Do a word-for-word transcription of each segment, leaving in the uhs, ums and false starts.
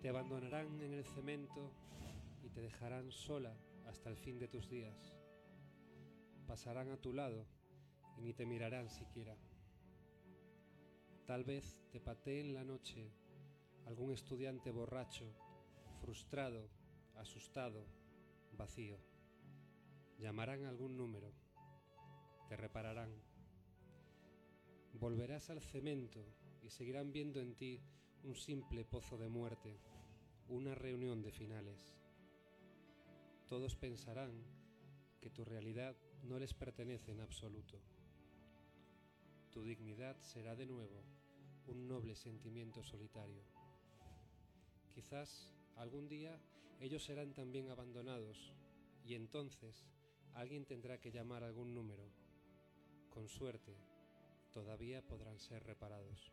Te abandonarán en el cemento y te dejarán sola hasta el fin de tus días. Pasarán a tu lado y ni te mirarán siquiera. Tal vez te patee en la noche algún estudiante borracho, frustrado, asustado, vacío. Llamarán algún número, te repararán. Volverás al cemento y seguirán viendo en ti un simple pozo de muerte, una reunión de finales. Todos pensarán que tu realidad no les pertenece en absoluto. Tu dignidad será de nuevo un noble sentimiento solitario. Quizás algún día ellos serán también abandonados y entonces alguien tendrá que llamar algún número. Con suerte, todavía podrán ser reparados.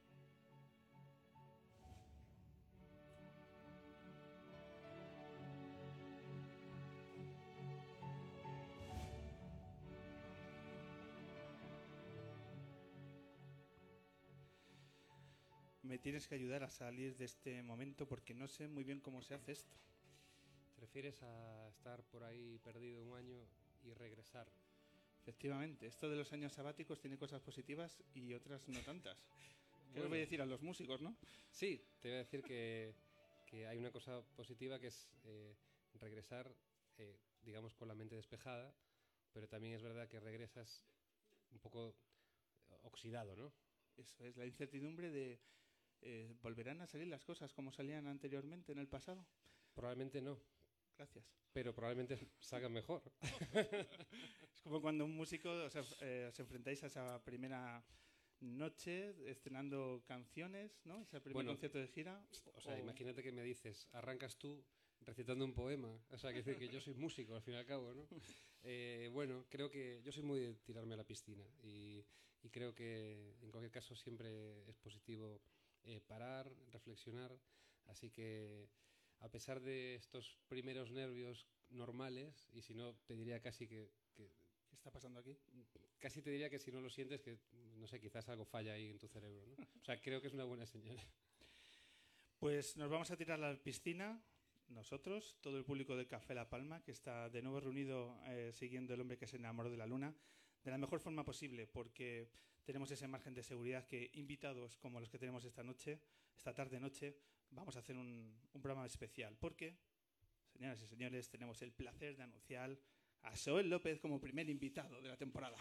Me tienes que ayudar a salir de este momento porque no sé muy bien cómo se hace esto. ¿Te refieres a estar por ahí perdido un año y regresar? Efectivamente, esto de los años sabáticos tiene cosas positivas y otras no tantas. ¿Qué Bueno. os voy a decir a los músicos, no? Sí, te voy a decir que, que hay una cosa positiva que es eh, regresar, eh, digamos, con la mente despejada, pero también es verdad que regresas un poco oxidado, ¿no? Eso es, la incertidumbre de... Eh, ¿Volverán a salir las cosas como salían anteriormente en el pasado? Probablemente no, Gracias. pero probablemente salgan mejor. Es como cuando un músico os, eh, os enfrentáis a esa primera noche estrenando canciones, ¿no? Ese primer Bueno, concierto de gira. O sea, o... imagínate que me dices, arrancas tú recitando un poema. O sea, que decir que yo soy músico, al fin y al cabo, ¿no? Eh, bueno, creo que yo soy muy de tirarme a la piscina y, y creo que en cualquier caso siempre es positivo eh, parar, reflexionar. Así que a pesar de estos primeros nervios normales, y si no, te diría casi que... que ¿Qué está pasando aquí? Casi te diría que si no lo sientes, que no sé, quizás algo falla ahí en tu cerebro, ¿no? O sea, creo que es una buena señal. Pues nos vamos a tirar a la piscina, nosotros, todo el público de Café La Palma, que está de nuevo reunido eh, siguiendo El hombre que se enamoró de la luna, de la mejor forma posible, porque tenemos ese margen de seguridad que invitados como los que tenemos esta noche, esta tarde-noche, vamos a hacer un, un programa especial, porque, señoras y señores, tenemos el placer de anunciar a Soel López como primer invitado de la temporada.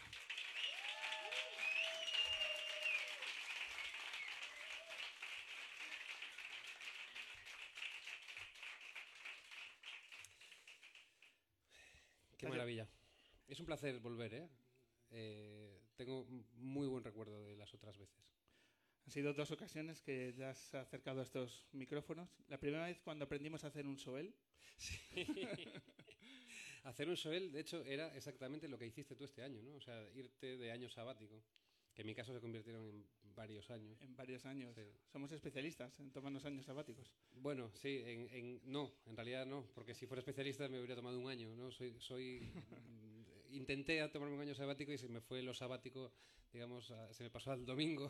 Qué maravilla. Es un placer volver, ¿eh? Eh, tengo muy buen recuerdo de las otras veces. Han sido dos ocasiones que te has acercado a estos micrófonos. La primera vez cuando aprendimos a hacer un Soel. Sí. Hacer un Soel, de hecho, era exactamente lo que hiciste tú este año, ¿no? O sea, irte de año sabático, que en mi caso se convirtieron en varios años. En varios años. Sí. Somos especialistas en tomarnos años sabáticos. Bueno, sí, en, en, no, en realidad no, porque si fuera especialista me hubiera tomado un año, ¿no? Soy, soy intenté a tomarme un año sabático y se me fue lo sabático, digamos, a, se me pasó al domingo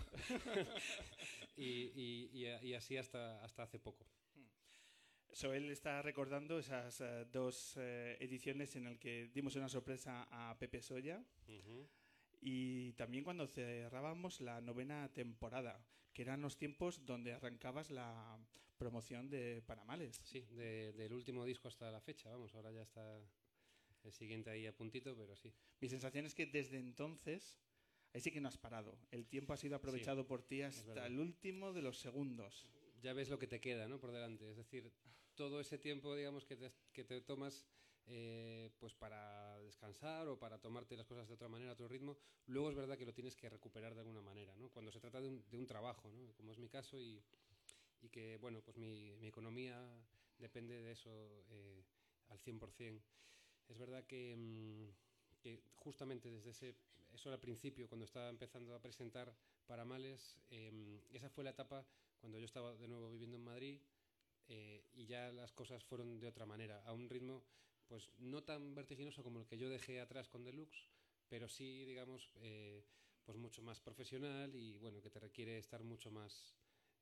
y, y, y, y así hasta, hasta hace poco. Soel está recordando esas uh, dos uh, ediciones en las que dimos una sorpresa a Pepe Soya. Uh-huh. Y también cuando cerrábamos la novena temporada, que eran los tiempos donde arrancabas la promoción de Panamales. Sí, de, del último disco hasta la fecha, vamos, ahora ya está el siguiente ahí a puntito, pero sí. Mi sensación es que desde entonces, ahí sí que no has parado. El tiempo ha sido aprovechado sí, por ti hasta el último de los segundos. Ya ves lo que te queda, ¿no? Por delante, es decir, todo ese tiempo, digamos, que te, que te tomas eh, pues para descansar o para tomarte las cosas de otra manera, a otro ritmo, luego es verdad que lo tienes que recuperar de alguna manera, ¿no? Cuando se trata de un, de un trabajo, ¿no? Como es mi caso y, y que, bueno, pues mi, mi economía depende de eso eh, al cien por cien. Es verdad que, mmm, que justamente desde ese, eso al principio, cuando estaba empezando a presentar Paramales, eh, esa fue la etapa cuando yo estaba de nuevo viviendo en Madrid eh, y ya las cosas fueron de otra manera, a un ritmo pues no tan vertiginoso como el que yo dejé atrás con Deluxe, pero sí, digamos, eh, pues mucho más profesional y bueno, que te requiere estar mucho más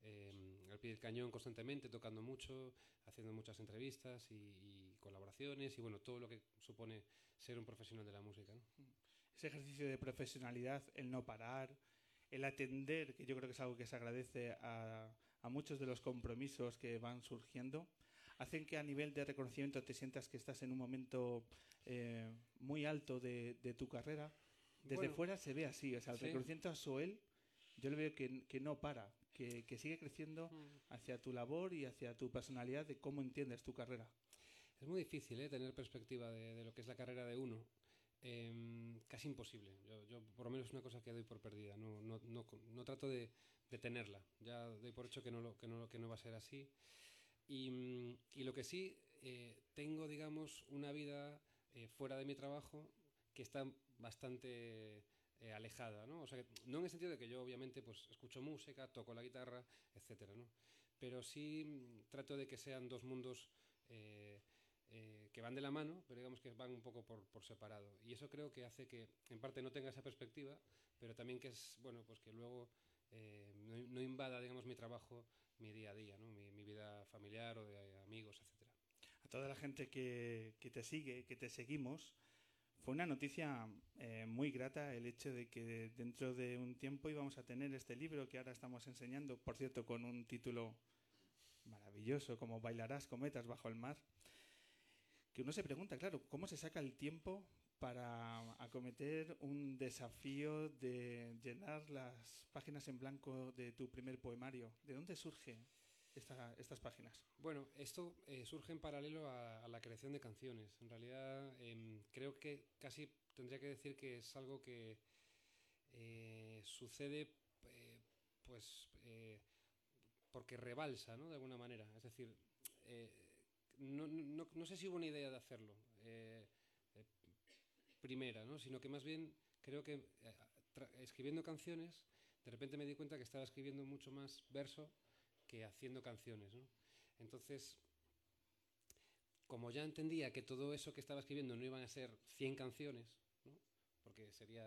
eh, al pie del cañón constantemente, tocando mucho, haciendo muchas entrevistas y, y colaboraciones y bueno, todo lo que supone ser un profesional de la música, ¿no? Ese ejercicio de profesionalidad, el no parar, el atender, que yo creo que es algo que se agradece a, a muchos de los compromisos que van surgiendo, hacen que a nivel de reconocimiento te sientas que estás en un momento eh, muy alto de, de tu carrera. Desde Bueno, fuera se ve así, o sea, el sí. reconocimiento a Soel, yo le veo que, que no para, que, que sigue creciendo hacia tu labor y hacia tu personalidad de cómo entiendes tu carrera. Es muy difícil, ¿eh? Tener perspectiva de, de lo que es la carrera de uno. Eh, casi imposible. Yo, yo, por lo menos, es una cosa que doy por perdida. No, no, no, no trato de, de tenerla. Ya doy por hecho que no, lo, que no, que no va a ser así. Y, y lo que sí, eh, tengo, digamos, una vida eh, fuera de mi trabajo que está bastante eh, alejada, ¿no? O sea, que, no en el sentido de que yo, obviamente, pues escucho música, toco la guitarra, etcétera, ¿no? Pero sí mm, trato de que sean dos mundos eh, eh, que van de la mano, pero digamos que van un poco por, por separado. Y eso creo que hace que, en parte, no tenga esa perspectiva, pero también que es, bueno, pues que luego eh, no, no invada, digamos, mi trabajo, mi día a día, ¿no? mi, mi vida familiar o de amigos, etcétera. A toda la gente que, que te sigue, que te seguimos, fue una noticia eh, muy grata el hecho de que dentro de un tiempo íbamos a tener este libro que ahora estamos enseñando, por cierto, con un título maravilloso como Bailarás cometas bajo el mar, que uno se pregunta, claro, ¿cómo se saca el tiempo para acometer un desafío de llenar las páginas en blanco de tu primer poemario? ¿De dónde surge esta, estas páginas? Bueno, esto eh, surge en paralelo a, a la creación de canciones. En realidad, eh, creo que casi tendría que decir que es algo que eh, sucede eh, pues eh, porque rebalsa, ¿no? De alguna manera. Es decir, eh, no, no, no sé si hubo una idea de hacerlo eh, eh, primera, ¿no? Sino que más bien creo que eh, escribiendo canciones, de repente me di cuenta que estaba escribiendo mucho más verso que haciendo canciones, ¿no? Entonces, como ya entendía que todo eso que estaba escribiendo no iban a ser cien canciones, ¿no? Porque sería...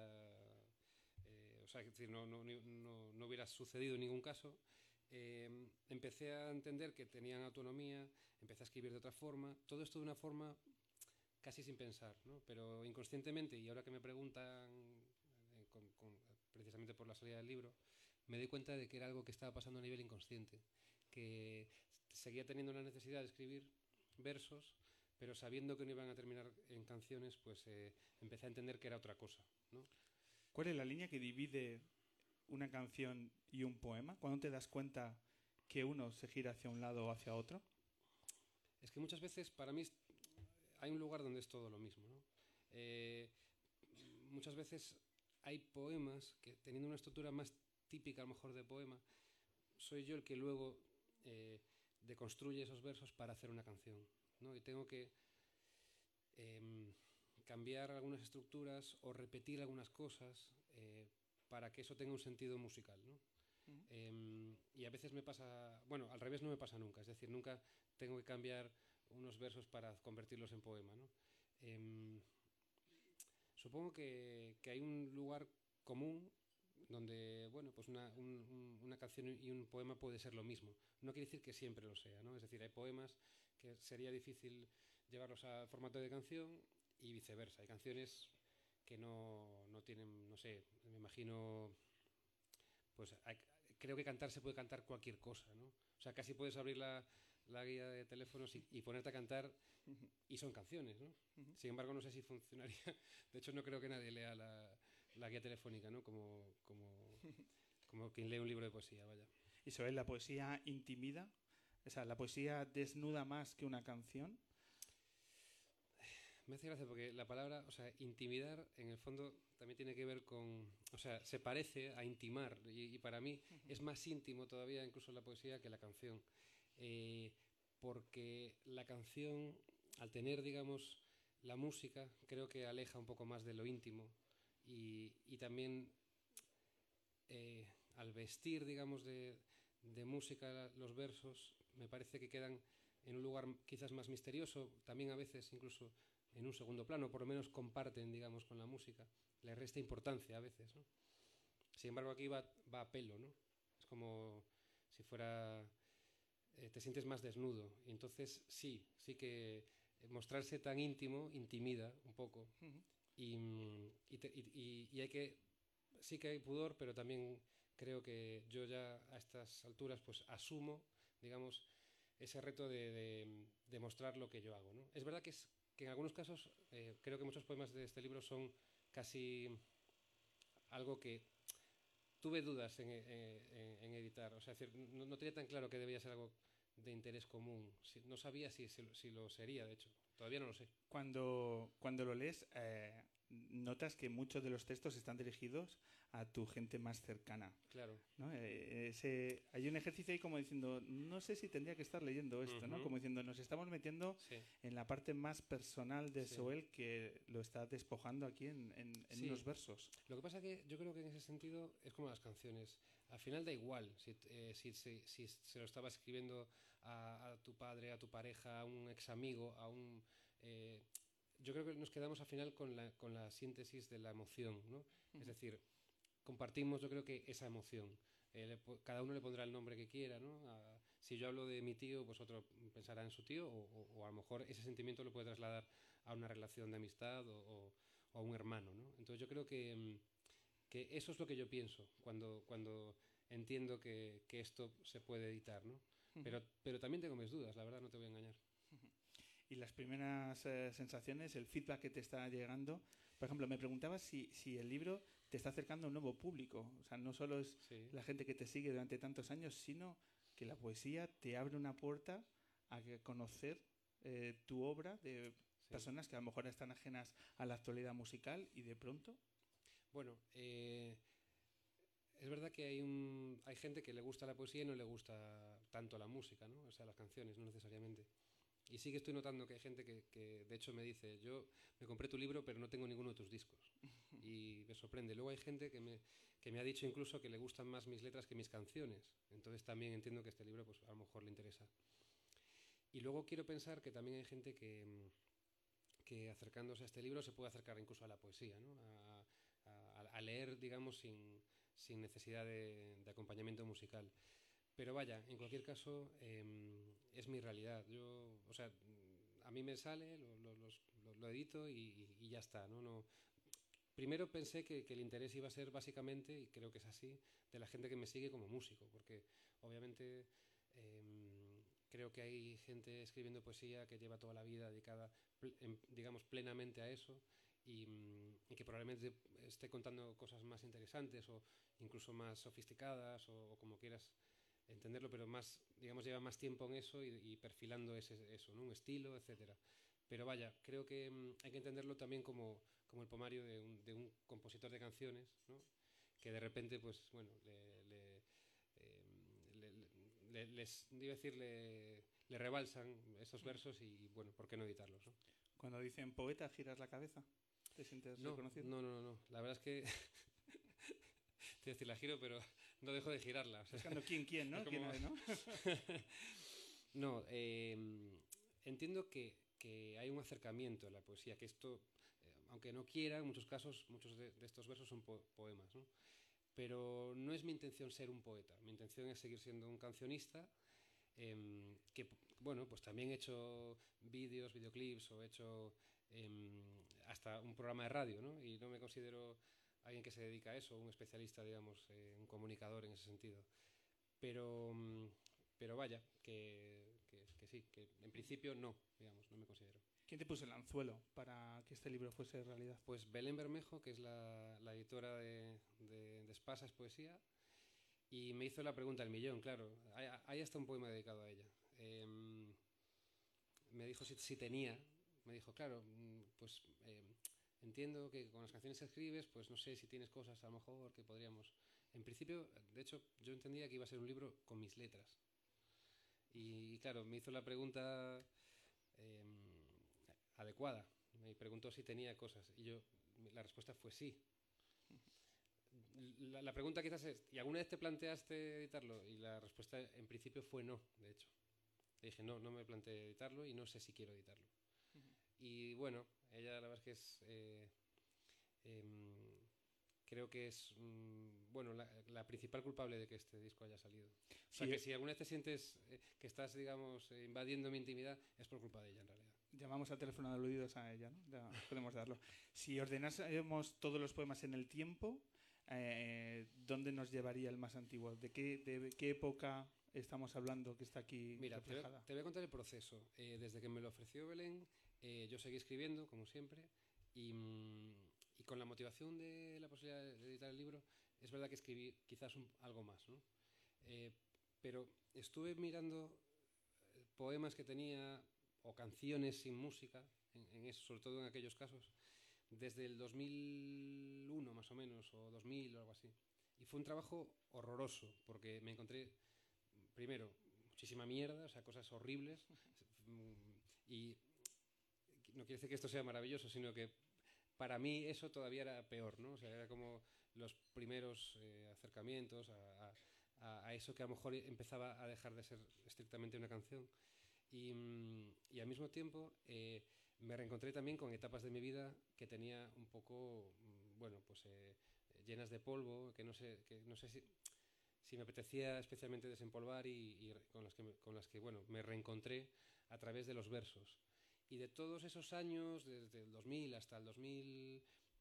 Eh, o sea, es decir, no, no, no, no hubiera sucedido en ningún caso, eh, empecé a entender que tenían autonomía, empecé a escribir de otra forma, todo esto de una forma casi sin pensar, ¿no? Pero inconscientemente, y ahora que me preguntan, eh, con, con, precisamente por la salida del libro, me di cuenta de que era algo que estaba pasando a nivel inconsciente, que seguía teniendo la necesidad de escribir versos, pero sabiendo que no iban a terminar en canciones, pues eh, empecé a entender que era otra cosa, ¿no? ¿Cuál es la línea que divide una canción y un poema? ¿Cuándo te das cuenta que uno se gira hacia un lado o hacia otro? Es que muchas veces para mí hay un lugar donde es todo lo mismo, ¿no? Eh, muchas veces hay poemas que, teniendo una estructura más típica a lo mejor de poema, soy yo el que luego eh, deconstruye esos versos para hacer una canción, ¿no? Y tengo que eh, cambiar algunas estructuras o repetir algunas cosas eh, para que eso tenga un sentido musical, ¿no? Uh-huh. Eh, y a veces me pasa, bueno, al revés no me pasa nunca, es decir, nunca tengo que cambiar unos versos para convertirlos en poema, ¿no? Eh, supongo que, que hay un lugar común donde, bueno, pues una, un, una canción y un poema puede ser lo mismo. No quiere decir que siempre lo sea, ¿no? Es decir, hay poemas que sería difícil llevarlos al formato de canción y viceversa. Hay canciones que no, no tienen, no sé, me imagino, pues hay, creo que cantar se puede cantar cualquier cosa, ¿no? O sea, casi puedes abrir la, la guía de teléfonos y, y ponerte a cantar y son canciones, ¿no? Uh-huh. Sin embargo, no sé si funcionaría. De hecho, no creo que nadie lea la, la guía telefónica, ¿no? Como, como, como quien lee un libro de poesía, vaya. ¿Y sobre la poesía intimida? O sea, ¿la poesía desnuda más que una canción? Me hace gracia porque la palabra, o sea, intimidar, en el fondo también tiene que ver con, o sea, se parece a intimar y, y para mí uh-huh. es más íntimo todavía incluso la poesía que la canción, eh, porque la canción, al tener, digamos, la música, creo que aleja un poco más de lo íntimo y, y también eh, al vestir, digamos, de, de música los versos, me parece que quedan en un lugar quizás más misterioso, también a veces incluso en un segundo plano, por lo menos comparten, digamos, con la música, le resta importancia a veces, ¿no? Sin embargo, aquí va, va a pelo, ¿no? Es como si fuera eh, te sientes más desnudo. Y entonces sí, sí que mostrarse tan íntimo intimida un poco. Uh-huh. y, y, te, y, y hay que, sí que hay pudor, pero también creo que yo ya a estas alturas pues asumo, digamos, ese reto de, de, de mostrar lo que yo hago, ¿no? Es verdad que, es, que en algunos casos eh, creo que muchos poemas de este libro son casi algo que tuve dudas en, en, en editar, o sea, es decir, no, no tenía tan claro que debía ser algo de interés común, si, no sabía si, si, si lo sería, de hecho, todavía no lo sé. Cuando, cuando lo lees, eh, notas que muchos de los textos están dirigidos a tu gente más cercana. Claro. ¿No? Eh, ese, hay un ejercicio ahí como diciendo, no sé si tendría que estar leyendo esto, uh-huh. ¿no? Como diciendo, nos estamos metiendo sí. en la parte más personal de sí. Soel, que lo está despojando aquí en, en, en sí. unos versos. Lo que pasa que yo creo que en ese sentido es como las canciones. Al final da igual si, eh, si, si, si se lo estaba escribiendo a, a tu padre, a tu pareja, a un ex amigo, a un... Eh, yo creo que nos quedamos al final con la, con la síntesis de la emoción, ¿no? Uh-huh. Es decir, compartimos yo creo que esa emoción. Eh, le, cada uno le pondrá el nombre que quiera, ¿no? A, si yo hablo de mi tío, pues otro pensará en su tío, o, o, o a lo mejor ese sentimiento lo puede trasladar a una relación de amistad o, o, o a un hermano, ¿no? Entonces yo creo que, que eso es lo que yo pienso cuando, cuando entiendo que, que esto se puede editar, ¿no? Uh-huh. Pero, pero también tengo mis dudas, la verdad, no te voy a engañar. Uh-huh. Y las primeras eh, sensaciones, el feedback que te está llegando. Por ejemplo, me preguntaba si, si el libro te está acercando a un nuevo público. O sea, no solo es sí. la gente que te sigue durante tantos años, sino que la poesía te abre una puerta a conocer eh, tu obra de sí. personas que a lo mejor están ajenas a la actualidad musical y de pronto... Bueno, eh, es verdad que hay, un, hay gente que le gusta la poesía y no le gusta tanto la música, ¿no? O sea, las canciones, no necesariamente. Y sí que estoy notando que hay gente que, que de hecho me dice, yo me compré tu libro pero no tengo ninguno de tus discos. Y me sorprende. Luego hay gente que me, que me ha dicho incluso que le gustan más mis letras que mis canciones. Entonces también entiendo que este libro pues a lo mejor le interesa. Y luego quiero pensar que también hay gente que, que acercándose a este libro se puede acercar incluso a la poesía, ¿no? A, a, a leer, digamos, sin, sin necesidad de, de acompañamiento musical. Pero vaya, en cualquier caso, eh, es mi realidad. Yo, o sea, a mí me sale, lo, lo, lo, lo edito y, y ya está, ¿no? No, primero pensé que, que el interés iba a ser básicamente, y creo que es así, de la gente que me sigue como músico, porque obviamente eh, creo que hay gente escribiendo poesía que lleva toda la vida dedicada, en, digamos, plenamente a eso, y, y que probablemente esté contando cosas más interesantes o incluso más sofisticadas o, o como quieras entenderlo, pero más, digamos, lleva más tiempo en eso y, y perfilando ese, eso, ¿no? Un estilo, etcétera. Pero vaya, creo que mmm, hay que entenderlo también como, como el poemario de un, de un compositor de canciones, ¿no? Que de repente, pues, bueno, le, le, eh, le, le, les, iba a decir, le, le rebalsan esos versos y, bueno, ¿por qué no editarlos, ¿no? Cuando dicen poeta, ¿giras la cabeza? ¿Te sientes no, reconocido? No, no, no, la verdad es que... te decir, la giro, pero no dejo de girarla. O sea, buscando quién, quién, ¿no? Como... ¿Quién, ¿no? no, eh, entiendo que, que hay un acercamiento en la poesía, que esto, eh, aunque no quiera, en muchos casos, muchos de, de estos versos son po poemas, ¿no? Pero no es mi intención ser un poeta, mi intención es seguir siendo un cancionista, eh, que, bueno, pues también he hecho vídeos, videoclips, o he hecho eh, hasta un programa de radio, ¿no? Y no me considero alguien que se dedica a eso, un especialista, digamos, eh, un comunicador en ese sentido. Pero, pero vaya, que, que, que sí, que en principio no, digamos, no me considero. ¿Quién te puso el anzuelo para que este libro fuese realidad? Pues Belén Bermejo, que es la, la editora de, de, de Espasas Poesía, y me hizo la pregunta del millón, claro. Hay, hay hasta un poema dedicado a ella. Eh, me dijo si, si tenía, me dijo, claro, pues... Eh, entiendo que con las canciones que escribes, pues no sé si tienes cosas a lo mejor que podríamos... En principio, de hecho, yo entendía que iba a ser un libro con mis letras. Y, y claro, me hizo la pregunta eh, adecuada. Me preguntó si tenía cosas. Y yo, la respuesta fue sí. La, la pregunta quizás es, ¿y alguna vez te planteaste editarlo? Y la respuesta en principio fue no, de hecho. Le dije, no, no me planteé editarlo y no sé si quiero editarlo. Uh-huh. Y bueno, ella la verdad es que es... Eh, eh, creo que es mm, bueno la, la principal culpable de que este disco haya salido. O Sí, sea, que si alguna vez te sientes eh, que estás, digamos, eh, invadiendo mi intimidad, es por culpa de ella, en realidad. llamamos al teléfono de aludidos a ella, ¿no? Ya podemos darlo. Si ordenásemos todos los poemas en el tiempo, eh, ¿dónde nos llevaría el más antiguo? ¿De qué, de qué época estamos hablando que está aquí Mira, te, reflejada? te voy a contar el proceso. Eh, desde que me lo ofreció Belén, eh, yo seguí escribiendo, como siempre, y, mm, y con la motivación de la posibilidad de editar el libro, es verdad que escribí quizás un- algo más, ¿no? Eh, pero estuve mirando eh, poemas que tenía o canciones sin música, en, en eso, sobre todo en aquellos casos, desde el dos mil uno más o menos, o dos mil o algo así. Y fue un trabajo horroroso, porque me encontré, primero, muchísima mierda, o sea, cosas horribles, mm, y no quiere decir que esto sea maravilloso, sino que para mí eso todavía era peor, ¿no? O sea, era como los primeros eh, acercamientos a, a, a eso que a lo mejor empezaba a dejar de ser estrictamente una canción. Y, mm, y al mismo tiempo eh, me reencontré también con etapas de mi vida que tenía un poco, mm, bueno, pues eh, llenas de polvo, que no sé, que no sé si, si me apetecía especialmente desempolvar y, y con, las que me, con las que, bueno, me reencontré a través de los versos. Y de todos esos años, desde el dos mil hasta el dos mil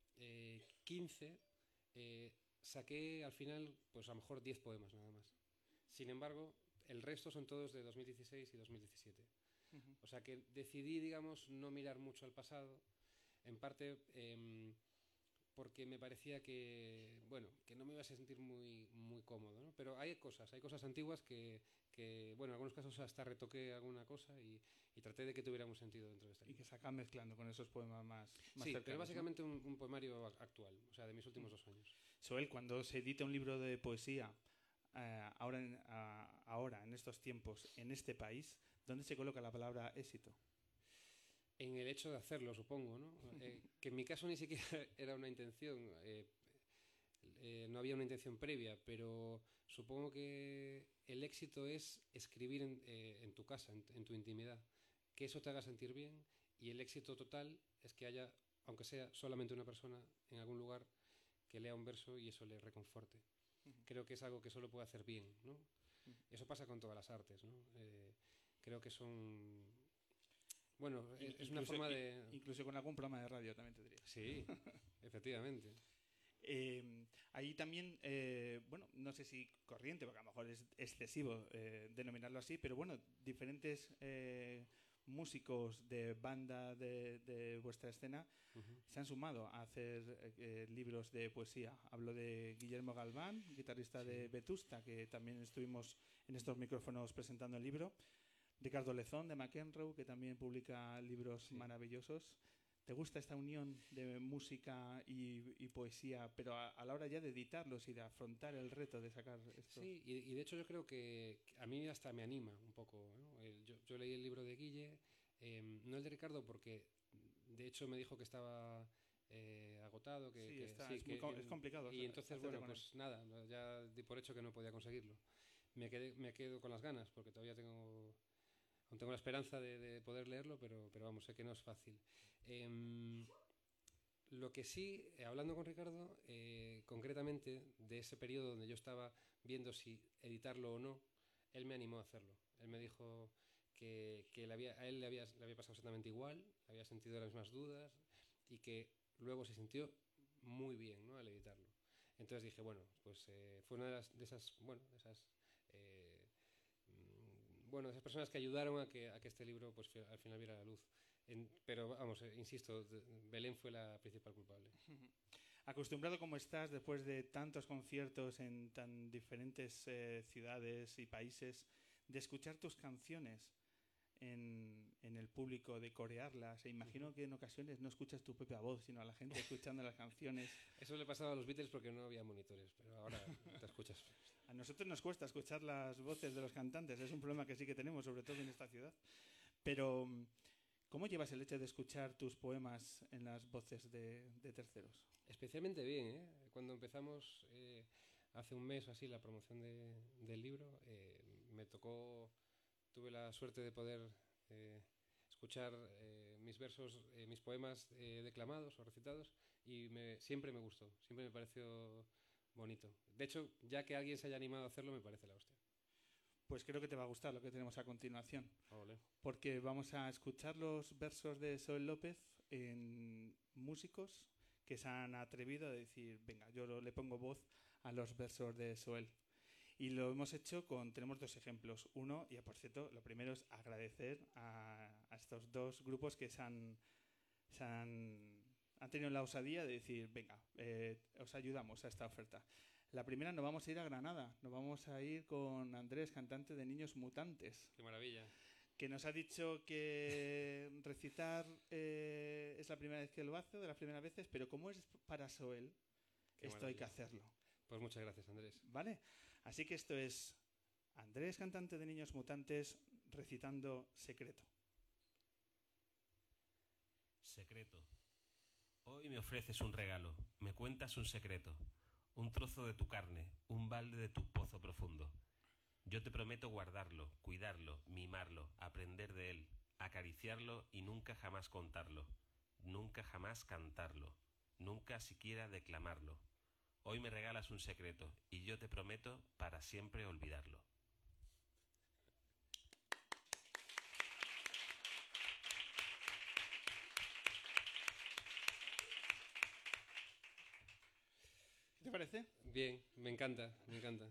quince, eh, saqué al final, pues a lo mejor diez poemas nada más. Sin embargo, el resto son todos de dos mil dieciséis y dos mil diecisiete. Uh-huh. O sea que decidí, digamos, no mirar mucho al pasado, en parte eh, porque me parecía que, bueno, que no me iba a sentir muy, muy cómodo, ¿no? Pero hay cosas, hay cosas antiguas que, que, bueno, en algunos casos hasta retoqué alguna cosa y, y traté de que tuviera un sentido dentro de este Y libro. que se acaban mezclando con esos poemas más, más Sí, cercanos, pero básicamente ¿no? un, un poemario actual, o sea, de mis últimos Uh-huh. dos años. Soel, cuando se edita un libro de poesía, eh, ahora, en, a, ahora, en estos tiempos, en este país, ¿dónde se coloca la palabra éxito? En el hecho de hacerlo, supongo, ¿no? Eh, que en mi caso ni siquiera era una intención, eh, eh, no había una intención previa, pero supongo que el éxito es escribir en, eh, en tu casa, en, en tu intimidad, que eso te haga sentir bien, y el éxito total es que haya, aunque sea solamente una persona en algún lugar, que lea un verso y eso le reconforte. Uh-huh. Creo que es algo que solo puede hacer bien, ¿no? Uh-huh. Eso pasa con todas las artes, ¿no? Eh, creo que son... Bueno, es, es una Incluso, forma i- de... incluso con algún programa de radio también te diría. Sí, efectivamente. Eh, ahí también, eh, bueno, no sé si corriente, porque a lo mejor es excesivo eh, denominarlo así, pero bueno, diferentes eh, músicos de banda de, de vuestra escena Uh-huh. se han sumado a hacer eh, libros de poesía. Hablo de Guillermo Galván, guitarrista Sí. de Vetusta, que también estuvimos en estos micrófonos presentando el libro. Ricardo Lezón de McEnroe, que también publica libros Sí. maravillosos. ¿Te gusta esta unión de música y, y poesía, pero a, a la hora ya de editarlos y de afrontar el reto de sacar estos? Sí, y, y de hecho yo creo que, que a mí hasta me anima un poco, ¿no? El- yo, yo leí el libro de Guille, eh, no el de Ricardo porque de hecho me dijo que estaba eh, agotado, que, Sí, que está, sí, es, muy, que, com- que- es complicado y entonces hacerte bueno, con él. pues nada, no, ya di por hecho que no podía conseguirlo. Me quedé, me quedo con las ganas porque todavía tengo, aún tengo la esperanza de, de poder leerlo, pero, pero vamos, sé que no es fácil. Em, Lo que sí, eh, hablando con Ricardo, eh, concretamente de ese periodo donde yo estaba viendo si editarlo o no, él me animó a hacerlo. Él me dijo que, que le había, a él le había, le había pasado exactamente igual, había sentido las mismas dudas y que luego se sintió muy bien, ¿no?, al editarlo. Entonces dije, bueno, pues eh, fue una de, las, de esas, bueno, de esas, eh, mm, bueno, de esas personas que ayudaron a que, a que este libro pues, al final viera la luz. En, pero vamos, eh, insisto, de, Belén fue la principal culpable. Acostumbrado como estás después de tantos conciertos en tan diferentes eh, ciudades y países, de escuchar tus canciones en, en el público, de corearlas, e imagino que en ocasiones no escuchas tu propia voz, sino a la gente escuchando las canciones. Eso le pasaba a los Beatles porque no había monitores, pero ahora te escuchas. A nosotros nos cuesta escuchar las voces de los cantantes, es un problema que sí que tenemos, sobre todo en esta ciudad. Pero, ¿cómo llevas el hecho de escuchar tus poemas en las voces de, de terceros? Especialmente bien, ¿eh? Cuando empezamos eh, hace un mes o así la promoción de, del libro, eh, me tocó, tuve la suerte de poder eh, escuchar eh, mis versos, eh, mis poemas eh, declamados o recitados, y me, siempre me gustó, siempre me pareció bonito. De hecho, ya que alguien se haya animado a hacerlo, me parece la hostia. Pues creo que te va a gustar lo que tenemos a continuación, Olé. porque vamos a escuchar los versos de Soel López en músicos que se han atrevido a decir, venga, yo lo- le pongo voz a los versos de Soel. Y lo hemos hecho con, tenemos dos ejemplos. Uno, y por cierto, lo primero es agradecer a, a estos dos grupos que se han, se han, han tenido la osadía de decir, venga, eh, os ayudamos a esta oferta. La primera, nos vamos a ir a Granada, nos vamos a ir con Andrés, cantante de Niños Mutantes, Qué maravilla. que nos ha dicho que recitar eh, es la primera vez que lo hace, de las primeras veces, pero como es para Soel, Qué esto hay que maravilla. hacerlo. Pues muchas gracias, Andrés. ¿Vale? Así que esto es Andrés, cantante de Niños Mutantes, recitando Secreto. Secreto. Hoy me ofreces un regalo, me cuentas un secreto, un trozo de tu carne, un balde de tu pozo profundo. Yo te prometo guardarlo, cuidarlo, mimarlo, aprender de él, acariciarlo y nunca jamás contarlo, nunca jamás cantarlo, nunca siquiera declamarlo. Hoy me regalas un secreto y yo te prometo para siempre olvidarlo. ¿Qué te parece? Bien, me encanta, me encanta.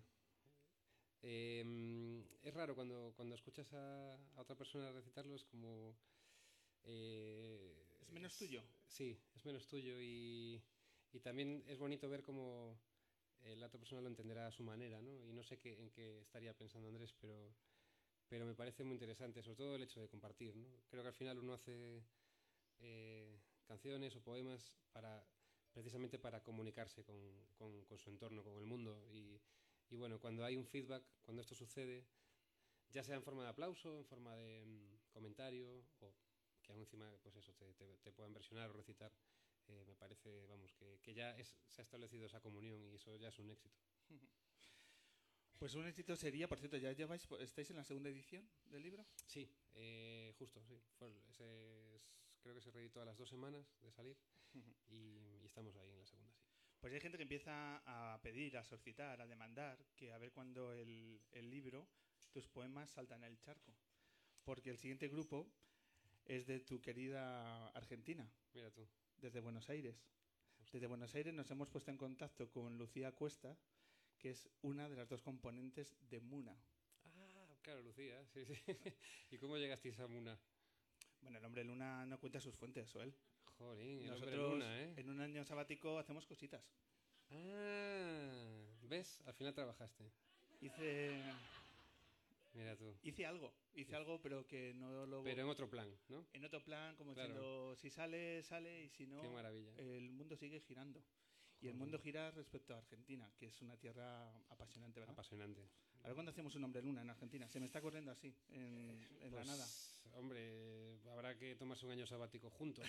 Eh, es raro cuando, cuando escuchas a, a otra persona recitarlo, es como... eh, ¿Es menos tuyo? Sí, es menos tuyo y, y también es bonito ver cómo eh, la otra persona lo entenderá a su manera, ¿no? Y no sé qué, en qué estaría pensando Andrés, pero, pero me parece muy interesante, sobre todo el hecho de compartir, ¿no? Creo que al final uno hace eh, canciones o poemas para precisamente para comunicarse con, con, con su entorno, con el mundo y, y bueno, cuando hay un feedback, cuando esto sucede, ya sea en forma de aplauso, en forma de mm, comentario o que aún encima pues eso te, te, te puedan versionar o recitar, eh, me parece, vamos, que, que ya es, se ha establecido esa comunión y eso ya es un éxito. Pues un éxito sería, por cierto, ¿ya lleváis, estáis en la segunda edición del libro? Sí, eh, justo, sí. Fue, ese es, creo que se reeditó a las dos semanas de salir y, y estamos ahí en la segunda, sí. Pues hay gente que empieza a pedir, a solicitar, a demandar, que a ver cuándo el, el libro, tus poemas saltan el charco. Porque el siguiente grupo es de tu querida Argentina, Mira tú. desde Buenos Aires. Desde Buenos Aires nos hemos puesto en contacto con Lucía Cuesta, que es una de las dos componentes de Muna. Ah, claro, Lucía, sí, sí. ¿Y cómo llegasteis a Muna? Bueno, el hombre Luna no cuenta sus fuentes, Soel. Jolín, el Nosotros hombre Luna, ¿eh? en un año sabático hacemos cositas. Ah, ¿ves? Al final trabajaste. Hice, Mira tú. hice algo, hice Sí. algo, pero que no lo... Pero en otro plan, ¿no? En otro plan, como Claro. diciendo, si sale, sale, y si no, Qué maravilla. el mundo sigue girando. Y el Joder. mundo gira respecto a Argentina, que es una tierra apasionante, ¿verdad? Apasionante. A ver cuándo hacemos un hombre luna en Argentina. Se me está corriendo así, en, en la Pues, nada. hombre, habrá que tomarse un año sabático juntos.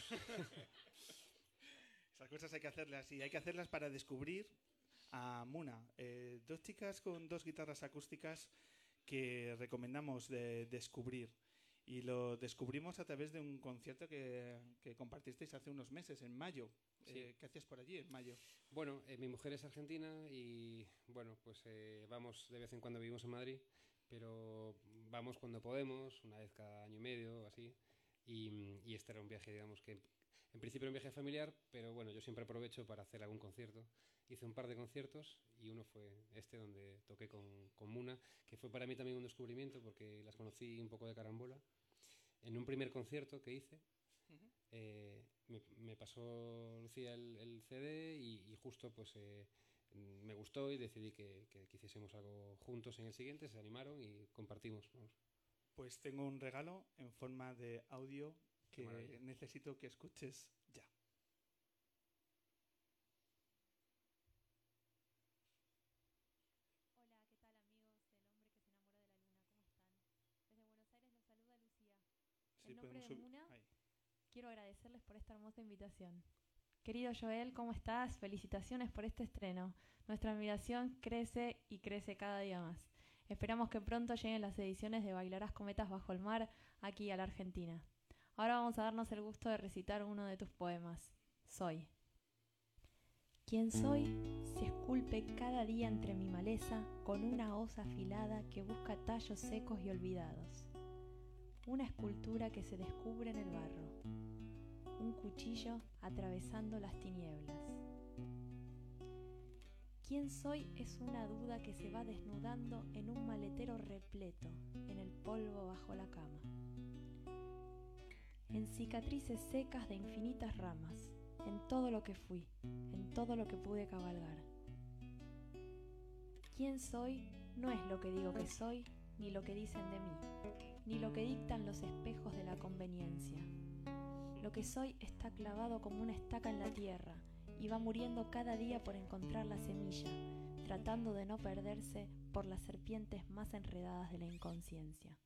Esas cosas hay que hacerlas, y hay que hacerlas para descubrir a Muna. Eh, dos chicas con dos guitarras acústicas que recomendamos de descubrir. Y lo descubrimos a través de un concierto que, que compartisteis hace unos meses, en mayo. Sí. Eh, ¿Qué hacías por allí en mayo? Bueno, eh, mi mujer es argentina y bueno, pues eh, vamos de vez en cuando, vivimos en Madrid, pero vamos cuando podemos, una vez cada año y medio o así. Y, y este era un viaje, digamos que en principio era un viaje familiar, pero bueno, yo siempre aprovecho para hacer algún concierto. Hice un par de conciertos y uno fue este donde toqué con, con Muna, que fue para mí también un descubrimiento porque las conocí un poco de carambola. En un primer concierto que hice, Uh-huh. eh, me, me pasó Lucía el, el C D y, y justo pues eh, me gustó y decidí que, que, que hiciésemos algo juntos en el siguiente, se animaron y compartimos. Vamos. Pues tengo un regalo en forma de audio Qué que maravilla. necesito que escuches ya. Hola, ¿qué tal amigos del hombre que se enamoró de la luna? ¿Cómo están? Desde Buenos Aires los saluda Lucía. Sí, En nombre podemos de sub- Muna, ahí. quiero agradecerles por esta hermosa invitación. Querido Joel, ¿cómo estás? Felicitaciones por este estreno. Nuestra admiración crece y crece cada día más. Esperamos que pronto lleguen las ediciones de Bailarás Cometas Bajo el Mar aquí a la Argentina. Ahora vamos a darnos el gusto de recitar uno de tus poemas, Soy. Quien soy se esculpe cada día entre mi maleza con una hoz afilada que busca tallos secos y olvidados. Una escultura que se descubre en el barro. Un cuchillo atravesando las tinieblas. ¿Quién soy? Es una duda que se va desnudando en un maletero repleto, en el polvo bajo la cama. En cicatrices secas de infinitas ramas, en todo lo que fui, en todo lo que pude cabalgar. ¿Quién soy? No es lo que digo que soy, ni lo que dicen de mí, ni lo que dictan los espejos de la conveniencia. Lo que soy está clavado como una estaca en la tierra, y va muriendo cada día por encontrar la semilla, tratando de no perderse por las serpientes más enredadas de la inconsciencia.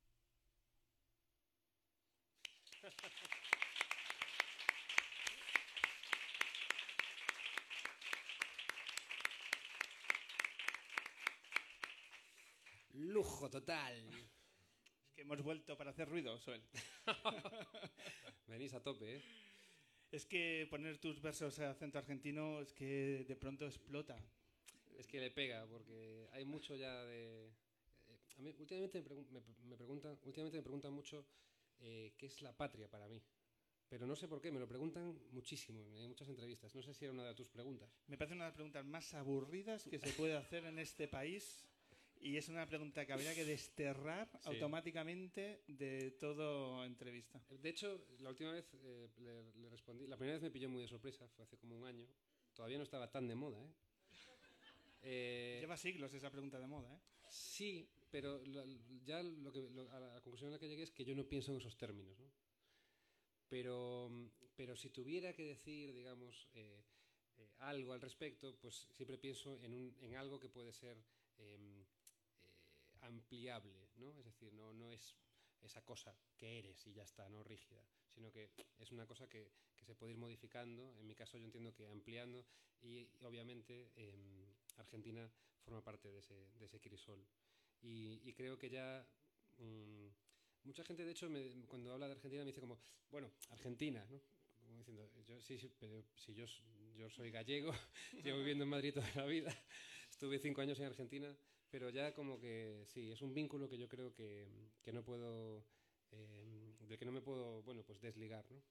Lujo total. Es que hemos vuelto para hacer ruido, Joel. Venís a tope, ¿eh? Es que poner tus versos a acento argentino es que de pronto explota. Es que le pega, porque hay mucho ya de... eh, a mí últimamente me, pregun- me, me preguntan, últimamente me preguntan mucho eh, qué es la patria para mí. Pero no sé por qué, me lo preguntan muchísimo en muchas entrevistas. No sé si era una de tus preguntas. Me parece una de las preguntas más aburridas que se puede hacer en este país y es una pregunta que habría que desterrar Sí. automáticamente de toda entrevista. De hecho, la última vez eh, le, le respondí... La primera vez me pilló muy de sorpresa, fue hace como un año. Todavía no estaba tan de moda, ¿eh? Eh, Lleva siglos esa pregunta de moda, ¿eh? Sí, pero lo- ya lo que, lo- a la conclusión a la que llegué es que yo no pienso en esos términos, ¿no? Pero, pero si tuviera que decir, digamos, eh, eh, algo al respecto, pues siempre pienso en, un, en algo que puede ser eh, eh, ampliable, ¿no? Es decir, no, no es esa cosa que eres y ya está, no rígida, sino que es una cosa que, que se puede ir modificando. En mi caso yo entiendo que ampliando y, y obviamente eh, Argentina forma parte de ese, de ese crisol. Y, y creo que ya... Mmm, mucha gente, de hecho, me, cuando habla de Argentina me dice como, bueno, Argentina, ¿no? Como diciendo, yo, sí, sí, pero si yo, yo soy gallego, llevo viviendo en Madrid toda la vida, estuve cinco años en Argentina, pero ya como que sí, es un vínculo que yo creo que, que no puedo, eh, del que no me puedo, bueno, pues desligar, ¿no?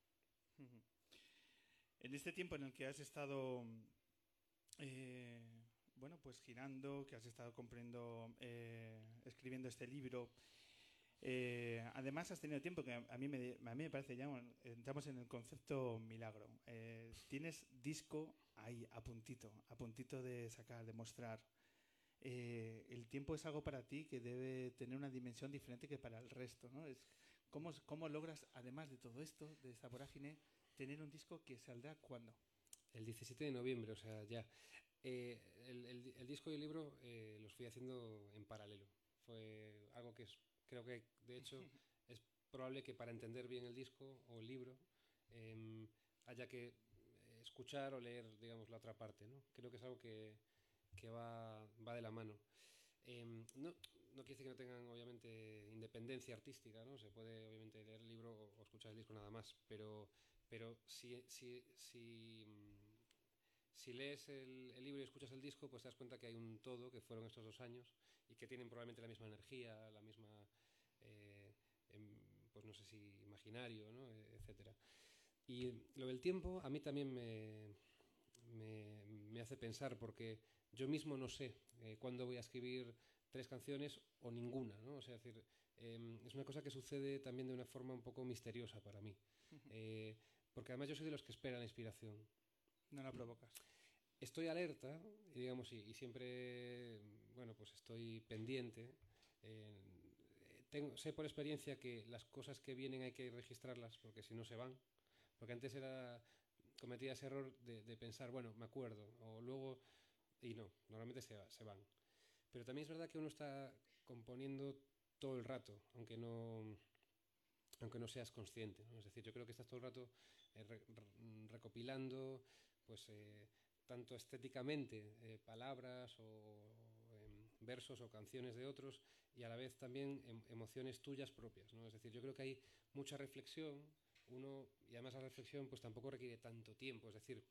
En este tiempo en el que has estado, eh, bueno, pues girando, que has estado comprendiendo, eh, escribiendo este libro, Eh, además has tenido tiempo que a mí me, a mí me parece ya entramos en el concepto milagro. Eh, tienes disco ahí a puntito, a puntito de sacar, de mostrar. Eh, el tiempo es algo para ti que debe tener una dimensión diferente que para el resto, ¿no? Es, ¿cómo, ¿Cómo logras, además de todo esto, de esta vorágine, tener un disco que saldrá cuándo? El diecisiete de noviembre, o sea, ya. Eh, el, el, el disco y el libro eh, los fui haciendo en paralelo. Fue algo que es... Creo que, de hecho, es probable que para entender bien el disco o el libro eh, haya que escuchar o leer, digamos, la otra parte, ¿no? Creo que es algo que, que va, va de la mano. Eh, no, no quiere decir que no tengan, obviamente, independencia artística, ¿no? Se puede, obviamente, leer el libro o, o escuchar el disco nada más, pero, pero si, si, si, si lees el, el libro y escuchas el disco, pues te das cuenta que hay un todo, que fueron estos dos años, y que tienen probablemente la misma energía, la misma, eh, em, pues no sé si imaginario, ¿no? E- etcétera. Y lo del tiempo a mí también me, me, me hace pensar, porque yo mismo no sé eh, cuándo voy a escribir tres canciones o ninguna, ¿no? O sea, es decir, eh, es una cosa que sucede también de una forma un poco misteriosa para mí, eh, porque además yo soy de los que espera la inspiración. No la provocas. Estoy alerta, y digamos, y, y siempre, bueno, pues estoy pendiente. Eh, tengo, sé por experiencia que las cosas que vienen hay que registrarlas, porque si no se van. Porque antes era cometía ese error de, de pensar, bueno, me acuerdo, o luego, y no, normalmente se, va, se van. Pero también es verdad que uno está componiendo todo el rato, aunque no, aunque no seas consciente, ¿no? Es decir, yo creo que estás todo el rato eh, re, re, recopilando, pues... Eh, tanto estéticamente eh, palabras o eh, versos o canciones de otros y a la vez también em, emociones tuyas propias, ¿no? Es decir, yo creo que hay mucha reflexión, uno, y además la reflexión pues tampoco requiere tanto tiempo, es decir,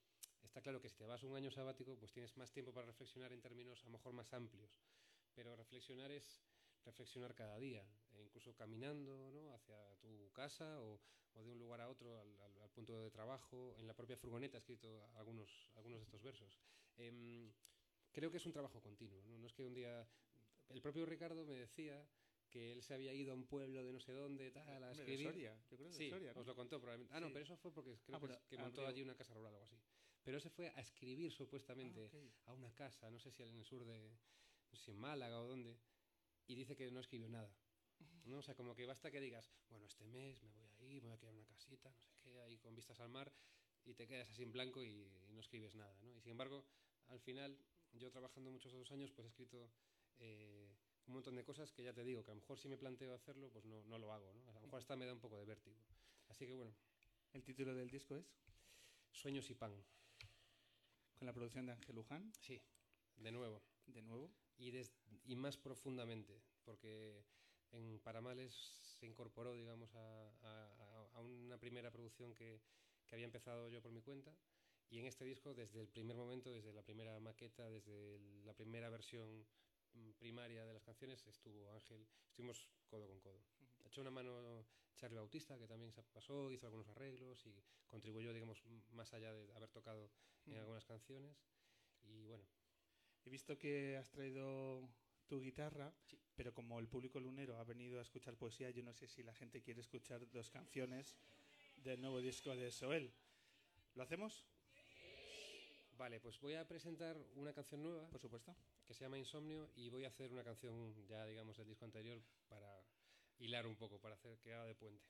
Está claro que si te vas un año sabático, pues tienes más tiempo para reflexionar en términos a lo mejor más amplios. Pero reflexionar es reflexionar cada día, e incluso caminando, ¿no?, hacia tu casa o, o de un lugar a otro, al, al, al punto de trabajo. En la propia furgoneta he escrito algunos, algunos de estos versos. Eh, creo que es un trabajo continuo, ¿no? No es que un día... El propio Ricardo me decía que él se había ido a un pueblo de no sé dónde, tal, a escribir. De Soria, yo creo de sí, Soria, ¿no? os lo contó probablemente. Ah, no, sí. pero eso fue porque creo ah, que, pero, que montó abrió. allí una casa rural o algo así. Pero ese fue a escribir supuestamente ah, okay. a una casa, no sé si en el sur de... no sé si en Málaga o dónde, y dice que no escribió nada, ¿no? O sea, como que basta que digas, bueno, este mes me voy a ir, me voy a quedar en una casita, no sé qué, ahí con vistas al mar, y te quedas así en blanco y, y no escribes nada, ¿no? Y sin embargo, al final, yo trabajando muchos otros años, pues he escrito eh, un montón de cosas que ya te digo, que a lo mejor si me planteo hacerlo, pues no, no lo hago, ¿no? A lo mejor hasta me da un poco de vértigo. Así que bueno. ¿El título del disco es? Sueños y pan. ¿Con la producción de Ángel Luján? Sí, de nuevo. ¿De nuevo? Y, des, y más profundamente, porque en Paramales se incorporó, digamos, a, a, a una primera producción que, que había empezado yo por mi cuenta, y en este disco, desde el primer momento, desde la primera maqueta, desde el, la primera versión primaria de las canciones, estuvo Ángel, estuvimos codo con codo. Uh-huh. Echó una mano Charly Bautista, que también se pasó, hizo algunos arreglos y contribuyó, digamos, más allá de haber tocado uh-huh. en algunas canciones, y bueno. He visto que has traído tu guitarra, sí. pero como el público lunero ha venido a escuchar poesía, yo no sé si la gente quiere escuchar dos canciones del nuevo disco de Soel. ¿Lo hacemos? Vale, pues voy a presentar una canción nueva, por supuesto, que se llama Insomnio, y voy a hacer una canción ya, digamos, del disco anterior para hilar un poco, para hacer que haga de puente.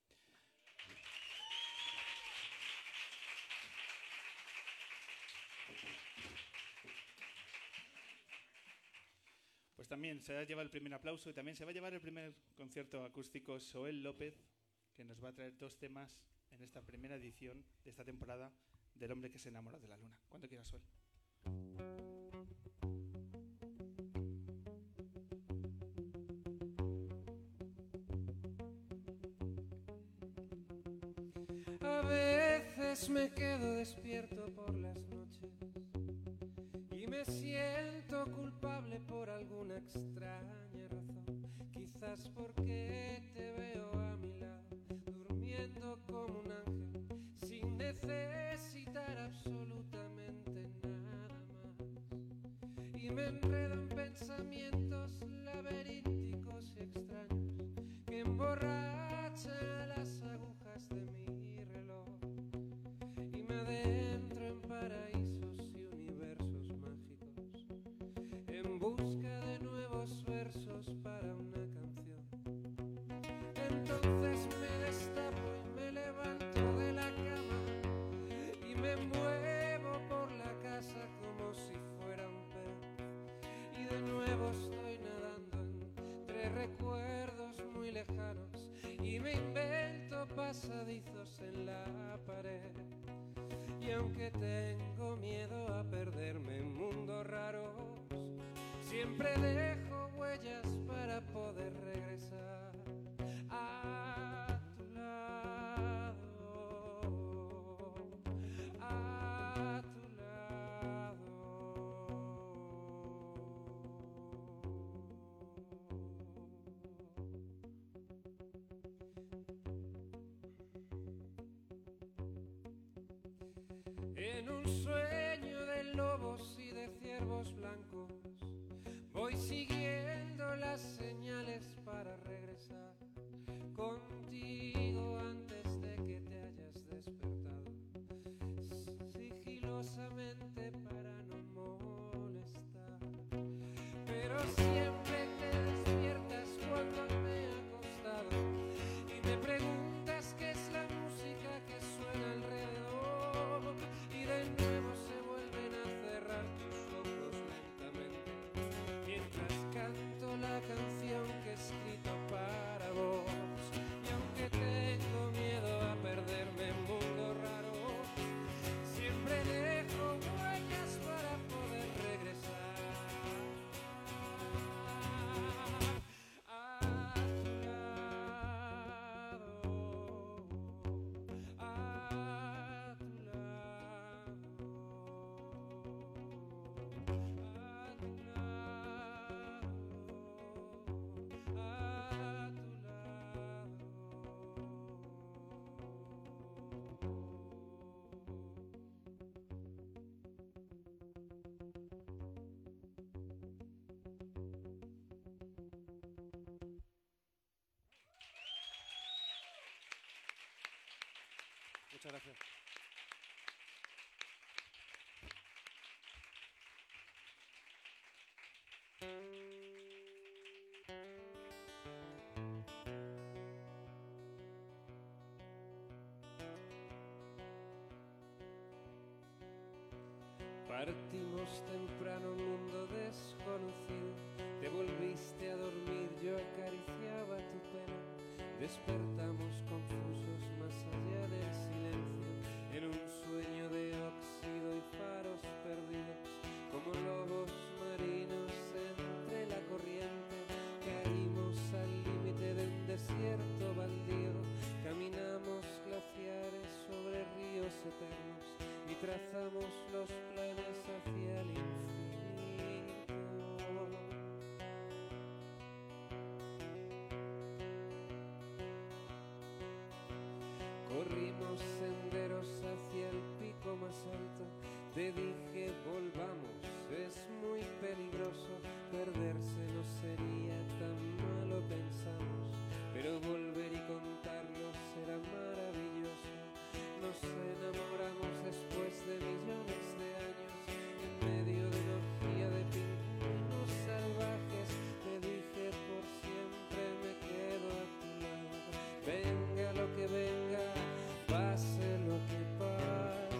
Pues también se va a llevar el primer aplauso y también se va a llevar el primer concierto acústico Soel López, que nos va a traer dos temas en esta primera edición de esta temporada del hombre que se enamoró de la luna. Cuando quieras, Soel. A veces me quedo despierto por las noches y me siento culpable por alguna extraña razón. Quizás porque te veo a mi lado, durmiendo como un ángel, sin necesitar absolutamente nada más. Y me enredo en pensamientos laberínticos y extraños que emborrachan las agujas de mi reloj. Y me adentro en paraísos y universos mágicos, en busca de nuevos versos para una canción. Entonces me destapo y me levanto de la cama y me muevo por la casa como si fuera un pez. Y de nuevo estoy nadando entre recuerdos muy lejanos y me invento pasadizos en la pared. Y aunque tengo miedo a perderme en mundos raros, siempre dejo huellas para poder regresar a tu lado, a tu lado. En un sueño de lobos y de ciervos blancos, voy siguiendo las señales para regresar contigo antes de que te hayas despertado, sigilosamente para no molestar. Pero siempre te despiertas cuando me he acostado y me preguntas qué es la música que suena alrededor, y de nuevo se vuelven a cerrar tus ojos lentamente mientras canto la canción que he escrito para vos. Y aunque tengo miedo a perderme en mundos raros, siempre dejo huellas para poder regresar. Muchas gracias. Partimos temprano a un mundo desconocido, te volviste a dormir, yo acariciaba tu pelo. Despertamos confusos más allá del silencio, en un sueño de óxido y faros perdidos, como lobos marinos entre la corriente. Caímos al límite de un desierto baldío, caminamos glaciares sobre ríos eternos y trazamos los planes hacia el infinito. Corrimos senderos hacia el pico más alto, te dije volvamos, es muy peligroso, perderse no sería tan malo pensamos, pero volver y contarlo será maravilloso. Nos enamoramos después de millones de años, en medio de una orgía de pingüinos salvajes, te dije por siempre me quedo a tu lado, venga lo que venga, pase lo que pase.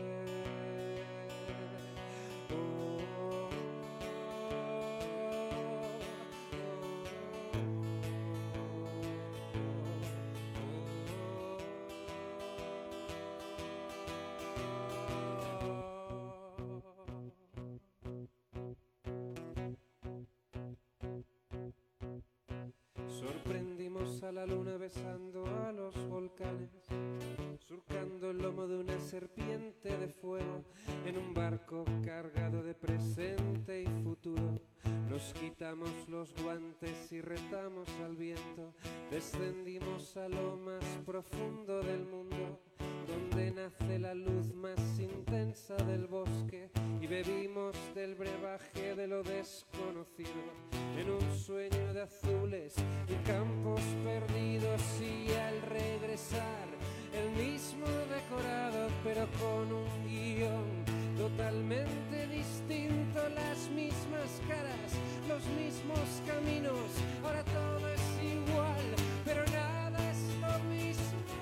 Oh, oh, sorprendimos a la luna besando a los volcanes, surcando el lomo de una serpiente de fuego, en un barco cargado de presente y futuro. Nos quitamos los guantes y retamos al viento, descendimos a lo más profundo del mundo, donde nace la luz más intensa del bosque, y bebimos del brebaje de lo desconocido, en un sueño de azules y campos perdidos, y al regresar el mismo decorado pero con un guión totalmente distinto, las mismas caras, los mismos caminos, ahora todo es igual, pero nada es lo mismo.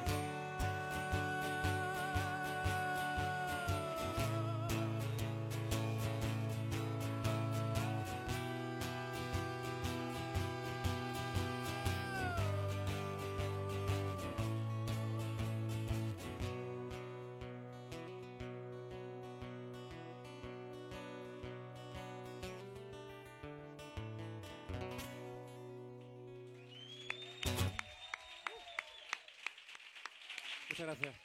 Muchas gracias.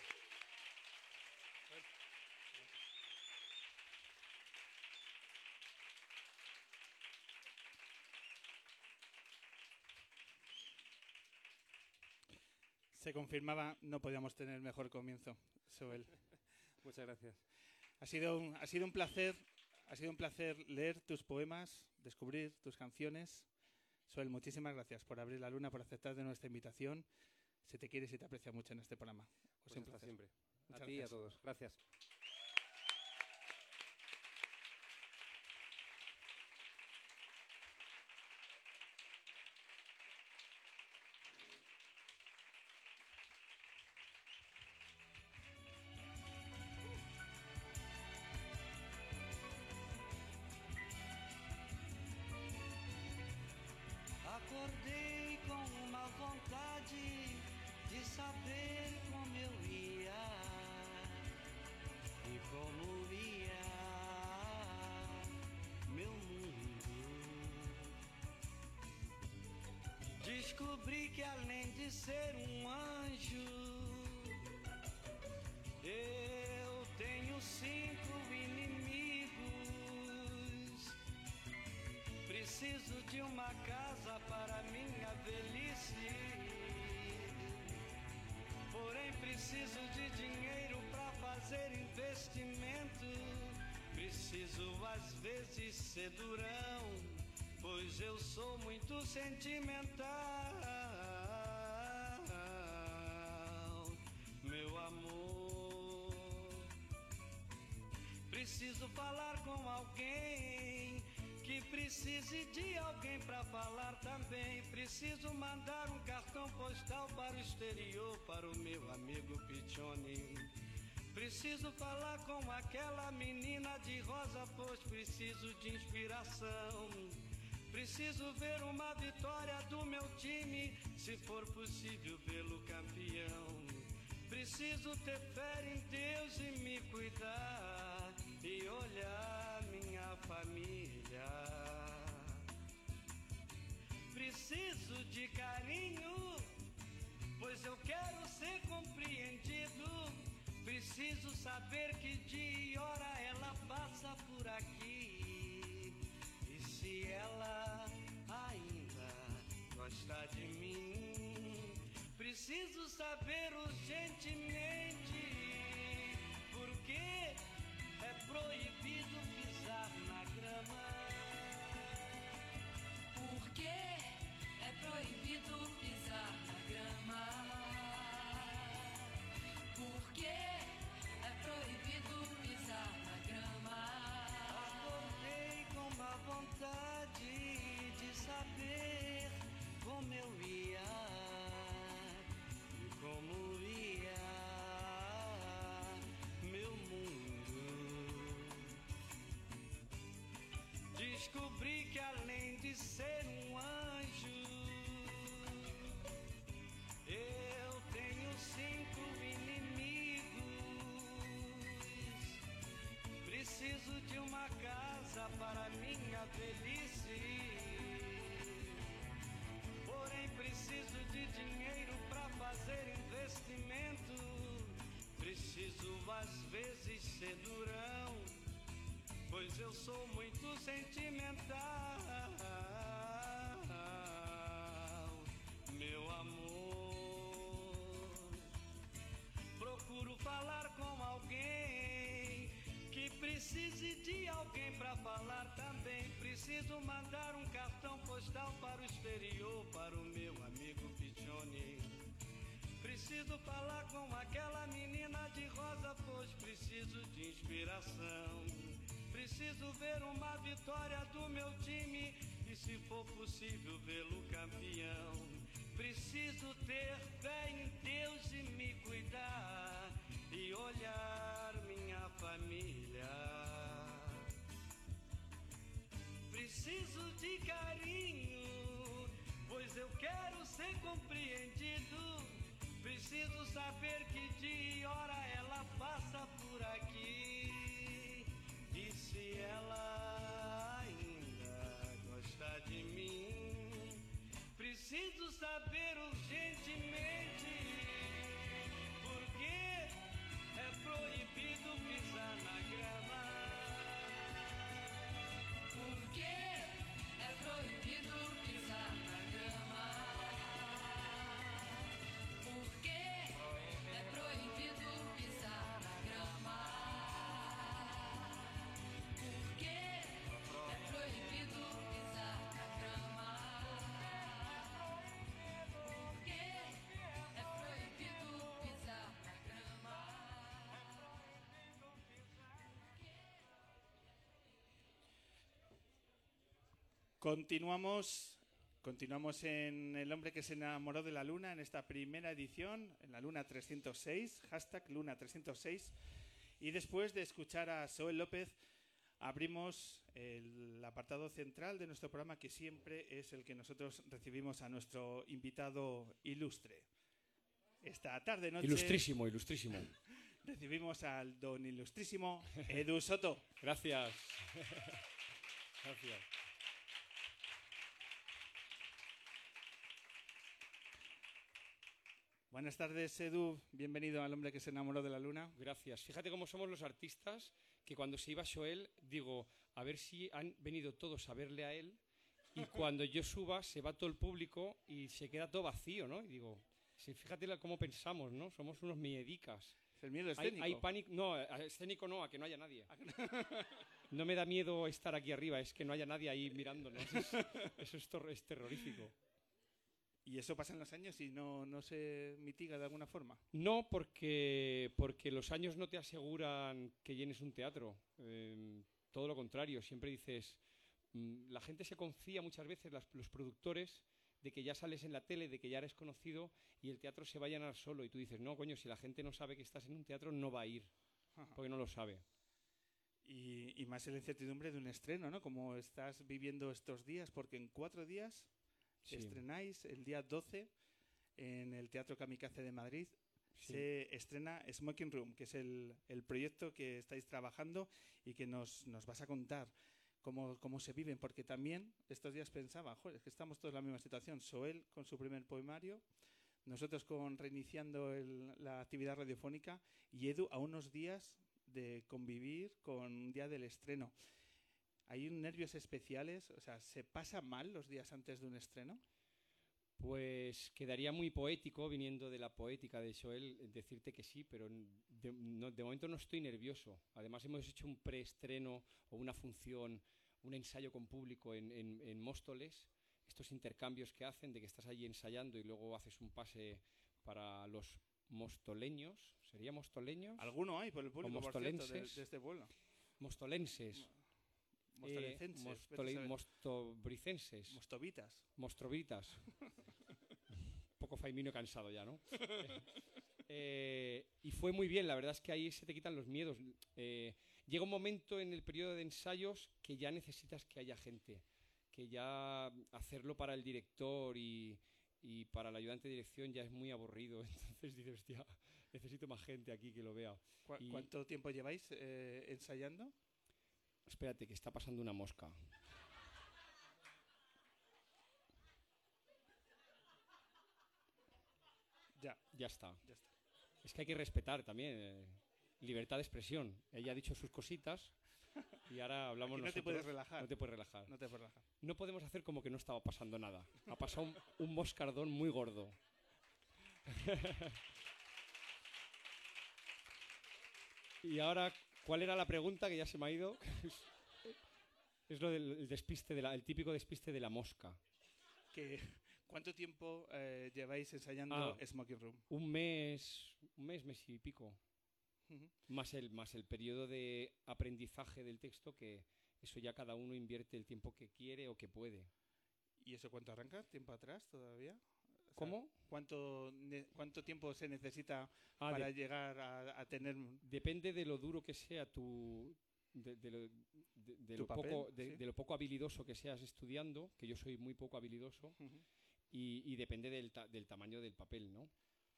Se confirmaba, no podíamos tener mejor comienzo, Soel. Muchas gracias. Ha sido un, ha sido un placer, ha sido un placer leer tus poemas, descubrir tus canciones. Soel, muchísimas gracias por abrir la luna, por aceptar de nuestra invitación. Se te quiere y se te aprecia mucho en este programa. Pues hasta siempre. Muchas a ti y a gracias. todos. Gracias. Acordei com uma vontade de saber como eu ia e como ia meu mundo. Descobri que além de ser um anjo, eu tenho cinco inimigos. Preciso de uma casa para minha velhice, porém preciso de dinheiro para fazer investimento. Preciso às vezes ser durão, pois eu sou muito sentimental. Meu amor, Preciso falar com alguém que precise de alguém pra falar também. Preciso mandar um cartão postal para o exterior, para o meu amigo Piccioni. Preciso falar com aquela menina de rosa, pois preciso de inspiração. Preciso ver uma vitória do meu time, se for possível vê-lo campeão. Preciso ter fé em Deus e me cuidar e olhar minha família. Preciso de carinho, pois eu quero ser compreendido. Preciso saber que dia e hora ela passa por aqui. E se ela ainda gosta de mim, preciso saber urgentemente porque é proibido pisar na grama. Por que é proibido pisar na grama? Por que é proibido pisar na grama? Acordei com uma vontade de saber como eu ia e como ia meu mundo. Descobri que além de ser um anjo, eu tenho cinco inimigos. Preciso de uma casa para minha velhice, porém preciso de dinheiro para fazer investimento. Preciso às vezes ser durão, pois eu sou muito sentimental. Meu amor, procuro falar com alguém que precise de alguém pra falar também. Preciso mandar um cartão postal para o exterior, para o meu amigo Piccioni. Preciso falar com aquela menina de rosa, pois preciso de inspiração. Preciso ver uma vitória do meu time e, se for possível, vê-lo campeão. Preciso ter fé em Deus e me cuidar e olhar minha família. Preciso de carinho, pois eu quero ser compreendido. Preciso saber que dia e hora ela passa por aqui. E se ela ainda gosta de mim, preciso saber urgentemente porque é proibido pisar na grama. Por que é proibido pisar na grama? Por que é proibido pisar na grama? Por que é proibido pisar na grama? Por que é proibido pisar na grama? Continuamos, continuamos en El hombre que se enamoró de la luna, en esta primera edición, en la luna trescientos seis, hashtag luna trescientos seis. Y después de escuchar a Zoe López, abrimos el apartado central de nuestro programa, que siempre es el que nosotros recibimos a nuestro invitado ilustre. Esta tarde noche Ilustrísimo, ilustrísimo. recibimos al don ilustrísimo Edu Soto. Gracias. Gracias. Buenas tardes, Edu. Bienvenido al hombre que se enamoró de la luna. Gracias. Fíjate cómo somos los artistas, que cuando se iba Joel, digo, a ver si han venido todos a verle a él, y cuando yo suba se va todo el público y se queda todo vacío, ¿no? Y digo, sí, fíjate la- cómo pensamos, ¿no? Somos unos miedicas. Es el miedo Hay, escénico. hay pánico, no, a- escénico no, a que no haya nadie. No me da miedo estar aquí arriba, es que no haya nadie ahí mirándonos. Es- eso es, tor- es terrorífico. ¿Y eso pasa en los años y no, no se mitiga de alguna forma? No, porque, porque los años no te aseguran que llenes un teatro. Eh, todo lo contrario, siempre dices... mm, La gente se confía muchas veces, las- los productores, de que ya sales en la tele, de que ya eres conocido y el teatro se va a llenar solo. Y tú dices, no, coño, si la gente no sabe que estás en un teatro, no va a ir, Ajá. porque no lo sabe. Y, y más en la incertidumbre de un estreno, ¿no? Como estás viviendo estos días, porque en cuatro días Sí. estrenáis el día doce en el Teatro Kamikaze de Madrid. Sí. Se estrena Smoking Room, que es el, el proyecto que estáis trabajando y que nos, nos vas a contar cómo, cómo se viven, porque también estos días pensaba, joder, es que estamos todos en la misma situación. Soel con su primer poemario, nosotros con reiniciando el- la actividad radiofónica y Edu a unos días de convivir con un día del estreno. ¿Hay un nervios especiales? O sea, ¿se pasa mal los días antes de un estreno? Pues quedaría muy poético, viniendo de la poética de Joel, decirte que sí, pero n- de, no- de momento no estoy nervioso. Además hemos hecho un preestreno o una función, un ensayo con público en, en- en Móstoles, estos intercambios que hacen de que estás allí ensayando y luego haces un pase para los mostoleños. ¿Sería mostoleños? ¿Alguno hay por el público, por cierto, de, mostolenses. de este pueblo? Mostolenses. Mostolenses, Eh, vete a mostole- saber. mostobricenses. Mostovitas. Mostrovitas. Un poco faimino y cansado ya, ¿no? Eh, y fue muy bien, la verdad es que ahí se te quitan los miedos. Eh, llega un momento en el periodo de ensayos que ya necesitas que haya gente, que ya hacerlo para el director y, y para el ayudante de dirección ya es muy aburrido. Entonces dices, hostia, necesito más gente aquí que lo vea. ¿Cu- Y- ¿Cuánto tiempo lleváis eh, ensayando? Espérate, que está pasando una mosca. Ya, Ya está. ya está. Es que hay que respetar también. eh, libertad de expresión. Ella ha dicho sus cositas y ahora hablamos Aquí no te nosotros. puedes relajar. No te puedes relajar. No te puedes relajar. No podemos hacer como que no estaba pasando nada. Ha pasado un, un moscardón muy gordo. Y ahora, ¿cuál era la pregunta que ya se me ha ido? Es lo del el despiste, de la- el típico despiste de la mosca. Que, ¿Cuánto tiempo eh, lleváis ensayando Ah. Smoking Room? Un mes, un mes, mes y pico. Ujú. Más el, más el periodo de aprendizaje del texto, que eso ya cada uno invierte el tiempo que quiere o que puede. ¿Y eso cuánto arranca? ¿Tiempo atrás todavía? O sea, ¿Cómo? ¿Cuánto, ne- ¿Cuánto tiempo se necesita Ah, para de- llegar a, a tener... depende de lo duro que sea tu... De, de lo, de- de Tu lo papel, poco, de, sí. de lo poco habilidoso que seas estudiando, que yo soy muy poco habilidoso, Ujú. y, y depende del, ta- del tamaño del papel, ¿no?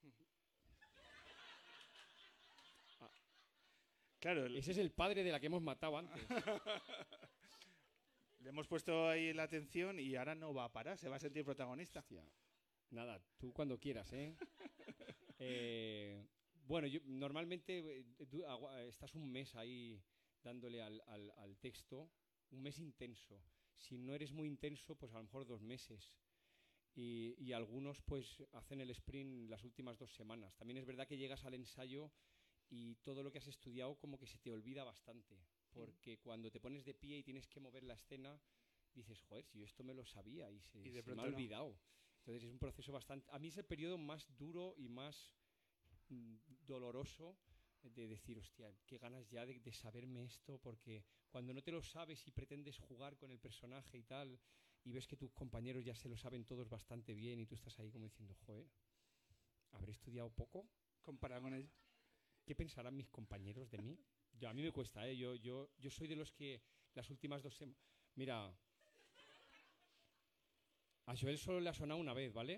Claro, el- Ese es el padre de la que hemos matado antes. le hemos puesto ahí la atención y ahora no va a parar, se va a sentir protagonista. Hostia. Nada, tú cuando quieras, ¿eh? Eh, bueno, yo normalmente eh, tú agua- estás un mes ahí dándole al, al- al texto, un mes intenso. Si no eres muy intenso, pues a lo mejor dos meses. Y, y algunos pues hacen el sprint las últimas dos semanas. También es verdad que llegas al ensayo y todo lo que has estudiado como que se te olvida bastante. Porque cuando te pones de pie y tienes que mover la escena, dices, joder, si yo esto me lo sabía y se, Y de se me pronto ha no. olvidado. Entonces es un proceso bastante... A mí es el periodo más duro y más mm, doloroso de decir, hostia, qué ganas ya de, de saberme esto, porque cuando no te lo sabes y pretendes jugar con el personaje y tal, y ves que tus compañeros ya se lo saben todos bastante bien y tú estás ahí como diciendo, joder, ¿habré estudiado poco? Comparado con ello. ¿Qué pensarán mis compañeros de mí? Yo, a mí me cuesta, ¿eh? Yo, yo, yo soy de los que las últimas dos semanas... Mira, a Joel solo le ha sonado una vez, ¿vale?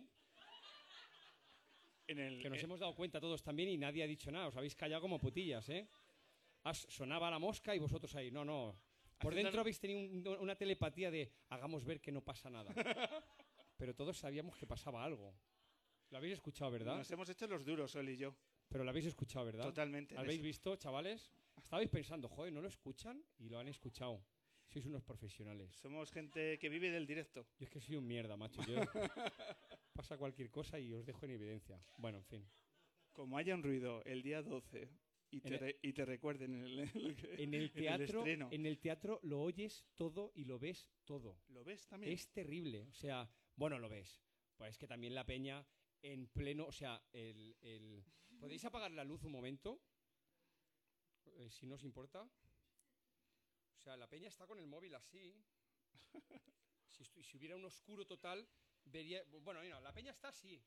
En el, Que nos eh, hemos dado cuenta todos también y nadie ha dicho nada. Os habéis callado como putillas, ¿eh? Has- sonaba la mosca y vosotros ahí. No, no. Por Haciendo- dentro habéis tenido un- una telepatía de hagamos ver que no pasa nada. Pero todos sabíamos que pasaba algo. Lo habéis escuchado, ¿verdad? Nos hemos hecho los duros, Sol y yo. Pero lo habéis escuchado, ¿verdad? Totalmente. en ¿Habéis eso. visto, chavales? Estabais pensando, joder, ¿no lo escuchan? Y lo han escuchado. Sois unos profesionales. Somos gente que vive del directo. Yo es que soy un mierda, macho. Yo pasa cualquier cosa y os dejo en evidencia. Bueno, en fin. Como haya un ruido el día doce y te, En el- re- y te recuerden en el, En el teatro, estreno. en el teatro lo oyes todo y lo ves todo. ¿Lo ves también? Es terrible. O sea, bueno, lo ves. Pues es que también la peña en pleno, o sea, el, el... ¿podéis apagar la luz un momento? Eh, si no os importa. O sea, la peña está con el móvil así. Si, estu- si hubiera un oscuro total, vería... Bueno, no, la peña está así.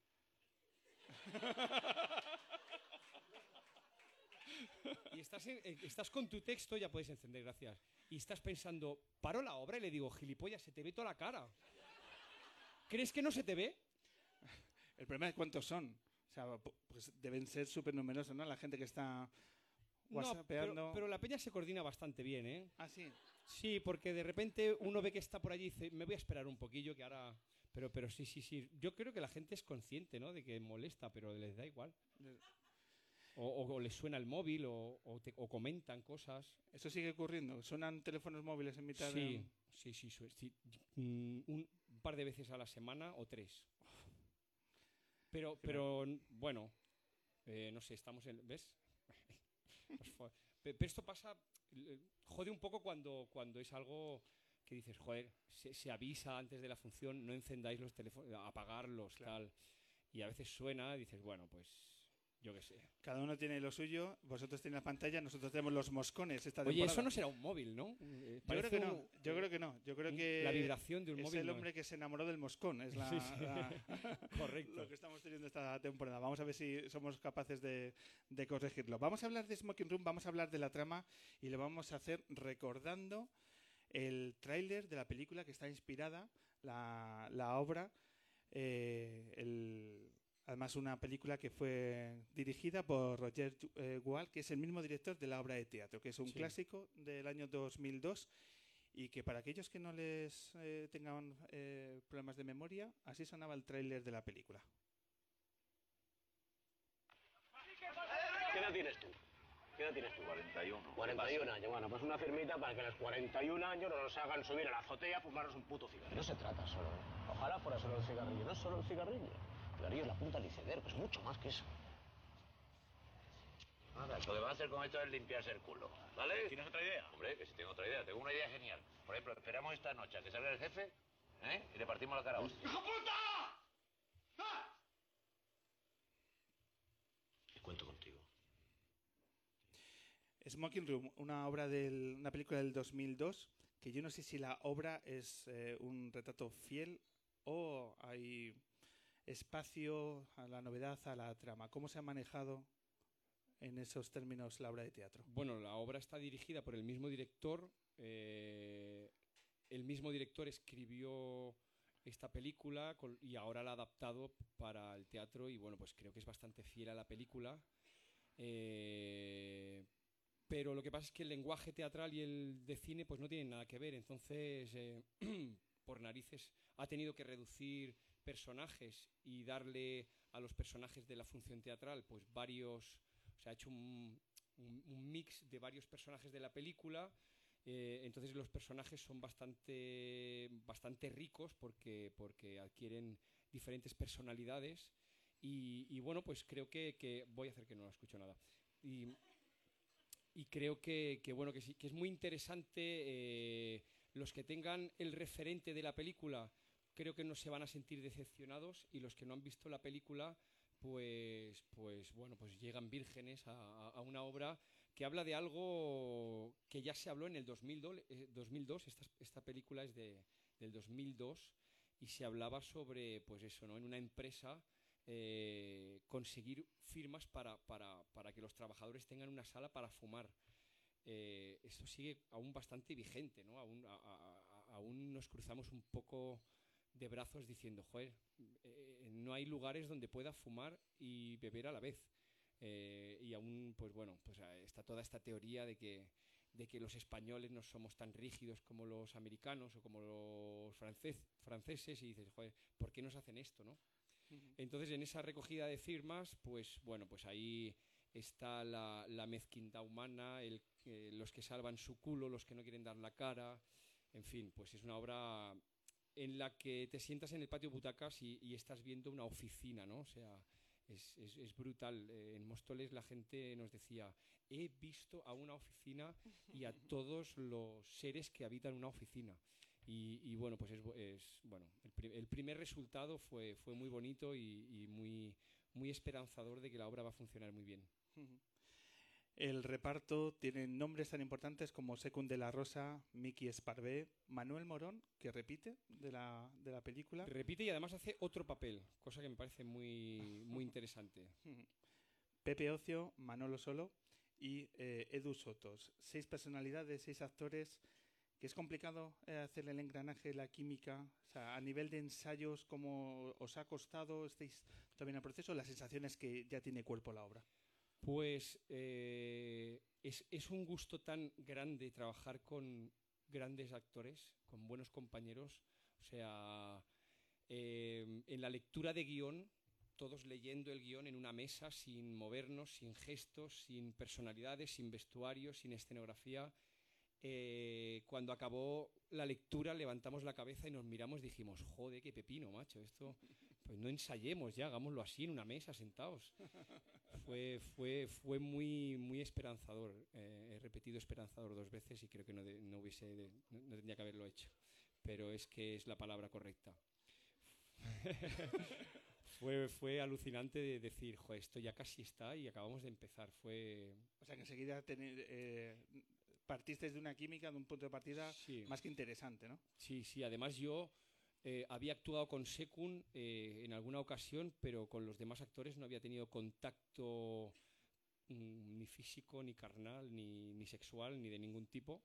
Y estás, en- eh, estás con tu texto, ya puedes encender, gracias. Y estás pensando, paro la obra y le digo, gilipollas, se te ve toda la cara. ¿Crees que no se te ve? El problema es cuántos son. O sea, pu- pues deben ser súper numerosos, ¿no? La gente que está No, whatsappeando. pero, pero la peña se coordina bastante bien, ¿eh? Ah, sí. Sí, porque de repente uno ve que está por allí y dice, me voy a esperar un poquillo que ahora... Pero, pero sí, sí, sí. Yo creo que la gente es consciente, ¿no? De que molesta, pero les da igual. O, o- o les suena el móvil, o, o te- o comentan cosas. Eso sigue ocurriendo. Suenan teléfonos móviles en mitad Sí, de... sí, sí, su- sí. Mm, Un par de veces a la semana o tres. Pero, pero bueno, eh, no sé, estamos en... ¿Ves? Pues fue- Pe- Pero esto pasa, eh, jode un poco cuando, cuando es algo que dices, joder, se, se avisa antes de la función, no encendáis los teléfonos, apagarlos, tal. Y a veces suena y dices, bueno, pues yo qué sé. Cada uno tiene lo suyo. Vosotros tenéis la pantalla, nosotros tenemos los moscones esta Oye, temporada. eso no será un móvil, ¿no? Eh, Yo creo parece que no. un- Yo creo que no. Yo creo un- que la vibración de un es móvil el no hombre que se enamoró del moscón. Es la, Sí, sí. la- Correcto. lo que estamos teniendo esta temporada. Vamos a ver si somos capaces de, de corregirlo. Vamos a hablar de Smoking Room, vamos a hablar de la trama y lo vamos a hacer recordando el tráiler de la película que está inspirada, la, la obra, eh, el, además una película que fue dirigida por Roger eh, Gual, que es el mismo director de la obra de teatro, que es un Sí. clásico del año dos mil dos y que para aquellos que no les eh, tengan eh, problemas de memoria, así sonaba el tráiler de la película. ¿Qué edad tienes tú? ¿Qué edad tienes tú? cuarenta y uno. cuarenta y uno años. Bueno, pues una firmita para que a los cuarenta y un años no nos hagan subir a la azotea a fumarnos un puto cigarrillo. No se trata solo, ¿eh? Ojalá fuera solo el cigarrillo. No es solo el cigarrillo. El cigarrillo es la punta del iceberg, es mucho más que eso. Nada, lo que van a hacer con esto es limpiarse el culo. ¿Vale? ¿Tienes otra idea? Hombre, que si tengo otra idea. Tengo una idea genial. Por ejemplo, esperamos esta noche a que salga el jefe, ¿eh? Y le partimos la cara a hostia. ¡Hijo puta! ¡Ah! Y cuento contigo. Smoking Room, una obra del, una película del dos mil dos, que yo no sé si la obra es eh, un retrato fiel o hay espacio a la novedad, a la trama. ¿Cómo se ha manejado en esos términos la obra de teatro? Bueno, la obra está dirigida por el mismo director. eh, el mismo director escribió esta película con- y ahora la ha adaptado para el teatro y bueno, pues creo que es bastante fiel a la película. Eh, pero lo que pasa es que el lenguaje teatral y el de cine pues no tienen nada que ver. Entonces, eh, por narices, ha tenido que reducir personajes y darle a los personajes de la función teatral pues varios... O sea, ha hecho un, un- un mix de varios personajes de la película. eh, entonces los personajes son bastante, bastante ricos porque, porque adquieren diferentes personalidades. Y, y bueno, pues creo que, que... Voy a hacer que no escucho nada. Y, y creo que, que, bueno, que, sí, que es muy interesante. eh, los que tengan el referente de la película creo que no se van a sentir decepcionados y los que no han visto la película pues, pues bueno, pues llegan vírgenes a, a- a una obra que habla de algo que ya se habló en el dos mil dos. eh, dos mil dos esta, esta película es de, del dos mil dos y se hablaba sobre, pues eso, ¿no? En una empresa eh, conseguir firmas para, para, para que los trabajadores tengan una sala para fumar. Eh, esto sigue aún bastante vigente, ¿no? Aún, a- a- a- aún nos cruzamos un poco de brazos diciendo, joder, eh, no hay lugares donde pueda fumar y beber a la vez. Eh, y aún, pues bueno, pues eh, está toda esta teoría de que, de que los españoles no somos tan rígidos como los americanos o como los francés- franceses y dices, joder, ¿por qué nos hacen esto, no? Entonces, en esa recogida de firmas, pues bueno, pues ahí está la, la mezquindad humana, el, eh, los que salvan su culo, los que no quieren dar la cara, en fin, pues es una obra en la que te sientas en el patio butacas y, y estás viendo una oficina, ¿no? O sea, es, es, es brutal. Eh, en Móstoles la gente nos decía, he visto a una oficina y a todos los seres que habitan una oficina. Y, y bueno, pues es, es bueno, el, pri el primer resultado fue, fue muy bonito y, y muy, muy esperanzador de que la obra va a funcionar muy bien. El reparto tiene nombres tan importantes como Secund de la Rosa, Miki Esparvé, Manuel Morón, que repite de la, de la película. Repite y además hace otro papel, cosa que me parece muy, muy interesante. Pepe Ocio, Manolo Solo y eh, Edu Sotos. Seis personalidades, seis actores, que es complicado eh, hacer el engranaje, la química. O sea, a nivel de ensayos, ¿cómo os ha costado? ¿Estáis todavía en el proceso? ¿La sensación es que ya tiene cuerpo la obra? Pues eh, es, es un gusto tan grande trabajar con grandes actores, con buenos compañeros. O sea, eh, en la lectura de guión, todos leyendo el guión en una mesa, sin movernos, sin gestos, sin personalidades, sin vestuario, sin escenografía. Eh, cuando acabó la lectura levantamos la cabeza y nos miramos y dijimos, joder, qué pepino, macho, esto pues no ensayemos ya, hagámoslo así en una mesa, sentados. Fue, fue, fue muy, muy esperanzador. Eh, he repetido esperanzador dos veces y creo que no, de, no, hubiese de, no, no tendría que haberlo hecho, pero es que es la palabra correcta. Fue, fue alucinante de decir, joder, esto ya casi está y acabamos de empezar. Fue... O sea, que enseguida tener, eh, partiste de una química, de un punto de partida sí. más que interesante, ¿no? Sí, sí. Además yo eh, había actuado con Secund eh, en alguna ocasión, pero con los demás actores no había tenido contacto mm, ni físico, ni carnal, ni, ni sexual, ni de ningún tipo.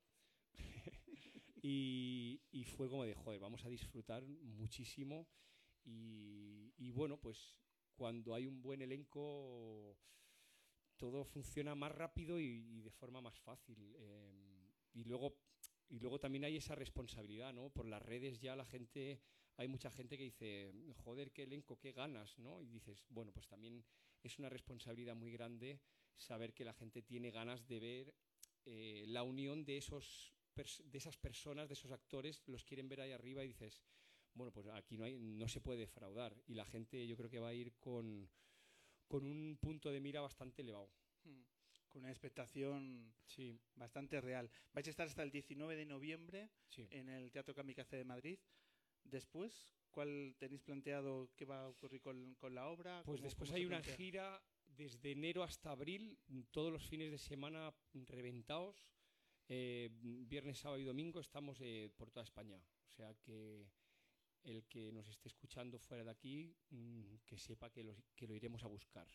y, y fue como de, joder, vamos a disfrutar muchísimo. Y, y bueno, pues cuando hay un buen elenco todo funciona más rápido y, y de forma más fácil. Eh, y luego y luego también hay esa responsabilidad, ¿no? Por las redes ya la gente, hay mucha gente que dice, joder, qué elenco, qué ganas, ¿no? Y dices, bueno, pues también es una responsabilidad muy grande saber que la gente tiene ganas de ver eh, la unión de esos de esas personas, de esos actores, los quieren ver ahí arriba y dices, bueno, pues aquí no hay, no se puede defraudar y la gente yo creo que va a ir con, con un punto de mira bastante elevado. Hmm. Con una expectación sí. bastante real. Vais a estar hasta el diecinueve de noviembre sí. en el Teatro Kamikaze de Madrid. Después, ¿cuál tenéis planteado qué va a ocurrir con, con la obra? Pues ¿Cómo, después cómo hay se una plantea? gira desde enero hasta abril, todos los fines de semana reventados. Eh, viernes, sábado y domingo estamos eh, por toda España. O sea que el que nos esté escuchando fuera de aquí, mmm, que sepa que lo, que lo iremos a buscar.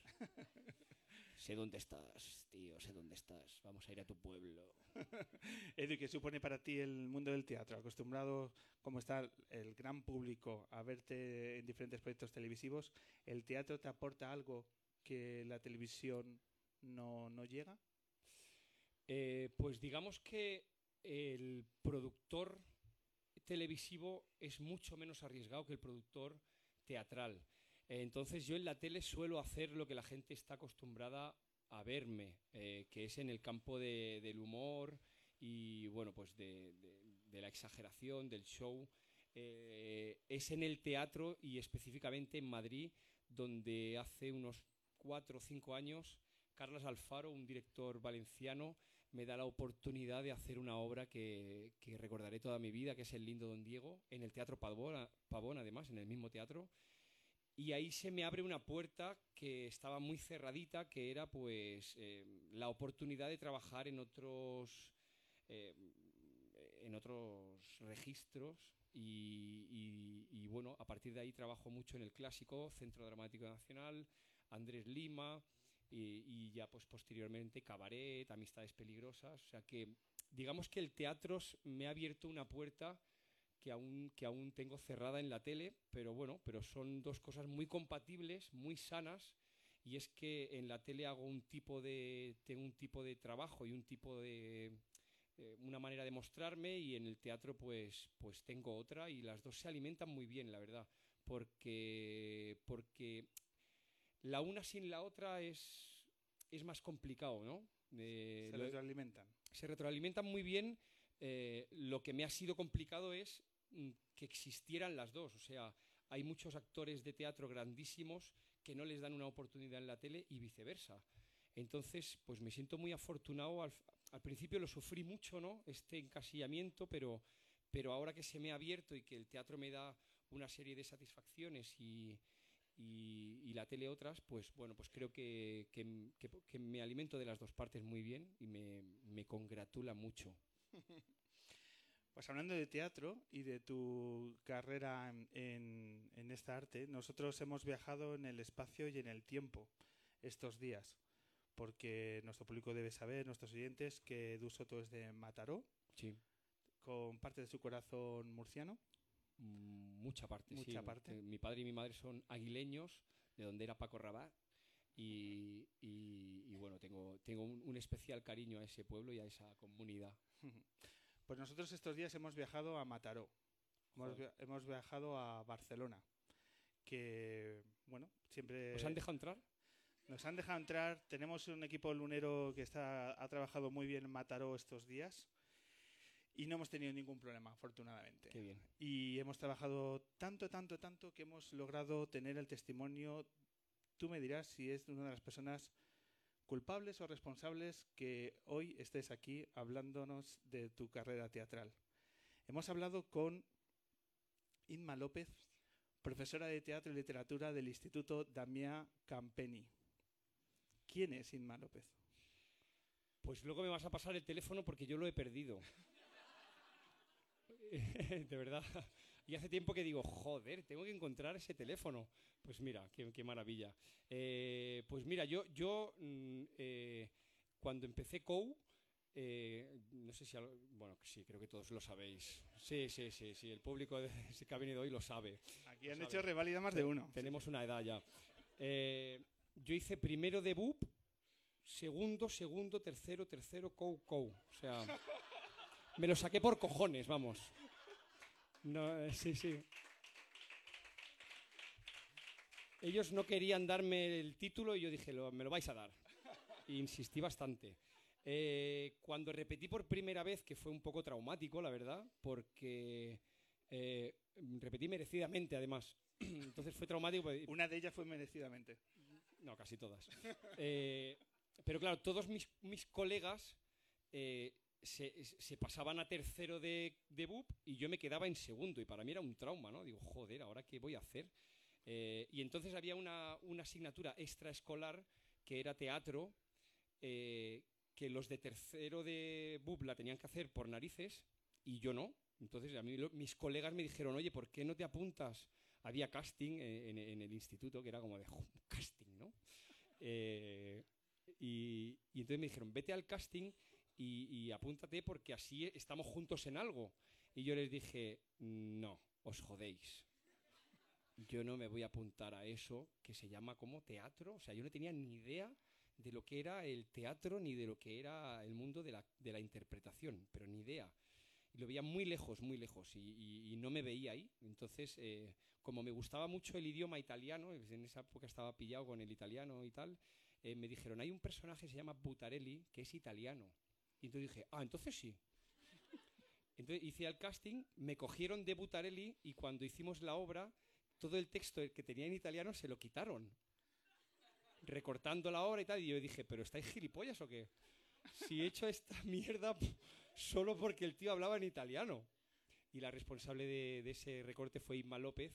Sé dónde estás, tío, sé dónde estás. Vamos a ir a tu pueblo. Edu, ¿qué supone para ti el mundo del teatro? Acostumbrado, como está el gran público, a verte en diferentes proyectos televisivos, ¿el teatro te aporta algo que la televisión no, no llega? Eh, pues digamos que el productor televisivo es mucho menos arriesgado que el productor teatral. Eh, entonces yo en la tele suelo hacer lo que la gente está acostumbrada a verme, eh, que es en el campo de, del humor y bueno, pues de, de, de la exageración, del show. Eh, es en el teatro y específicamente en Madrid, donde hace unos cuatro o cinco años Carles Alfaro, un director valenciano, me da la oportunidad de hacer una obra que, que recordaré toda mi vida, que es El lindo Don Diego, en el Teatro Pavón, Pavón, además, en el mismo teatro. Y ahí se me abre una puerta que estaba muy cerradita, que era pues eh, la oportunidad de trabajar en otros, eh, en otros registros. Y, y, y bueno, a partir de ahí trabajo mucho en el Clásico, Centro Dramático Nacional, Andrés Lima... Y, y ya pues posteriormente Cabaret, Amistades Peligrosas. O sea que digamos que el teatro me ha abierto una puerta que aún, que aún tengo cerrada en la tele, pero bueno, pero son dos cosas muy compatibles, muy sanas, y es que en la tele hago un tipo de, tengo un tipo de trabajo y un tipo de eh, una manera de mostrarme, y en el teatro pues, pues tengo otra, y las dos se alimentan muy bien, la verdad, porque porque la una sin la otra es, es más complicado, ¿no? Eh, se retroalimentan. Se retroalimentan muy bien. Eh, lo que me ha sido complicado es mm, que existieran las dos. O sea, hay muchos actores de teatro grandísimos que no les dan una oportunidad en la tele y viceversa. Entonces, pues me siento muy afortunado. Al, al principio lo sufrí mucho, ¿no? Este encasillamiento, pero, pero ahora que se me ha abierto y que el teatro me da una serie de satisfacciones y, y, y la tele otras, pues bueno, pues creo que, que, que, que me alimento de las dos partes muy bien y me, me congratula mucho. Pues hablando de teatro y de tu carrera en, en, en esta arte, nosotros hemos viajado en el espacio y en el tiempo estos días, porque nuestro público debe saber, nuestros oyentes, que Edu Soto es de Mataró, sí, con parte de su corazón murciano. Mucha parte, Mucha sí. parte. Mi padre y mi madre son aguileños, de donde era Paco Rabat, y, y, y bueno, tengo, tengo un, un especial cariño a ese pueblo y a esa comunidad. Pues nosotros estos días hemos viajado a Mataró, hemos, via hemos viajado a Barcelona, que, bueno, siempre... ¿Os han dejado entrar? Nos han dejado entrar, tenemos un equipo lunero que está, ha trabajado muy bien en Mataró estos días y no hemos tenido ningún problema, afortunadamente. Qué bien. Y hemos trabajado tanto, tanto, tanto que hemos logrado tener el testimonio, tú me dirás si es una de las personas culpables o responsables que hoy estés aquí hablándonos de tu carrera teatral. Hemos hablado con Inma López, profesora de Teatro y Literatura del Instituto Damià Campeny. ¿Quién es Inma López? Pues luego me vas a pasar el teléfono porque yo lo he perdido. De verdad. Y hace tiempo que digo, joder, tengo que encontrar ese teléfono. Pues mira, qué, qué maravilla. Eh, pues mira, yo, yo mm, eh, cuando empecé C O U, eh, no sé si... Algo, bueno, sí, creo que todos lo sabéis. Sí, sí, sí, sí, el público de, que ha venido hoy lo sabe. Aquí han lo hecho sabe. reválida más de uno. Tenemos una edad ya. Eh, yo hice primero de B U P, segundo, segundo, tercero, tercero, C O U, C O U. O sea, me lo saqué por cojones, vamos. No, eh, sí, sí. Ellos no querían darme el título y yo dije, lo, me lo vais a dar. E insistí bastante. Eh, cuando repetí por primera vez, que fue un poco traumático, la verdad, porque eh, repetí merecidamente, además. Entonces fue traumático. Porque... Una de ellas fue merecidamente. No, casi todas. Eh, pero claro, todos mis, mis colegas eh, se, se pasaban a tercero de, de B U P y yo me quedaba en segundo. Y para mí era un trauma, ¿no? Digo, joder, ¿ahora qué voy a hacer? Eh, y entonces había una, una asignatura extraescolar que era teatro, eh, que los de tercero de B U P la tenían que hacer por narices y yo no. Entonces a mí lo, mis colegas me dijeron, oye, ¿por qué no te apuntas? Había casting en, en, en el instituto que era como de oh, casting, ¿no? Eh, y, y entonces me dijeron, vete al casting y, y apúntate porque así estamos juntos en algo. Y yo les dije, no, os jodéis. Yo no me voy a apuntar a eso que se llama como teatro. O sea, yo no tenía ni idea de lo que era el teatro ni de lo que era el mundo de la, de la interpretación, pero ni idea. Y lo veía muy lejos, muy lejos, y, y, y no me veía ahí. Entonces, eh, como me gustaba mucho el idioma italiano, en esa época estaba pillado con el italiano y tal, eh, me dijeron, hay un personaje que se llama Butarelli, que es italiano. Y entonces dije, ah, entonces sí. Entonces hice el casting, me cogieron de Butarelli y cuando hicimos la obra, todo el texto que tenía en italiano se lo quitaron, recortando la obra y tal. Y yo dije, ¿pero estáis gilipollas o qué? Si he hecho esta mierda solo porque el tío hablaba en italiano. Y la responsable de, de ese recorte fue Inma López,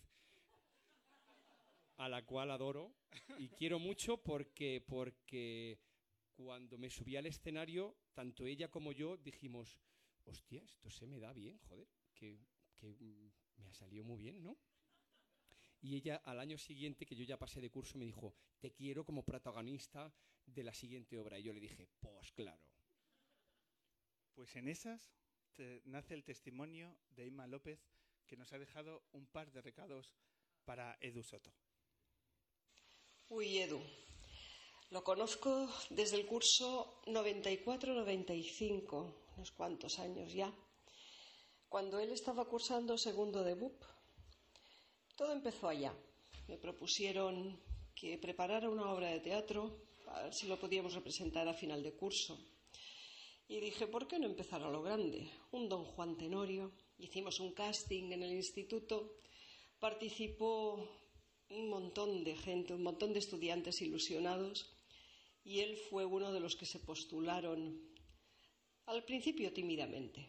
a la cual adoro y quiero mucho porque, porque cuando me subí al escenario, tanto ella como yo dijimos, hostia, esto se me da bien, joder, que, que me ha salido muy bien, ¿no? Y ella al año siguiente, que yo ya pasé de curso, me dijo, te quiero como protagonista de la siguiente obra. Y yo le dije, pues claro. Pues en esas te nace el testimonio de Inma López, que nos ha dejado un par de recados para Edu Soto. Uy, Edu, lo conozco desde el curso noventa y cuatro noventa y cinco, unos cuantos años ya, cuando él estaba cursando segundo de B U P. Todo empezó allá. Me propusieron que preparara una obra de teatro a ver si lo podíamos representar a final de curso. Y dije, ¿por qué no empezar a lo grande? Un Don Juan Tenorio. Hicimos un casting en el instituto. Participó un montón de gente, un montón de estudiantes ilusionados. Y él fue uno de los que se postularon, al principio tímidamente.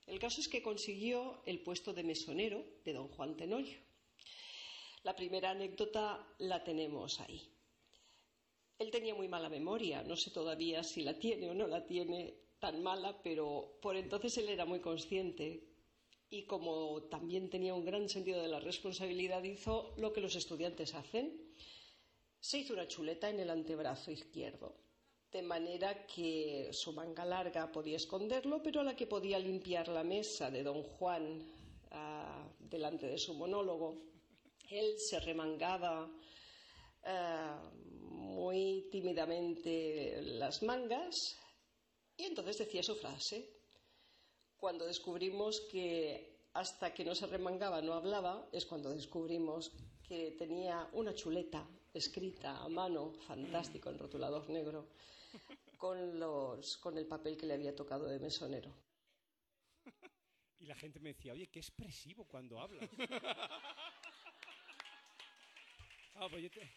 El caso es que consiguió el puesto de mesonero de don Juan Tenorio. La primera anécdota la tenemos ahí. Él tenía muy mala memoria, no sé todavía si la tiene o no la tiene tan mala, pero por entonces él era muy consciente y como también tenía un gran sentido de la responsabilidad, hizo lo que los estudiantes hacen. Se hizo una chuleta en el antebrazo izquierdo, de manera que su manga larga podía esconderlo, pero a la que podía limpiar la mesa de don Juan uh, delante de su monólogo. Él se remangaba uh, muy tímidamente las mangas y entonces decía su frase. Cuando descubrimos que hasta que no se remangaba no hablaba, es cuando descubrimos que tenía una chuleta escrita a mano, fantástico, en rotulador negro, con, los, con el papel que le había tocado de mesonero. Y la gente me decía, oye, qué expresivo cuando hablas. Ah, pues yo, te...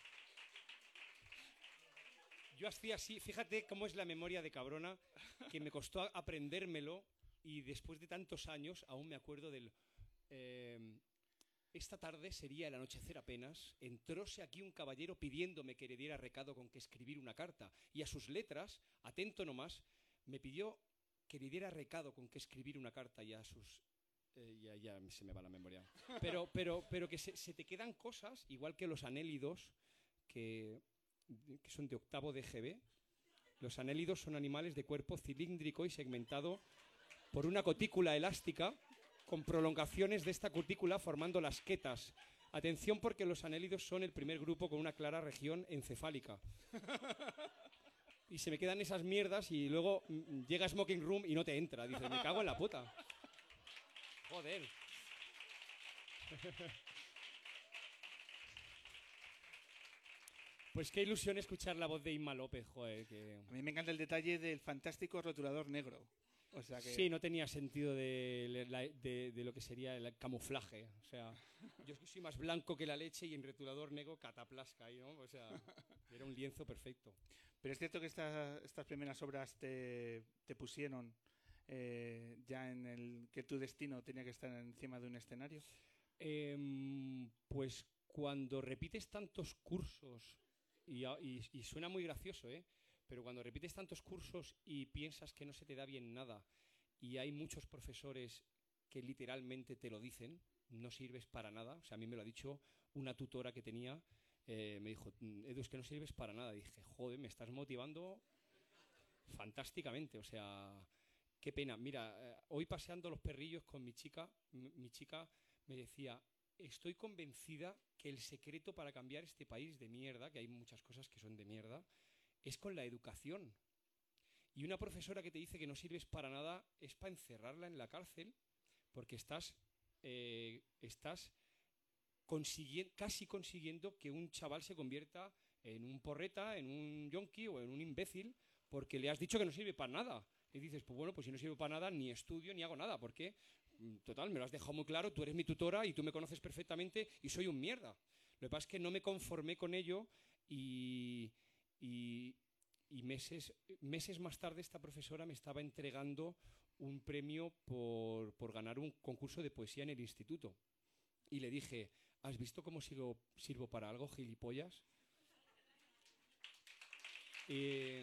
yo hacía así, fíjate cómo es la memoria de cabrona, que me costó aprendérmelo y después de tantos años aún me acuerdo del... Eh, esta tarde sería el anochecer apenas, entróse aquí un caballero pidiéndome que le diera recado con que escribir una carta y a sus letras, atento nomás, me pidió que le diera recado con que escribir una carta y a sus... Eh, ya, ya se me va la memoria. Pero, pero, pero que se, se te quedan cosas, igual que los anélidos, que, que son de octavo D G B. Los anélidos son animales de cuerpo cilíndrico y segmentado por una cutícula elástica con prolongaciones de esta cutícula formando las quetas. Atención porque los anélidos son el primer grupo con una clara región encefálica. Y se me quedan esas mierdas y luego mm, llega Smoking Room y no te entra. Dices, me cago en la puta. Joder. Pues qué ilusión escuchar la voz de Inma López, joder. Que... A mí me encanta el detalle del fantástico rotulador negro. O sea que... Sí, no tenía sentido de, de, de lo que sería el camuflaje. O sea, yo soy más blanco que la leche y en rotulador negro cataplasca ahí, ¿no? O sea, era un lienzo perfecto. Pero es cierto que esta, estas primeras obras te, te pusieron eh, ya en el que tu destino tenía que estar encima de un escenario. Eh, pues cuando repites tantos cursos, y, y, y suena muy gracioso, ¿eh? Pero cuando repites tantos cursos y piensas que no se te da bien nada, y hay muchos profesores que literalmente te lo dicen, no sirves para nada. O sea, a mí me lo ha dicho una tutora que tenía, eh, me dijo, Edu, es que no sirves para nada. Y dije, joder, me estás motivando fantásticamente. O sea, qué pena. Mira, eh, hoy paseando los perrillos con mi chica, mi, mi chica me decía, estoy convencida que el secreto para cambiar este país de mierda, que hay muchas cosas que son de mierda, es con la educación. Y una profesora que te dice que no sirves para nada es para encerrarla en la cárcel porque estás, eh, estás consigui- casi consiguiendo que un chaval se convierta en un porreta, en un yonki o en un imbécil porque le has dicho que no sirve para nada. Y dices, pues bueno, pues si no sirve para nada, ni estudio ni hago nada, porque, total, me lo has dejado muy claro, tú eres mi tutora y tú me conoces perfectamente y soy un mierda. Lo que pasa es que no me conformé con ello y... Y, y meses, meses más tarde esta profesora me estaba entregando un premio por, por ganar un concurso de poesía en el instituto. Y le dije, ¿has visto cómo sigo, sirvo para algo, gilipollas? Eh,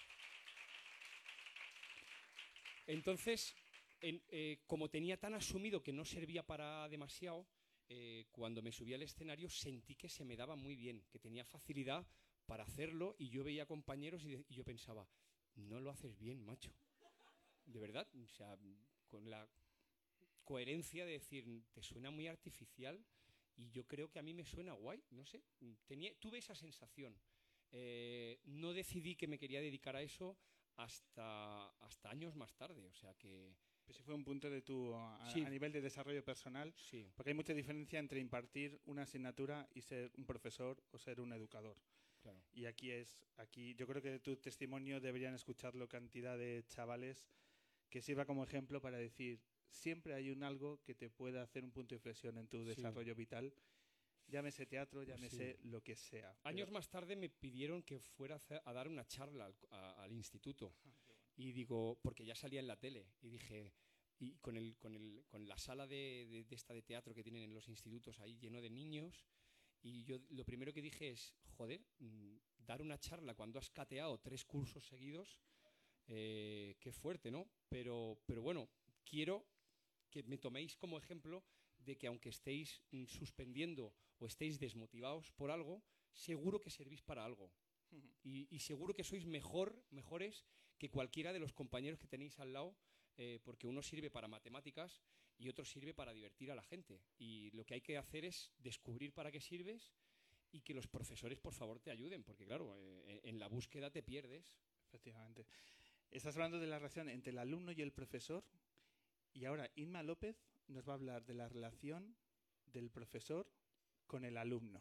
entonces, en, eh, como tenía tan asumido que no servía para demasiado, eh, cuando me subí al escenario sentí que se me daba muy bien, que tenía facilidad para hacerlo, y yo veía compañeros y, de, y yo pensaba, no lo haces bien, macho. De verdad, o sea, con la coherencia de decir, te suena muy artificial y yo creo que a mí me suena guay, no sé, tenía, tuve esa sensación. Eh, no decidí que me quería dedicar a eso hasta, hasta años más tarde, o sea que... Pues fue un punto de tu, a, sí. a nivel de desarrollo personal, sí. Porque hay mucha diferencia entre impartir una asignatura y ser un profesor o ser un educador. Claro. Y aquí es, aquí yo creo que tu testimonio deberían escucharlo cantidad de chavales que sirva como ejemplo para decir, siempre hay un algo que te pueda hacer un punto de inflexión en tu sí. desarrollo vital, llámese teatro, llámese sí. lo que sea. Años Pero... más tarde me pidieron que fuera a dar una charla al, a, al instituto. Ah, bueno. Y digo, porque ya salía en la tele, y dije, y con, el, con, el, con la sala de, de, de esta de teatro que tienen en los institutos ahí lleno de niños, y yo lo primero que dije es, joder, mmm, dar una charla cuando has cateado tres cursos seguidos, eh, qué fuerte, ¿no? Pero, pero bueno, quiero que me toméis como ejemplo de que aunque estéis mm, suspendiendo o estéis desmotivados por algo, seguro que servís para algo. Uh-huh. Y, y seguro que sois mejor, mejores que cualquiera de los compañeros que tenéis al lado, eh, porque uno sirve para matemáticas y otro sirve para divertir a la gente. Y lo que hay que hacer es descubrir para qué sirves y que los profesores, por favor, te ayuden, porque claro, eh, en la búsqueda te pierdes. Efectivamente. Estás hablando de la relación entre el alumno y el profesor, y ahora Inma López nos va a hablar de la relación del profesor con el alumno.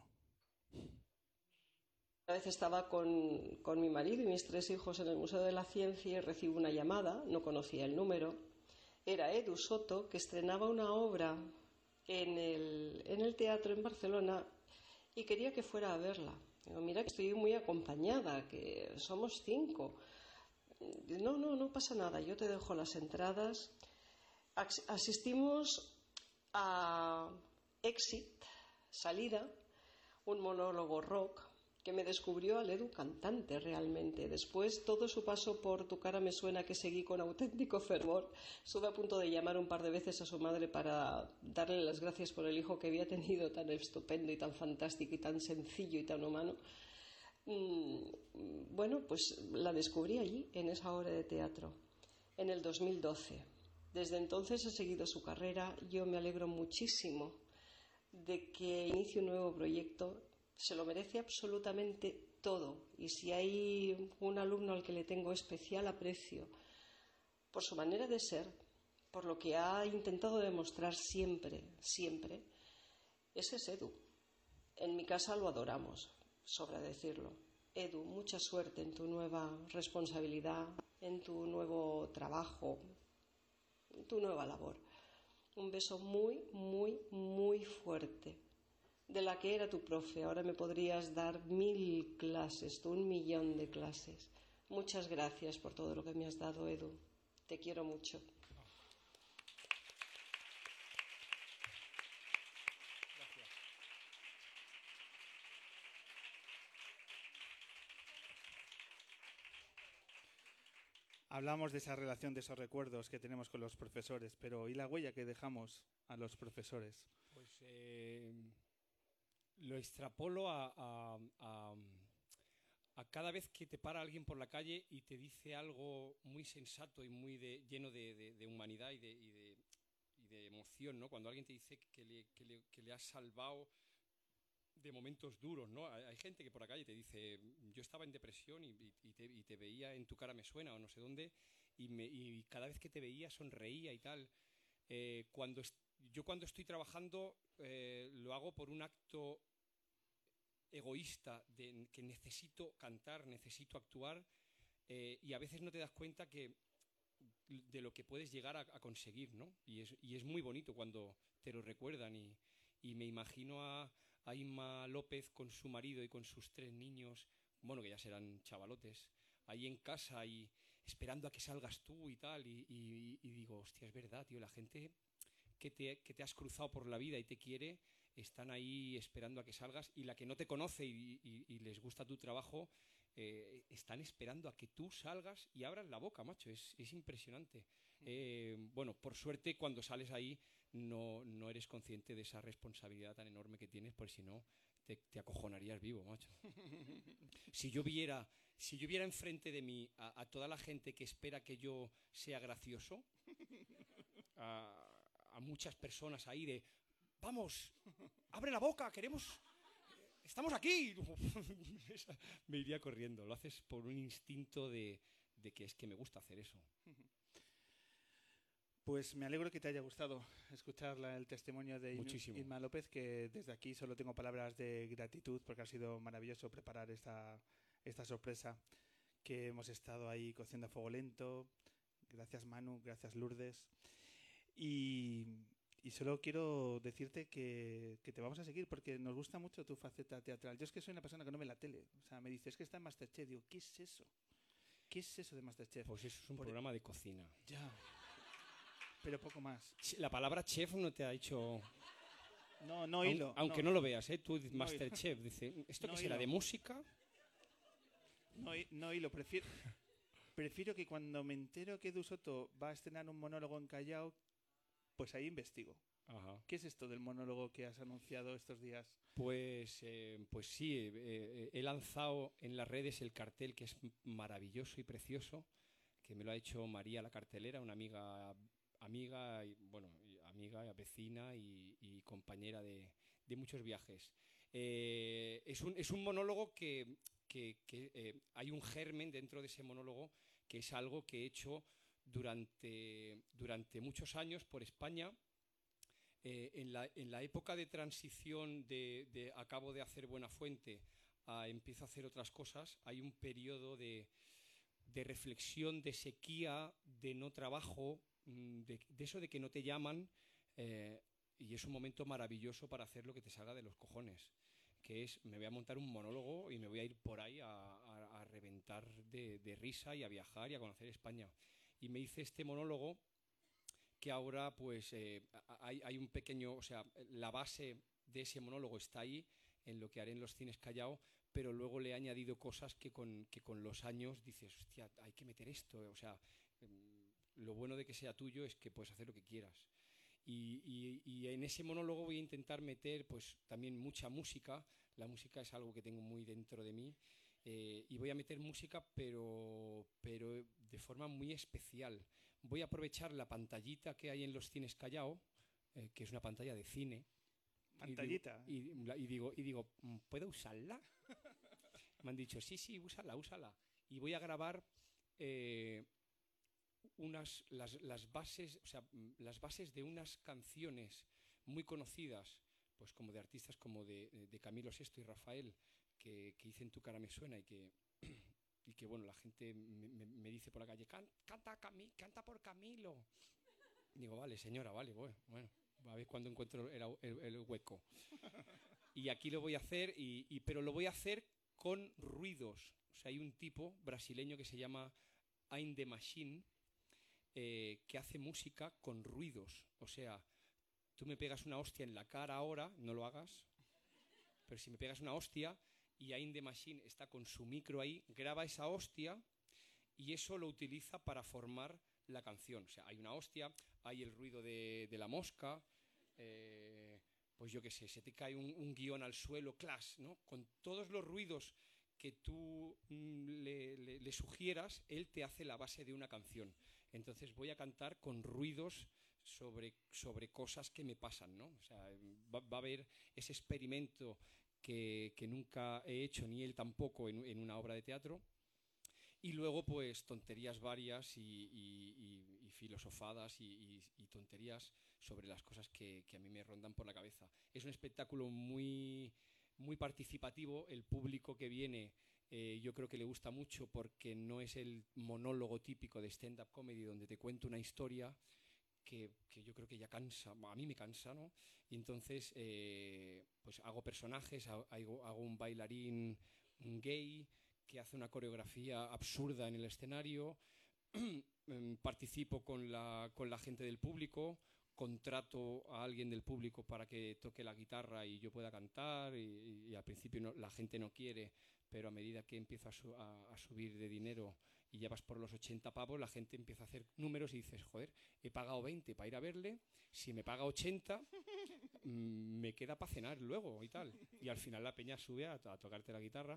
Una vez estaba con, con mi marido y mis tres hijos en el Museo de la Ciencia y recibo una llamada, no conocía el número. Era Edu Soto, que estrenaba una obra en el, en el teatro en Barcelona y quería que fuera a verla. Digo, mira que estoy muy acompañada, que somos cinco. No, no, no pasa nada, yo te dejo las entradas. Asistimos a Exit, Salida, un monólogo rock que me descubrió al Edu cantante realmente. Después, todo su paso por Tu cara me suena, que seguí con auténtico fervor. Estuve a punto de llamar un par de veces a su madre para darle las gracias por el hijo que había tenido, tan estupendo y tan fantástico y tan sencillo y tan humano. Bueno, pues la descubrí allí, en esa obra de teatro, en el dos mil doce. Desde entonces he seguido su carrera. Yo me alegro muchísimo de que inicie un nuevo proyecto. Se lo merece absolutamente todo. Y si hay un alumno al que le tengo especial aprecio por su manera de ser, por lo que ha intentado demostrar siempre, siempre, ese es Edu. En mi casa lo adoramos, sobra decirlo. Edu, mucha suerte en tu nueva responsabilidad, en tu nuevo trabajo, en tu nueva labor. Un beso muy, muy, muy fuerte. De la que era tu profe, ahora me podrías dar mil clases, tú un millón de clases. Muchas gracias por todo lo que me has dado, Edu. Te quiero mucho. Gracias. Hablamos de esa relación, de esos recuerdos que tenemos con los profesores, pero ¿y la huella que dejamos a los profesores? Pues eh, lo extrapolo a, a, a, a cada vez que te para alguien por la calle y te dice algo muy sensato y muy de, lleno de, de, de humanidad y de, y, de, y de emoción, ¿no? Cuando alguien te dice que le, que le, que le has salvado de momentos duros, ¿no? Hay, hay gente que por la calle te dice, yo estaba en depresión y, y, y, te, y te veía en Tu cara me suena o no sé dónde, y, me, y cada vez que te veía sonreía y tal. Eh, cuando est- yo cuando estoy trabajando eh, lo hago por un acto egoísta de que necesito cantar, necesito actuar, eh, y a veces no te das cuenta que de lo que puedes llegar a, a conseguir, ¿no? Y es, y es muy bonito cuando te lo recuerdan y, y me imagino a, a Inma López con su marido y con sus tres niños, bueno, que ya serán chavalotes, ahí en casa y esperando a que salgas tú y tal, y, y, y digo, hostia, es verdad, tío, la gente que te, que te has cruzado por la vida y te quiere, están ahí esperando a que salgas, y la que no te conoce y, y, y les gusta tu trabajo, eh, están esperando a que tú salgas y abras la boca, macho, es, es impresionante. Uh-huh. Eh, bueno, por suerte cuando sales ahí no, no eres consciente de esa responsabilidad tan enorme que tienes, porque si no te, te acojonarías vivo, macho. Si yo viera, si yo viera enfrente de mí a, a toda la gente que espera que yo sea gracioso, a, a muchas personas ahí de, vamos, abre la boca, queremos, estamos aquí, me iría corriendo. Lo haces por un instinto de, de que es que me gusta hacer eso. Pues me alegro que te haya gustado escuchar la, el testimonio de Muchísimo. Inma López, que desde aquí solo tengo palabras de gratitud porque ha sido maravilloso preparar esta, esta sorpresa que hemos estado ahí cociendo a fuego lento. Gracias, Manu, gracias, Lourdes. Y, y solo quiero decirte que, que te vamos a seguir porque nos gusta mucho tu faceta teatral. Yo es que soy una persona que no ve la tele. O sea, me dice, es que está en Masterchef. Digo, ¿qué es eso? ¿Qué es eso de Masterchef? Pues eso es un Por programa de cocina. Ya. pero poco más. La palabra chef no te ha hecho... No, no hilo. Aunque, aunque no. no lo veas, ¿eh? Tú, No Masterchef, dice, ¿esto no qué será, hilo. de música? No, no hilo, prefiero, prefiero que cuando me entero que Edu Soto va a estrenar un monólogo en Callao, pues ahí investigo. Ajá. ¿Qué es esto del monólogo que has anunciado estos días? Pues, eh, pues sí, eh, eh, he lanzado en las redes el cartel que es maravilloso y precioso, que me lo ha hecho María la cartelera, una amiga, amiga y, bueno, y amiga, vecina y, y compañera de, de muchos viajes. Eh, es, un, es un monólogo que, que, que eh, hay un germen dentro de ese monólogo que es algo que he hecho durante, durante muchos años por España. Eh, en, la, en la época de transición de, de acabo de hacer Buenafuente a empiezo a hacer otras cosas, hay un periodo de, de reflexión, de sequía, de no trabajo, de, de eso de que no te llaman, eh, y es un momento maravilloso para hacer lo que te salga de los cojones, que es, me voy a montar un monólogo y me voy a ir por ahí a, a, a reventar de, de risa y a viajar y a conocer España. Y me hice este monólogo que ahora pues eh, hay, hay un pequeño, o sea, la base de ese monólogo está ahí, en lo que haré en los cines Callao, pero luego le he añadido cosas que con, que con los años dices, hostia, hay que meter esto, o sea, lo bueno de que sea tuyo es que puedes hacer lo que quieras. Y, y, y en ese monólogo voy a intentar meter pues también mucha música, la música es algo que tengo muy dentro de mí, eh, y voy a meter música pero, pero de forma muy especial. Voy a aprovechar la pantallita que hay en los cines Callao, eh, que es una pantalla de cine. ¿Pantallita? Y digo, y, y digo, y digo, ¿puedo usarla? Me han dicho, sí, sí, úsala, úsala. Y voy a grabar eh, unas, las, las bases, o sea, las bases de unas canciones muy conocidas, pues como de artistas como de, de Camilo Sesto y Rafael, que, que dicen Tu cara me suena y que... y que bueno, la gente me, me, me dice por la calle, Can, canta, Cami, canta por Camilo. Digo, vale, señora, vale, bueno, bueno, a ver cuándo encuentro el, el, el hueco. Y aquí lo voy a hacer, y, y, pero lo voy a hacer con ruidos. O sea, hay un tipo brasileño que se llama I'm the Machine, eh, que hace música con ruidos. O sea, tú me pegas una hostia en la cara ahora, no lo hagas, pero si me pegas una hostia... y I'm the Machine está con su micro ahí, graba esa hostia y eso lo utiliza para formar la canción. O sea, hay una hostia, hay el ruido de, de la mosca, eh, pues yo qué sé, se te cae un, un guión al suelo, clash, ¿no? Con todos los ruidos que tú mm, le, le, le sugieras, él te hace la base de una canción. Entonces voy a cantar con ruidos sobre, sobre cosas que me pasan, ¿no? O sea, va, va a haber ese experimento Que, que nunca he hecho, ni él tampoco, en, en una obra de teatro. Y luego, pues, tonterías varias y, y, y, y filosofadas y, y, y tonterías sobre las cosas que, que a mí me rondan por la cabeza. Es un espectáculo muy, muy participativo. El público que viene, eh, yo creo que le gusta mucho porque no es el monólogo típico de stand-up comedy donde te cuento una historia que, que yo creo que ya cansa, a mí me cansa, ¿no? Y entonces eh, pues hago personajes, hago, hago un bailarín un gay que hace una coreografía absurda en el escenario, participo con la, con la gente del público, contrato a alguien del público para que toque la guitarra y yo pueda cantar, y, y al principio no, la gente no quiere, pero a medida que empieza a, su, a, a subir de dinero y ya vas por los ochenta pavos, la gente empieza a hacer números y dices, joder, he pagado veinte para ir a verle, si me paga ochenta, mmm, me queda para cenar luego y tal. Y al final la peña sube a, a tocarte la guitarra.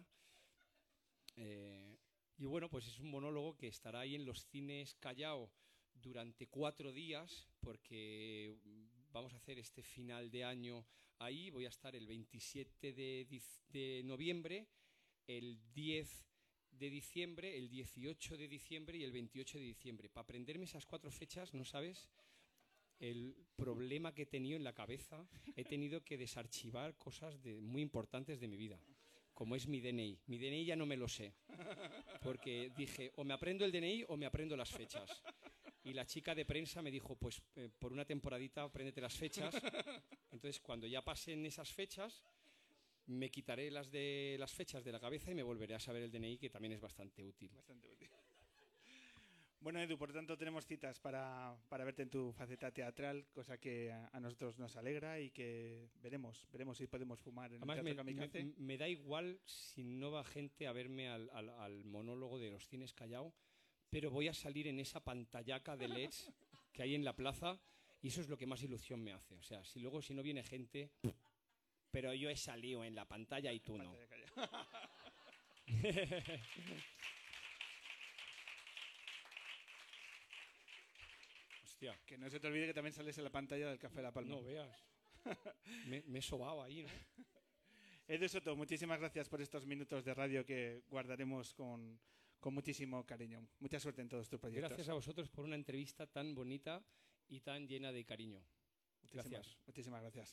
Eh, y bueno, pues es un monólogo que estará ahí en los cines Callao durante cuatro días, porque vamos a hacer este final de año ahí. Voy a estar el veintisiete de noviembre, el diez de diciembre, el dieciocho de diciembre y el veintiocho de diciembre. Para aprenderme esas cuatro fechas, no sabes el problema que he tenido en la cabeza. He tenido que desarchivar cosas de, muy importantes de mi vida, como es mi D N I. Mi D N I ya no me lo sé, porque dije, o me aprendo el D N I o me aprendo las fechas. Y la chica de prensa me dijo, pues eh, por una temporadita apréndete las fechas. Entonces, cuando ya pasen esas fechas, me quitaré las de las fechas de la cabeza y me volveré a saber el D N I, que también es bastante útil. Bastante útil. Bueno, Edu, por tanto tenemos citas para, para verte en tu faceta teatral, cosa que a, a nosotros nos alegra y que veremos, veremos si podemos fumar en Además, el Teatro me, Kamikaze. me, me da igual si no va gente a verme al, al, al monólogo de los cines Callao, pero voy a salir en esa pantallaca de L E Ds que hay en la plaza y eso es lo que más ilusión me hace. O sea, si luego si no viene gente, pero yo he salido en la pantalla y tú no. Hostia. Que no se te olvide que también sales en la pantalla del Café La Palma. No veas. me, me he sobado ahí, ¿no? Edu Soto, muchísimas gracias por estos minutos de radio que guardaremos con, con muchísimo cariño. Mucha suerte en todos tus proyectos. Gracias a vosotros por una entrevista tan bonita y tan llena de cariño. Muchísimas, Gracias. Muchísimas gracias.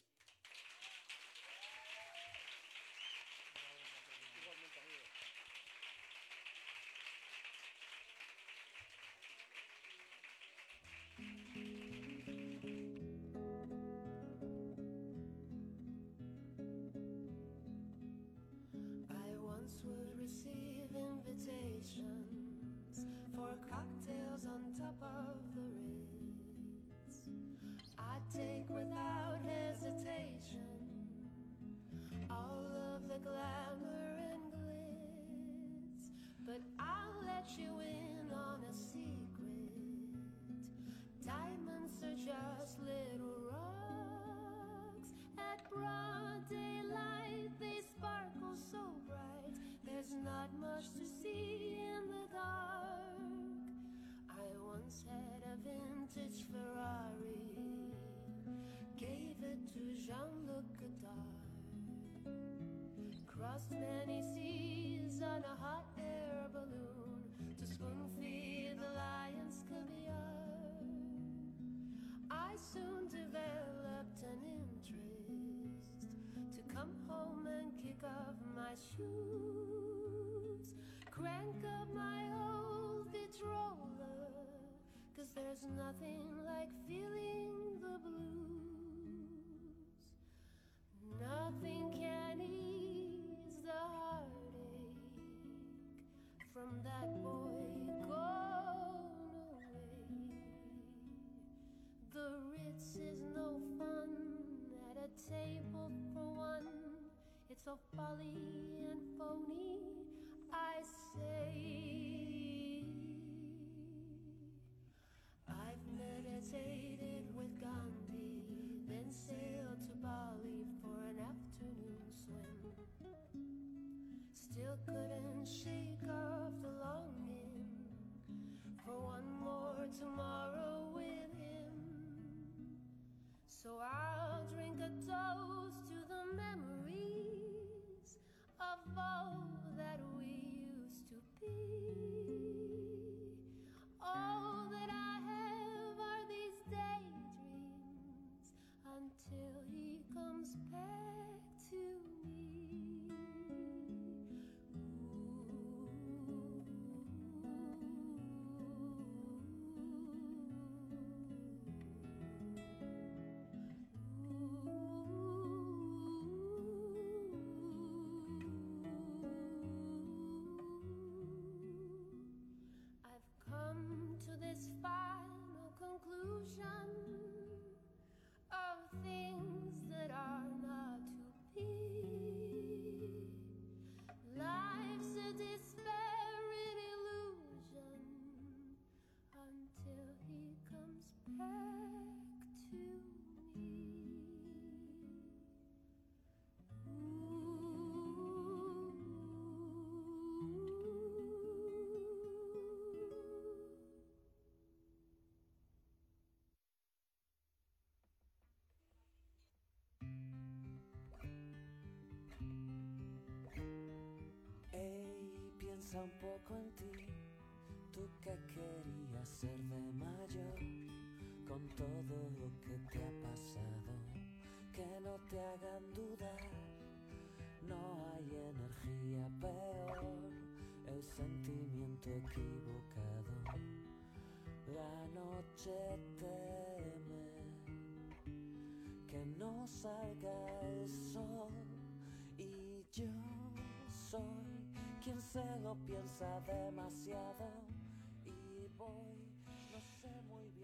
I once would receive invitations for cocktails on top of the Ritz. I'd take without hesitation all of the glamour and glitz, but I'll let you in on a secret. Diamonds are just little rocks. At broad daylight they sparkle so bright. There's not much to see in the dark. I once had a vintage Ferrari, gave it to Jean-Luc Godard. Crossed many seas on a hot air balloon to spoon feed the lions caviar. I soon developed an interest to come home and kick off my shoes, crank up my old Vitrola, 'cause there's nothing like feeling the blues. Nothing can ease the heartache from that boy gone away. The Ritz is no fun at a table for one. It's so folly and phony, I say. I've meditated with Gandhi, then sailed to Bali for an afternoon swim. Still couldn't shake off the longing for one more tomorrow with him. So I'll drink a toast to the memories of all that we used to be. All that I have are these daydreams until he comes back to me. I've come to this final conclusion of things that are not to be. Life's a despairing illusion until he comes back to me. Ey, piensa un poco en ti, tú que querías ser de mayor, con todo lo que te ha pasado, que no te hagan dudar, no hay energía peor, el sentimiento equivocado, la noche teme que no salga el sol y yo soy quien se lo piensa demasiado y voy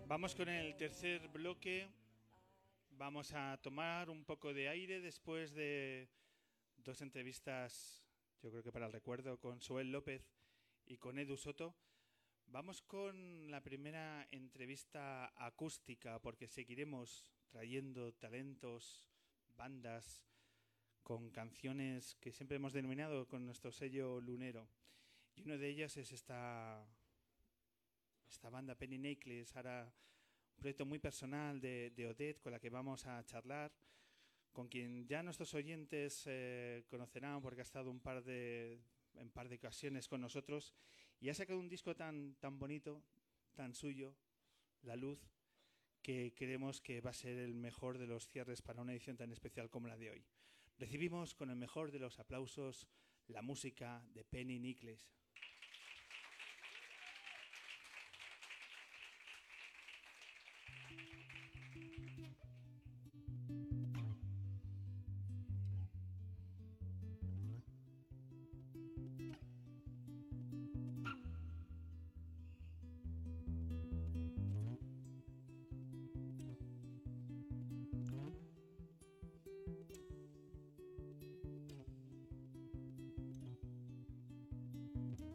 Vamos con el tercer bloque. Vamos a tomar un poco de aire después de dos entrevistas, yo creo que para el recuerdo, con Joel López y con Edu Soto. Vamos con la primera entrevista acústica, porque seguiremos trayendo talentos, bandas, con canciones que siempre hemos denominado con nuestro sello lunero. Y una de ellas es esta, esta banda Penny Necklace, ahora un proyecto muy personal de, de Odette, con la que vamos a charlar, con quien ya nuestros oyentes eh, conocerán porque ha estado un par de, en par de ocasiones con nosotros y ha sacado un disco tan, tan bonito, tan suyo, La Luz, que creemos que va a ser el mejor de los cierres para una edición tan especial como la de hoy. Recibimos con el mejor de los aplausos la música de Penny Necklace. Thank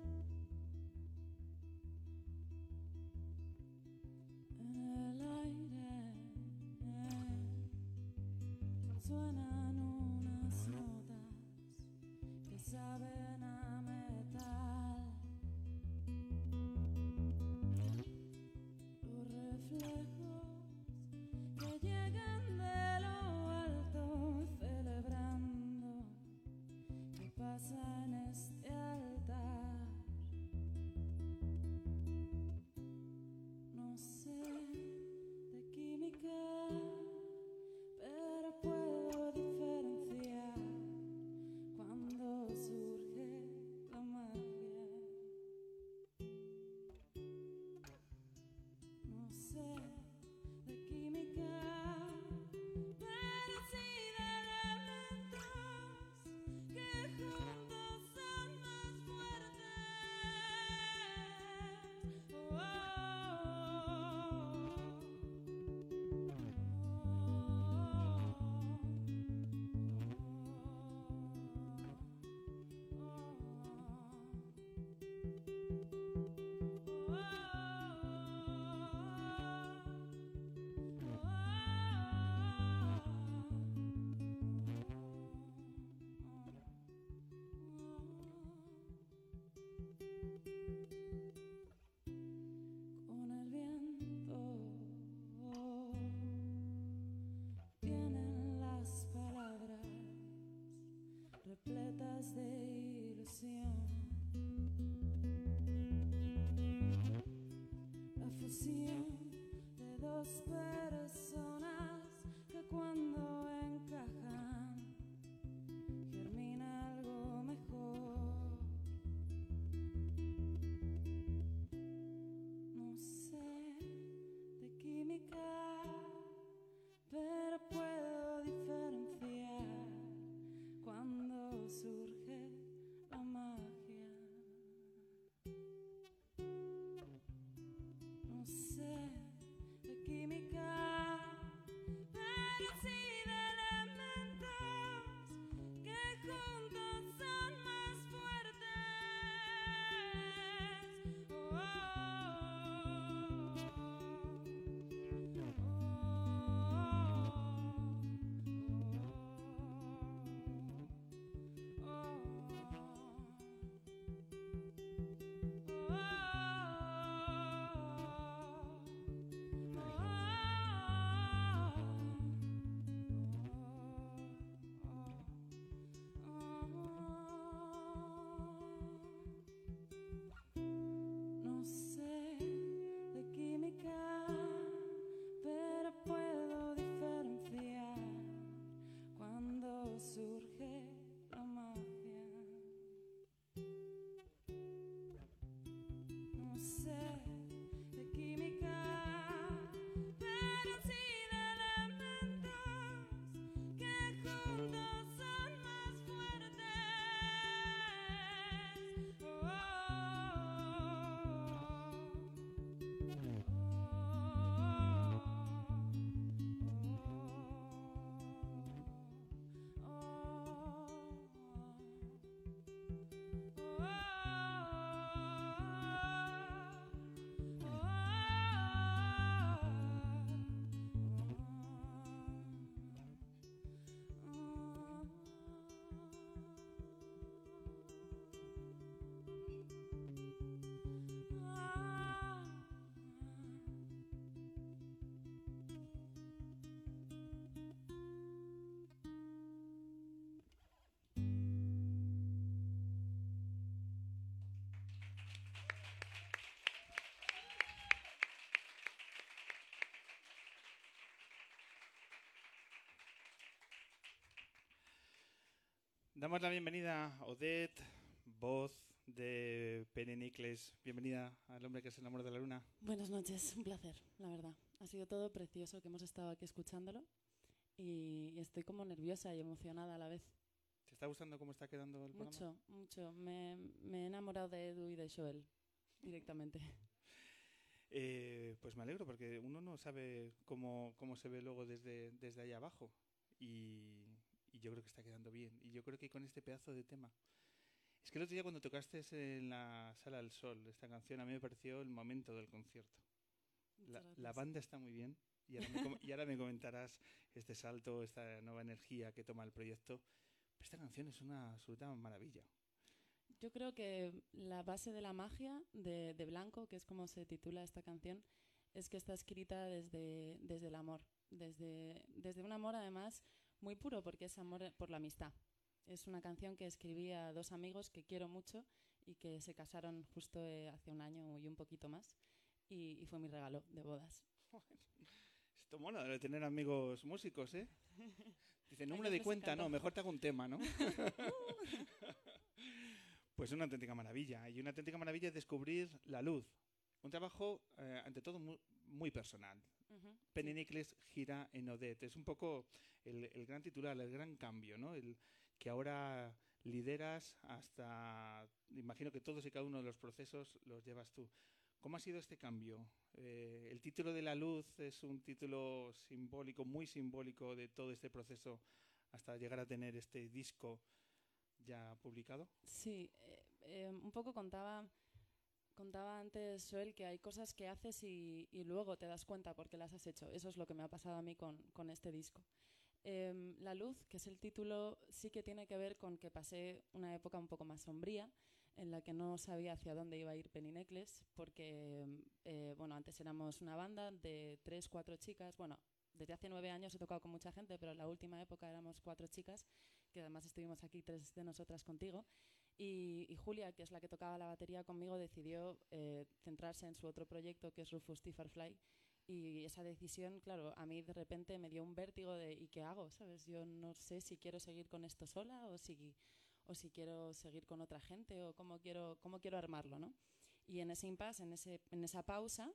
Damos la bienvenida a Odette, voz de Penny Nicholas. Bienvenida al hombre que se enamora de la luna. Buenas noches, un placer, la verdad. Ha sido todo precioso que hemos estado aquí escuchándolo y estoy como nerviosa y emocionada a la vez. ¿Te está gustando cómo está quedando el programa? Mucho, mucho. Me, me he enamorado de Edu y de Joel directamente. Eh, pues me alegro porque uno no sabe cómo, cómo se ve luego desde, desde ahí abajo y, y yo creo que está quedando bien. Y yo creo que con este pedazo de tema... Es que el otro día cuando tocaste en la Sala del Sol esta canción a mí me pareció el momento del concierto. La, la banda está muy bien y ahora, me com- y ahora me comentarás este salto, esta nueva energía que toma el proyecto. Pero esta canción es una absoluta maravilla. Yo creo que la base de la magia de, de Blanco, que es como se titula esta canción, es que está escrita desde, desde el amor, desde, desde un amor además muy puro, porque es amor por la amistad. Es una canción que escribí a dos amigos que quiero mucho y que se casaron justo eh, hace un año y un poquito más y, y fue mi regalo de bodas. Esto mola de tener amigos músicos, ¿eh? Dice, no me lo Ayer di me cuenta, encantó. no, mejor te hago un tema, ¿no? Pues una auténtica maravilla. Y una auténtica maravilla es descubrir La Luz. Un trabajo, eh, ante todo, muy, muy personal. Ujú, Penny sí. Nicholas gira en Odette. Es un poco el, el gran titular, el gran cambio, ¿no? El que ahora lideras hasta... Imagino que todos y cada uno de los procesos los llevas tú. ¿Cómo ha sido este cambio? Eh, el título de La Luz es un título simbólico, muy simbólico de todo este proceso hasta llegar a tener este disco ya publicado. Sí, eh, eh, un poco contaba, contaba antes Joel que hay cosas que haces y, y luego te das cuenta porque las has hecho. Eso es lo que me ha pasado a mí con, con este disco. Eh, La Luz, que es el título, sí que tiene que ver con que pasé una época un poco más sombría en la que no sabía hacia dónde iba a ir Penny Nicholas porque, eh, bueno, antes éramos una banda de tres, cuatro chicas, bueno, desde hace nueve años he tocado con mucha gente, pero en la última época éramos cuatro chicas, que además estuvimos aquí tres de nosotras contigo. Y, y Julia, que es la que tocaba la batería conmigo, decidió eh, centrarse en su otro proyecto, que es Rufus T. Firefly. Y esa decisión, claro, a mí de repente me dio un vértigo de ¿y qué hago? ¿Sabes? Yo no sé si quiero seguir con esto sola o si, o si quiero seguir con otra gente o cómo quiero, cómo quiero armarlo, ¿no? Y en ese impasse, en, ese, en esa pausa,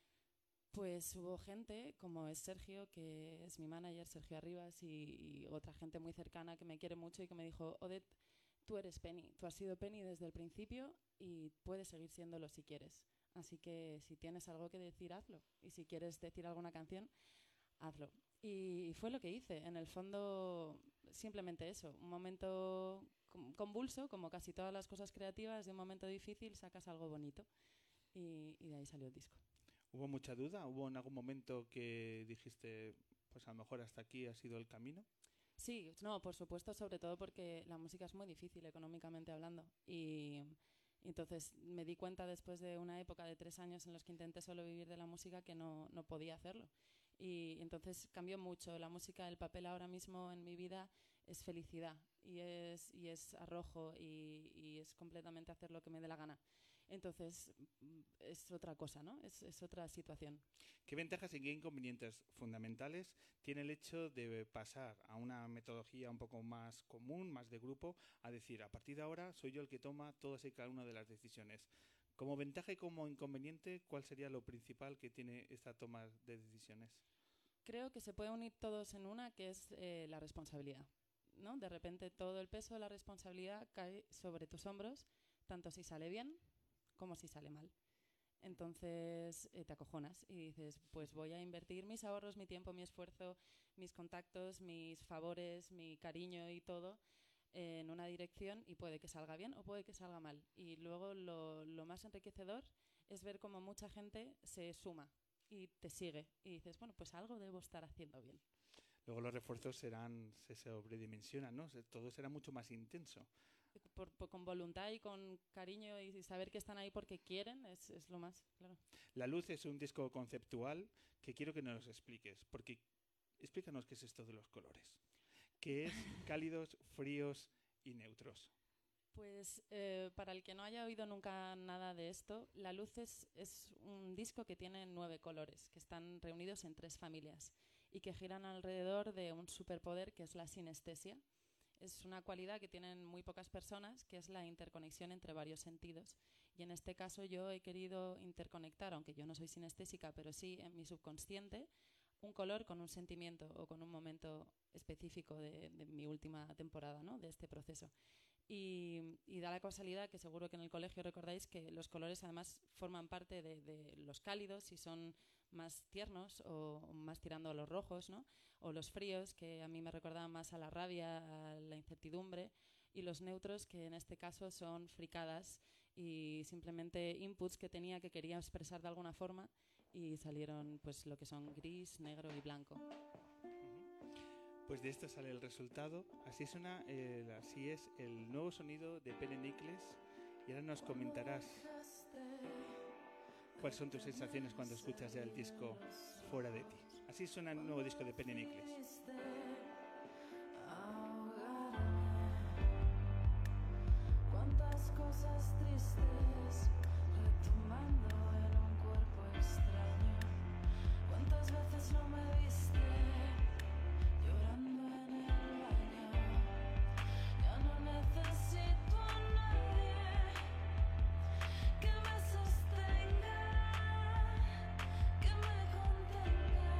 pues hubo gente como es Sergio, que es mi manager, Sergio Arribas, y, y otra gente muy cercana que me quiere mucho y que me dijo, Odette, tú eres Penny, tú has sido Penny desde el principio y puedes seguir siéndolo si quieres. Así que si tienes algo que decir, hazlo. Y si quieres decir alguna canción, hazlo. Y fue lo que hice. En el fondo, simplemente eso. Un momento convulso, como casi todas las cosas creativas, de un momento difícil sacas algo bonito. Y, y de ahí salió el disco. ¿Hubo mucha duda? ¿Hubo en algún momento que dijiste, pues a lo mejor hasta aquí ha sido el camino? Sí, no, por supuesto, sobre todo porque la música es muy difícil económicamente hablando. Y entonces me di cuenta después de una época de tres años en los que intenté solo vivir de la música que no, no podía hacerlo. Y entonces cambió mucho. La música, el papel ahora mismo en mi vida es felicidad y es, y es arrojo y, y es completamente hacer lo que me dé la gana. Entonces es otra cosa, ¿no? Es, es otra situación. ¿Qué ventajas y qué inconvenientes fundamentales tiene el hecho de pasar a una metodología un poco más común, más de grupo, a decir, a partir de ahora soy yo el que toma todas y cada una de las decisiones? Como ventaja y como inconveniente, ¿cuál sería lo principal que tiene esta toma de decisiones? Creo que se puede unir todos en una, que es eh, la responsabilidad, ¿no? De repente todo el peso de la responsabilidad cae sobre tus hombros, tanto si sale bien como si sale mal. Entonces eh, te acojonas y dices, pues voy a invertir mis ahorros, mi tiempo, mi esfuerzo, mis contactos, mis favores, mi cariño y todo eh, en una dirección y puede que salga bien o puede que salga mal. Y luego lo, lo más enriquecedor es ver cómo mucha gente se suma y te sigue y dices, bueno, pues algo debo estar haciendo bien. Luego los refuerzos serán, se sobredimensionan, ¿no? Todo será mucho más intenso. Por, por, con voluntad y con cariño y saber que están ahí porque quieren es, es lo más, claro. La Luz es un disco conceptual que quiero que nos expliques, porque explícanos qué es esto de los colores. ¿Qué es cálidos, fríos y neutros? Pues eh, para el que no haya oído nunca nada de esto, La Luz es, es un disco que tiene nueve colores, que están reunidos en tres familias y que giran alrededor de un superpoder que es la sinestesia. Es una cualidad que tienen muy pocas personas, que es la interconexión entre varios sentidos. Y en este caso yo he querido interconectar, aunque yo no soy sinestésica, pero sí en mi subconsciente, un color con un sentimiento o con un momento específico de, de mi última temporada, ¿no? De este proceso. Y, y da la casualidad que seguro que en el colegio recordáis que los colores además forman parte de, de los cálidos y son más tiernos o más tirando a los rojos, ¿no? O los fríos, que a mí me recordaban más a la rabia, a la incertidumbre, y los neutros, que en este caso son fricadas y simplemente inputs que tenía que quería expresar de alguna forma y salieron pues lo que son gris, negro y blanco. Pues de esto sale el resultado. Así suena, el, así es el nuevo sonido de Penny Nichols. Y ahora nos comentarás cuáles son tus sensaciones cuando escuchas ya el disco Fuera de ti. Así suena el nuevo disco de Penny Nichols. Cuántas cosas tristes retumbando en un cuerpo extraño. Cuántas veces no me viste llorando en el baño. Ya no necesito a nadie que me sostenga, que me contenga.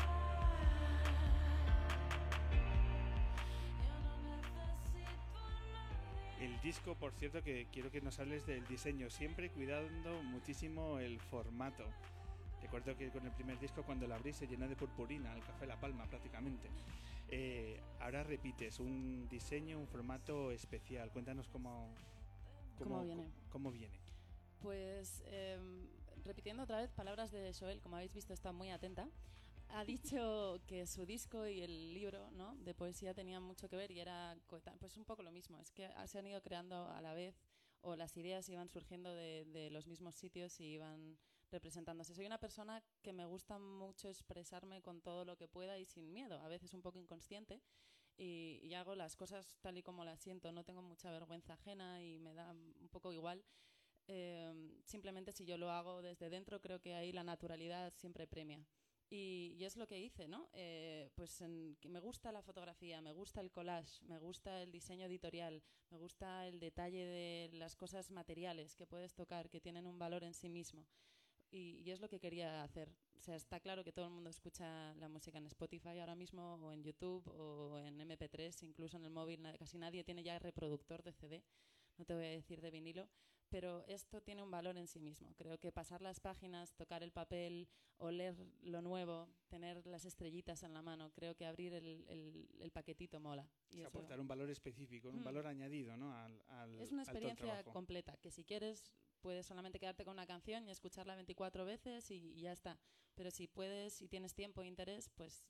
Ya no necesito a nadie. El disco, por cierto, que quiero que nos hables del diseño, siempre cuidando muchísimo el formato. Recuerdo que con el primer disco, cuando lo abrí, se llenó de purpurina el Café La Palma prácticamente. Eh, ahora repites un diseño, un formato especial. Cuéntanos cómo, ¿Cómo viene? Cómo viene. Pues eh, repitiendo otra vez palabras de Joel, como habéis visto está muy atenta. Ha dicho que su disco y el libro, ¿no?, de poesía tenían mucho que ver y era pues un poco lo mismo. Es que se han ido creando a la vez, o las ideas iban surgiendo de, de los mismos sitios y iban representándose. Soy una persona que me gusta mucho expresarme con todo lo que pueda y sin miedo, a veces un poco inconsciente, y, y hago las cosas tal y como las siento. No tengo mucha vergüenza ajena y me da un poco igual. Eh, simplemente si yo lo hago desde dentro, creo que ahí la naturalidad siempre premia. Y, y es lo que hice, ¿no? Eh, pues en, que me gusta la fotografía, me gusta el collage, me gusta el diseño editorial, me gusta el detalle de las cosas materiales que puedes tocar, que tienen un valor en sí mismo. Y, y es lo que quería hacer. O sea, está claro que todo el mundo escucha la música en Spotify ahora mismo, o en YouTube, o en eme pe tres, incluso en el móvil. Casi nadie tiene ya reproductor de ce de, no te voy a decir de vinilo. Pero esto tiene un valor en sí mismo. Creo que pasar las páginas, tocar el papel, oler lo nuevo, tener las estrellitas en la mano, creo que abrir el, el, el paquetito mola. Y es eso... aportar un valor específico, un mm. valor añadido, ¿no? Al, al, es una experiencia completa, que si quieres puedes solamente quedarte con una canción y escucharla veinticuatro veces y, y ya está. Pero si puedes y tienes tiempo e interés, pues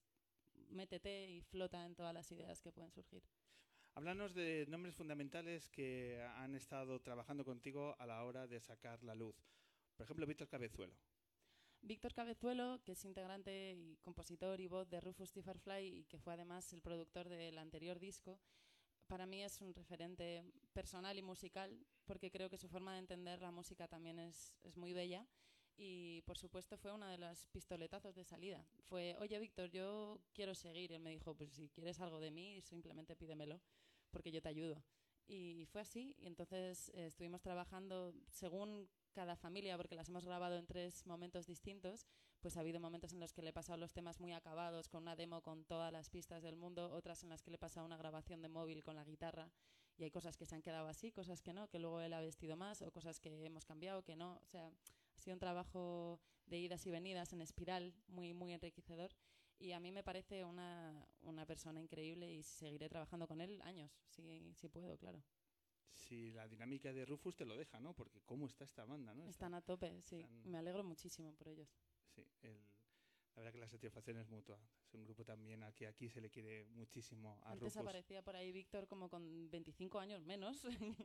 métete y flota en todas las ideas que pueden surgir. Háblanos de nombres fundamentales que han estado trabajando contigo a la hora de sacar la luz. Por ejemplo, Víctor Cabezuelo. Víctor Cabezuelo, que es integrante y compositor y voz de Rufus T. Firefly y que fue además el productor del anterior disco, para mí es un referente personal y musical, porque creo que su forma de entender la música también es, es muy bella. Y, por supuesto, fue uno de los pistoletazos de salida. Fue, oye, Víctor, yo quiero seguir. Y él me dijo, pues si quieres algo de mí, simplemente pídemelo, porque yo te ayudo. Y fue así. Y entonces eh, estuvimos trabajando según cada familia, porque las hemos grabado en tres momentos distintos. Pues ha habido momentos en los que le he pasado los temas muy acabados, con una demo con todas las pistas del mundo, otras en las que le he pasado una grabación de móvil con la guitarra. Y hay cosas que se han quedado así, cosas que no, que luego él ha vestido más, o cosas que hemos cambiado, que no. O sea, ha sido un trabajo de idas y venidas en espiral muy, muy enriquecedor. Y a mí me parece una, una persona increíble y seguiré trabajando con él años, si, si puedo, claro. Si la dinámica de Rufus te lo deja, ¿no? Porque cómo está esta banda, ¿no? Están a tope, sí. Están... Me alegro muchísimo por ellos. Sí, el... la verdad que la satisfacción es mutua. Es un grupo también al que aquí se le quiere muchísimo a Antes Rufus. aparecía por ahí Víctor como con veinticinco años menos.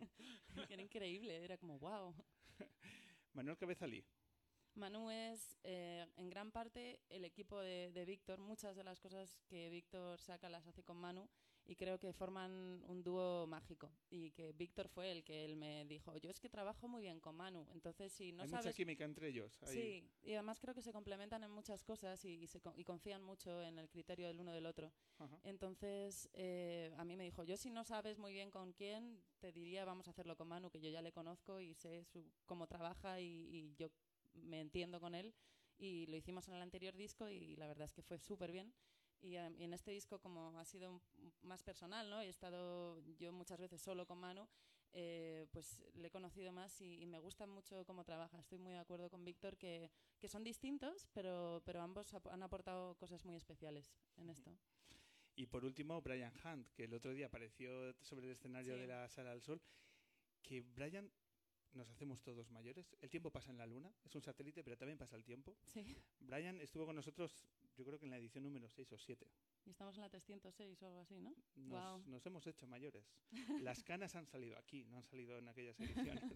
Era increíble, era como wow. Manuel Cabezalí. Manu es eh, en gran parte el equipo de, de Víctor. Muchas de las cosas que Víctor saca las hace con Manu y creo que forman un dúo mágico. Y que Víctor fue el que él me dijo, yo es que trabajo muy bien con Manu, entonces si no Hay sabes... mucha química entre ellos. Ahí. Sí, y además creo que se complementan en muchas cosas y, y, se, y confían mucho en el criterio del uno del otro. Ajá. Entonces, eh, a mí me dijo, yo si no sabes muy bien con quién, te diría vamos a hacerlo con Manu, que yo ya le conozco y sé su, cómo trabaja y, y yo me entiendo con él. Y lo hicimos en el anterior disco y la verdad es que fue súper bien. Y, um, y en este disco, como ha sido un, más personal, ¿no? He estado yo muchas veces solo con Manu, eh, pues le he conocido más y, y me gusta mucho cómo trabaja. Estoy muy de acuerdo con Víctor que, que son distintos, pero, pero ambos ap han aportado cosas muy especiales en esto. Y por último, Brian Hunt, que el otro día apareció sobre el escenario Sí. de la Sala del Sol. Que Brian, nos hacemos todos mayores. El tiempo pasa en la Luna, es un satélite, pero también pasa el tiempo. Sí. Brian estuvo con nosotros, yo creo que en la edición número seis o siete. Y estamos en la trescientos seis o algo así, ¿no? Nos, Wow. nos hemos hecho mayores. Las canas han salido aquí, no han salido en aquellas ediciones.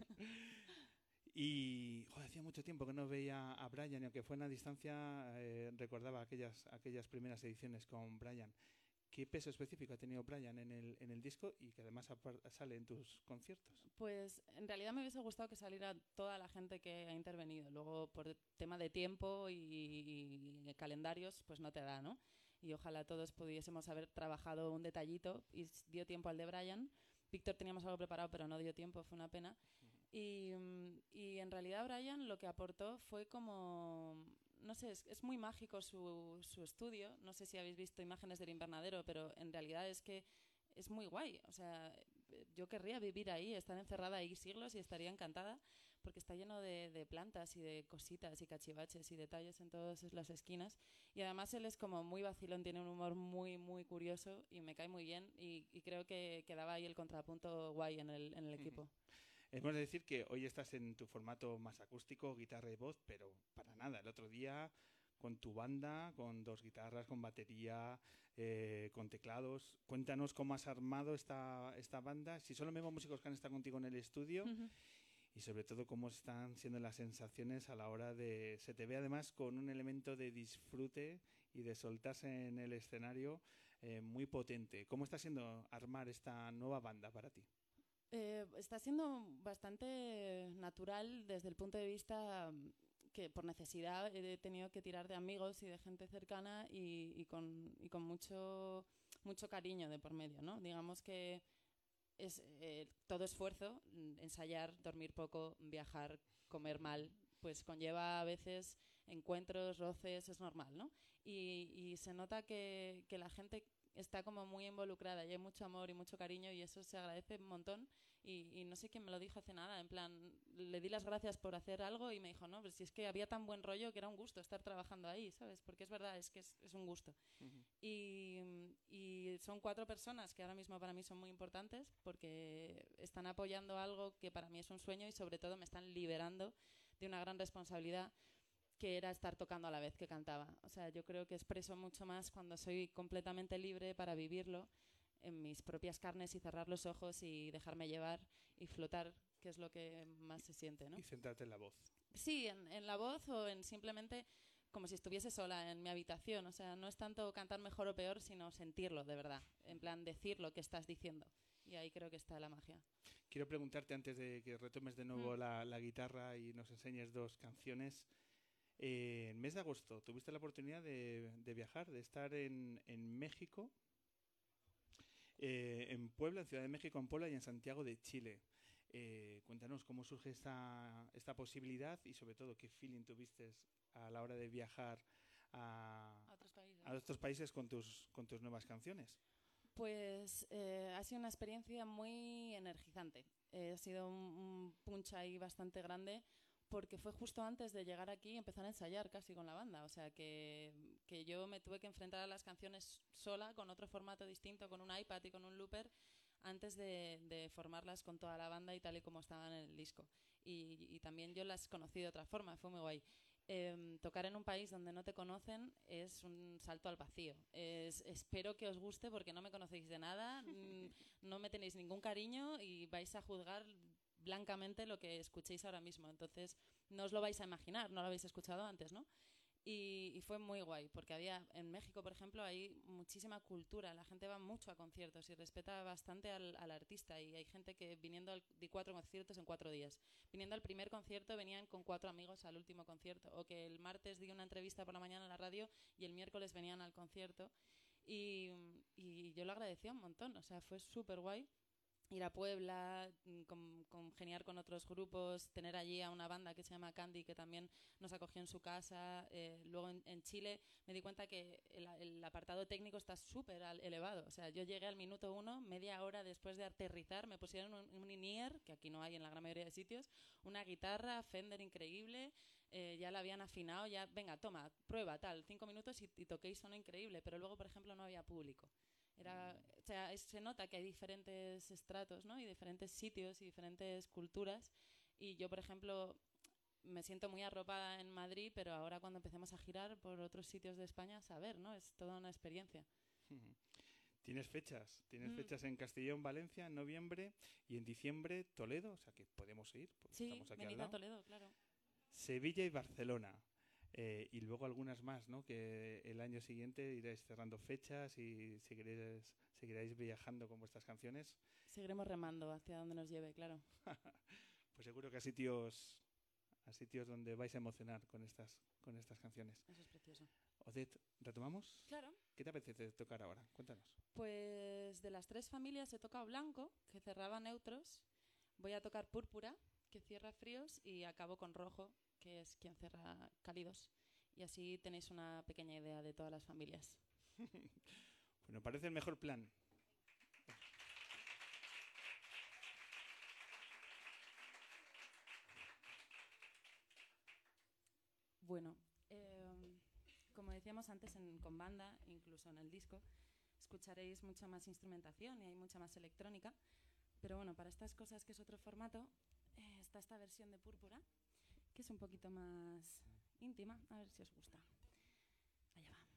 Y joder, hacía mucho tiempo que no veía a Brian, y aunque fue en la distancia, eh, recordaba aquellas, aquellas primeras ediciones con Brian. ¿Qué peso específico ha tenido Brian en el, en el disco y que además sale en tus conciertos? Pues en realidad me hubiese gustado que saliera toda la gente que ha intervenido. Luego, por tema de tiempo y, y calendarios, pues no te da, ¿no? Y ojalá todos pudiésemos haber trabajado un detallito y dio tiempo al de Brian. Víctor teníamos algo preparado, pero no dio tiempo, fue una pena. Y, y en realidad Brian lo que aportó fue como... No sé, es, es muy mágico su, su estudio. No sé si habéis visto imágenes del invernadero, pero en realidad es que es muy guay. O sea, yo querría vivir ahí, estar encerrada ahí siglos y estaría encantada porque está lleno de, de plantas y de cositas y cachivaches y detalles en todas las esquinas. Y además él es como muy vacilón, tiene un humor muy, muy curioso y me cae muy bien y, y creo que quedaba ahí el contrapunto guay en el, en el equipo. Hemos de decir que hoy estás en tu formato más acústico, guitarra y voz, pero para nada. El otro día con tu banda, con dos guitarras, con batería, eh, con teclados. Cuéntanos cómo has armado esta, esta banda, si son los mismos músicos que han estado contigo en el estudio uh-huh. y sobre todo cómo están siendo las sensaciones a la hora de... Se te ve además con un elemento de disfrute y de soltarse en el escenario eh, muy potente. ¿Cómo está siendo armar esta nueva banda para ti? Eh, está siendo bastante natural desde el punto de vista que por necesidad he tenido que tirar de amigos y de gente cercana y, y, con, y con mucho, mucho cariño de por medio, ¿no? Digamos que es eh, todo esfuerzo, ensayar, dormir poco, viajar, comer mal, pues conlleva a veces encuentros, roces, es normal, ¿no? Y, y se nota que, que la gente está como muy involucrada y hay mucho amor y mucho cariño y eso se agradece un montón y, y no sé quién me lo dijo hace nada, en plan, le di las gracias por hacer algo y me dijo, no, pero si es que había tan buen rollo que era un gusto estar trabajando ahí, ¿sabes? Porque es verdad, es que es, es un gusto. Uh-huh. y, y son cuatro personas que ahora mismo para mí son muy importantes porque están apoyando algo que para mí es un sueño y sobre todo me están liberando de una gran responsabilidad que era estar tocando a la vez que cantaba. O sea, yo creo que expreso mucho más cuando soy completamente libre para vivirlo en mis propias carnes y cerrar los ojos y dejarme llevar y flotar, que es lo que más se siente, ¿no? Y centrarte en la voz. Sí, en, en la voz o en simplemente como si estuviese sola en mi habitación. O sea, no es tanto cantar mejor o peor, sino sentirlo de verdad. En plan, decir lo que estás diciendo. Y ahí creo que está la magia. Quiero preguntarte, antes de que retomes de nuevo mm. la, la guitarra y nos enseñes dos canciones... Eh, en el mes de agosto tuviste la oportunidad de, de viajar, de estar en, en México, eh, en Puebla, en Ciudad de México, en Puebla y en Santiago de Chile. Eh, cuéntanos cómo surge esta, esta posibilidad y sobre todo qué feeling tuviste a la hora de viajar a, a otros países, a otros países con, tus, con tus nuevas canciones. Pues eh, ha sido una experiencia muy energizante. Eh, ha sido un, un punch ahí bastante grande porque fue justo antes de llegar aquí y empezar a ensayar casi con la banda. O sea, que, que yo me tuve que enfrentar a las canciones sola, con otro formato distinto, con un iPad y con un looper, antes de, de formarlas con toda la banda y tal y como estaban en el disco. Y, y también yo las conocí de otra forma, fue muy guay. Eh, tocar en un país donde no te conocen es un salto al vacío. Es, espero que os guste porque no me conocéis de nada, no me tenéis ningún cariño y vais a juzgar blancamente lo que escuchéis ahora mismo. Entonces, no os lo vais a imaginar, no lo habéis escuchado antes, ¿no? Y, y fue muy guay, porque había en México, por ejemplo, hay muchísima cultura, la gente va mucho a conciertos y respeta bastante al, al artista, y hay gente que viniendo al, de cuatro conciertos en cuatro días. Viniendo al primer concierto venían con cuatro amigos al último concierto, o que el martes di una entrevista por la mañana en la radio y el miércoles venían al concierto, y, y yo lo agradecía un montón, o sea, fue súper guay. Ir a Puebla, con, congeniar con otros grupos, tener allí a una banda que se llama Candy, que también nos acogió en su casa. Eh, luego en, en Chile me di cuenta que el, el apartado técnico está súper elevado. O sea, yo llegué al minuto uno, media hora después de aterrizar, me pusieron un, un in-ear, que aquí no hay en la gran mayoría de sitios, una guitarra Fender increíble, eh, ya la habían afinado, ya, venga, toma, prueba, tal, cinco minutos y, y toqué y sonó increíble. Pero luego, por ejemplo, no había público. Era, o sea, es, se nota que hay diferentes estratos, ¿no? Y diferentes sitios y diferentes culturas. Y yo, por ejemplo, me siento muy arropada en Madrid, pero ahora cuando empecemos a girar por otros sitios de España, saber, ¿no? Es toda una experiencia. Tienes fechas, tienes Mm. fechas en Castellón, Valencia, en noviembre, y en diciembre Toledo, o sea que podemos ir, porque Sí, estamos aquí al venid a lado. Toledo, claro. Sevilla y Barcelona. Eh, y luego algunas más, ¿no? Que el año siguiente iréis cerrando fechas y seguiréis, seguiréis viajando con vuestras canciones. Seguiremos remando hacia donde nos lleve, claro. Pues seguro que a sitios, a sitios donde vais a emocionar con estas, con estas canciones. Eso es precioso. Odette, ¿retomamos? Claro. ¿Qué te apetece tocar ahora? Cuéntanos. Pues de las tres familias he tocado Blanco, que cerraba Neutros. Voy a tocar Púrpura, que cierra Fríos, y acabo con Rojo, que es quien cierra Cálidos. Y así tenéis una pequeña idea de todas las familias. Pues me parece el mejor plan. Bueno, eh, como decíamos antes en, con banda, incluso en el disco, escucharéis mucha más instrumentación y hay mucha más electrónica. Pero bueno, para estas cosas, que es otro formato, eh, está esta versión de Púrpura, que es un poquito más íntima. A ver si os gusta. Allá va.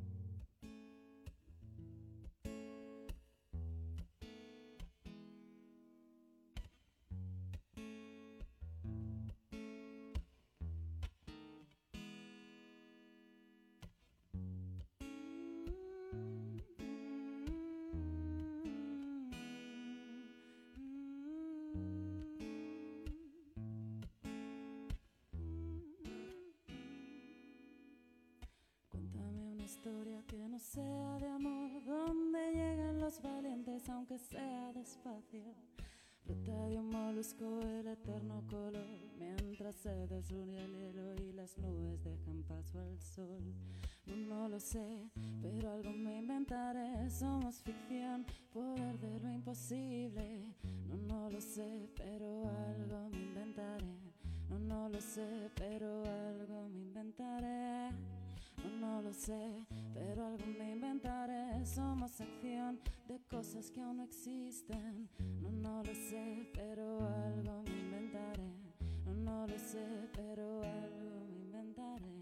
Historia que no sea de amor, donde llegan los valientes aunque sea despacio. Brota de un molusco el eterno color, mientras se deslumbra el hielo y las nubes dejan paso al sol. No, no lo sé, pero algo me inventaré. Somos ficción, poder de lo imposible. No, no lo sé, pero algo me inventaré. No, no lo sé, pero algo me inventaré. No, no lo sé, pero algo me inventaré. Somos acción de cosas que aún no existen. No, no lo sé, pero algo me inventaré. No, no lo sé, pero algo me inventaré.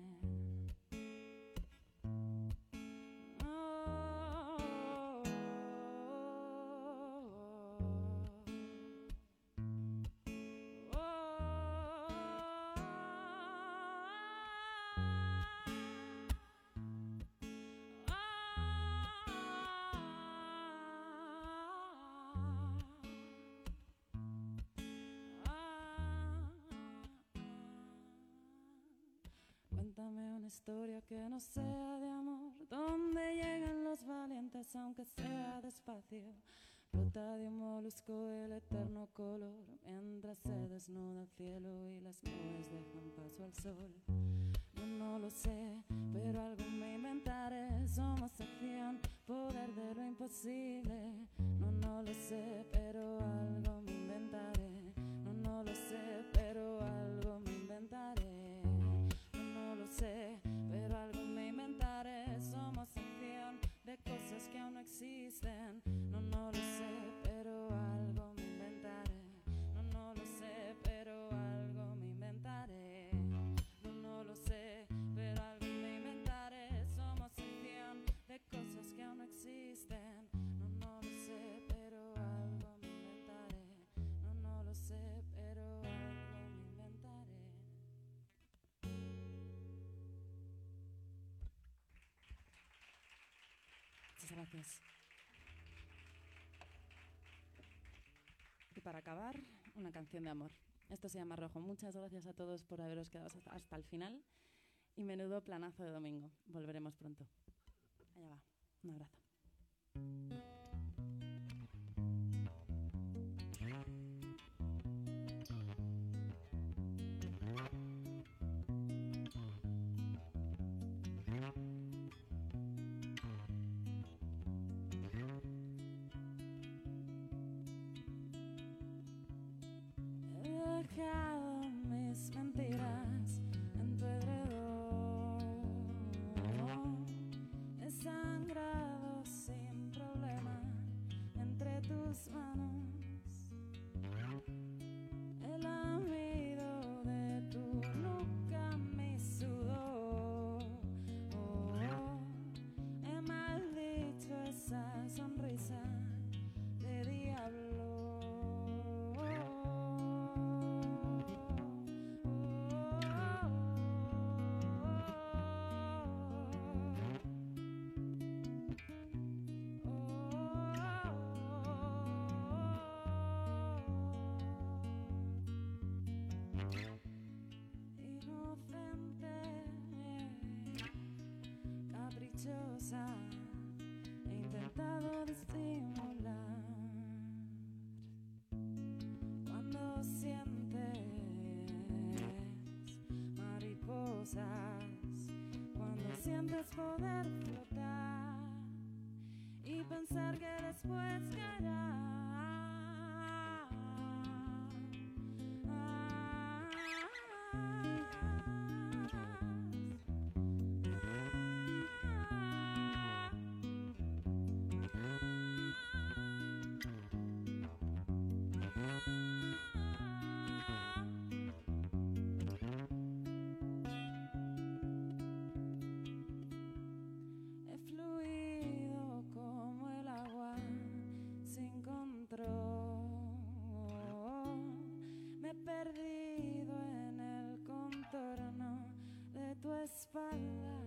Cuéntame una historia que no sea de amor, donde llegan los valientes aunque sea despacio. Brota de un molusco el eterno color, mientras se desnuda el cielo y las nubes dejan paso al sol. No, no lo sé, pero algo me inventaré. Somos acción, poder de lo imposible. No, no lo sé, pero algo me inventaré. No, no lo sé, pero algo me inventaré. No, no lo sé, pero algo me inventaré. Somos acción de cosas que aún no existen. No, no lo sé, pero algo me inventaré. No, no lo sé, pero algo me inventaré. No, no lo sé, pero algo me inventaré. Somos acción de cosas que aún no existen. No, no lo sé, pero algo me inventaré. No, no lo sé, pero algo me inventaré. Muchas gracias. Y para acabar, una canción de amor. Esto se llama Rojo. Muchas gracias a todos por haberos quedado hasta, hasta el final. Y menudo planazo de domingo. Volveremos pronto. Allá va. Un abrazo. He dejado mis mentiras en tu edredón. He sangrado sin problema entre tus manos. El amido de tu nuca, mi sudor. He maldicho esa sonrisa de diablo. Caprichosa, he intentado disimular. Cuando sientes mariposas, cuando sientes poder flotar y pensar que después caerás. He fluido como el agua sin control. Me he perdido en el contorno de tu espalda.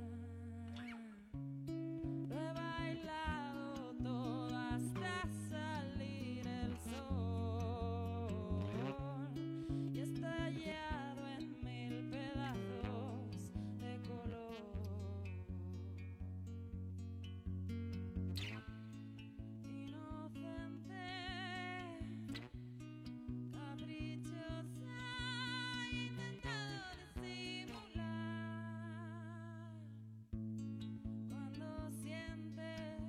Lo he bailado todo hasta salir el sol y he estallado en mil pedazos de color. Inocente, caprichosa, he intentado disimular. Cuando sientes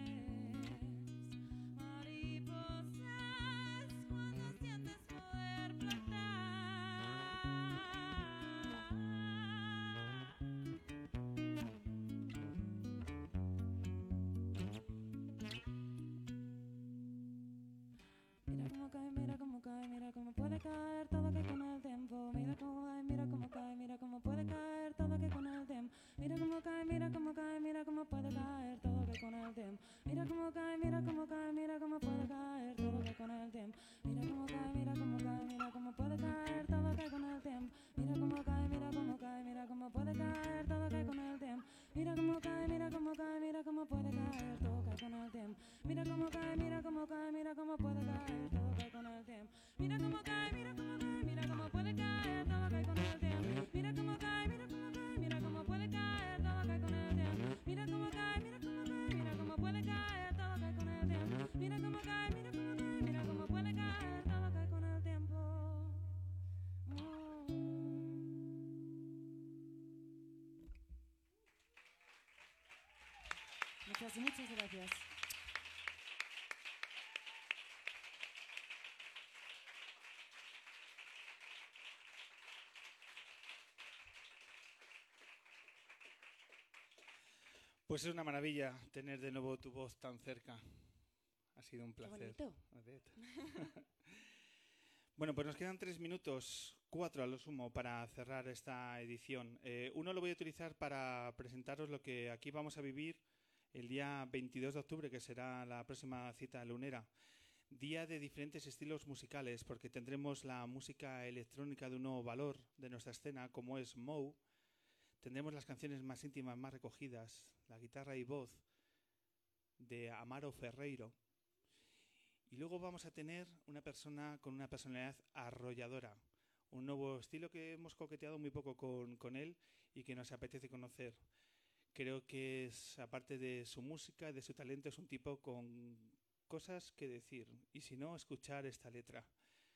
mariposas, cuando sientes poder Mira cómo cae, mira cómo cae, mira cómo puede caer todo que con el tiempo. Mira cómo cae, mira cómo cae, mira cómo puede caer todo que con el tiempo. Mira cómo cae, mira cómo cae, mira cómo puede caer todo que con el tiempo. Mira cómo cae, mira cómo cae, mira cómo puede caer todo que con el tiempo. Mira cómo cae, mira cómo cae, mira cómo puede caer todo que con el tiempo. Mira cómo cae, mira cómo cae, mira cómo puede caer todo que con el tiempo. Mira cómo cae, mira cómo cae, mira cómo puede caer todo que con el tiempo. Mira cómo cae, mira cómo cae, mira cómo puede caer todo que con el tiempo. Mira cómo cae, mira cómo cae, mira cómo puede caer todo que con el tiempo. Mira cómo cae, mira cómo cae, mira cómo puede caer todo que con el tiempo. Mira cómo cae, mira cómo cae, mira cómo puede caer todo que con el tiempo. Mira cómo cae, mira cómo cae, mira cómo puede caer todo que con el tiempo. Muchas, muchas gracias. Pues es una maravilla tener de nuevo tu voz tan cerca. Ha sido un Qué placer. bonito. Odette. Bueno, pues nos quedan tres minutos, cuatro a lo sumo, para cerrar esta edición. Eh, uno lo voy a utilizar para presentaros lo que aquí vamos a vivir el día veintidós de octubre, que será la próxima cita lunera. Día de diferentes estilos musicales, porque tendremos la música electrónica de un nuevo valor de nuestra escena, como es Moe. Tendremos las canciones más íntimas, más recogidas, la guitarra y voz de Amaro Ferreiro. Y luego vamos a tener una persona con una personalidad arrolladora, un nuevo estilo que hemos coqueteado muy poco con, con él y que nos apetece conocer. Creo que es, aparte de su música, de su talento, es un tipo con cosas que decir. Y si no, escuchar esta letra.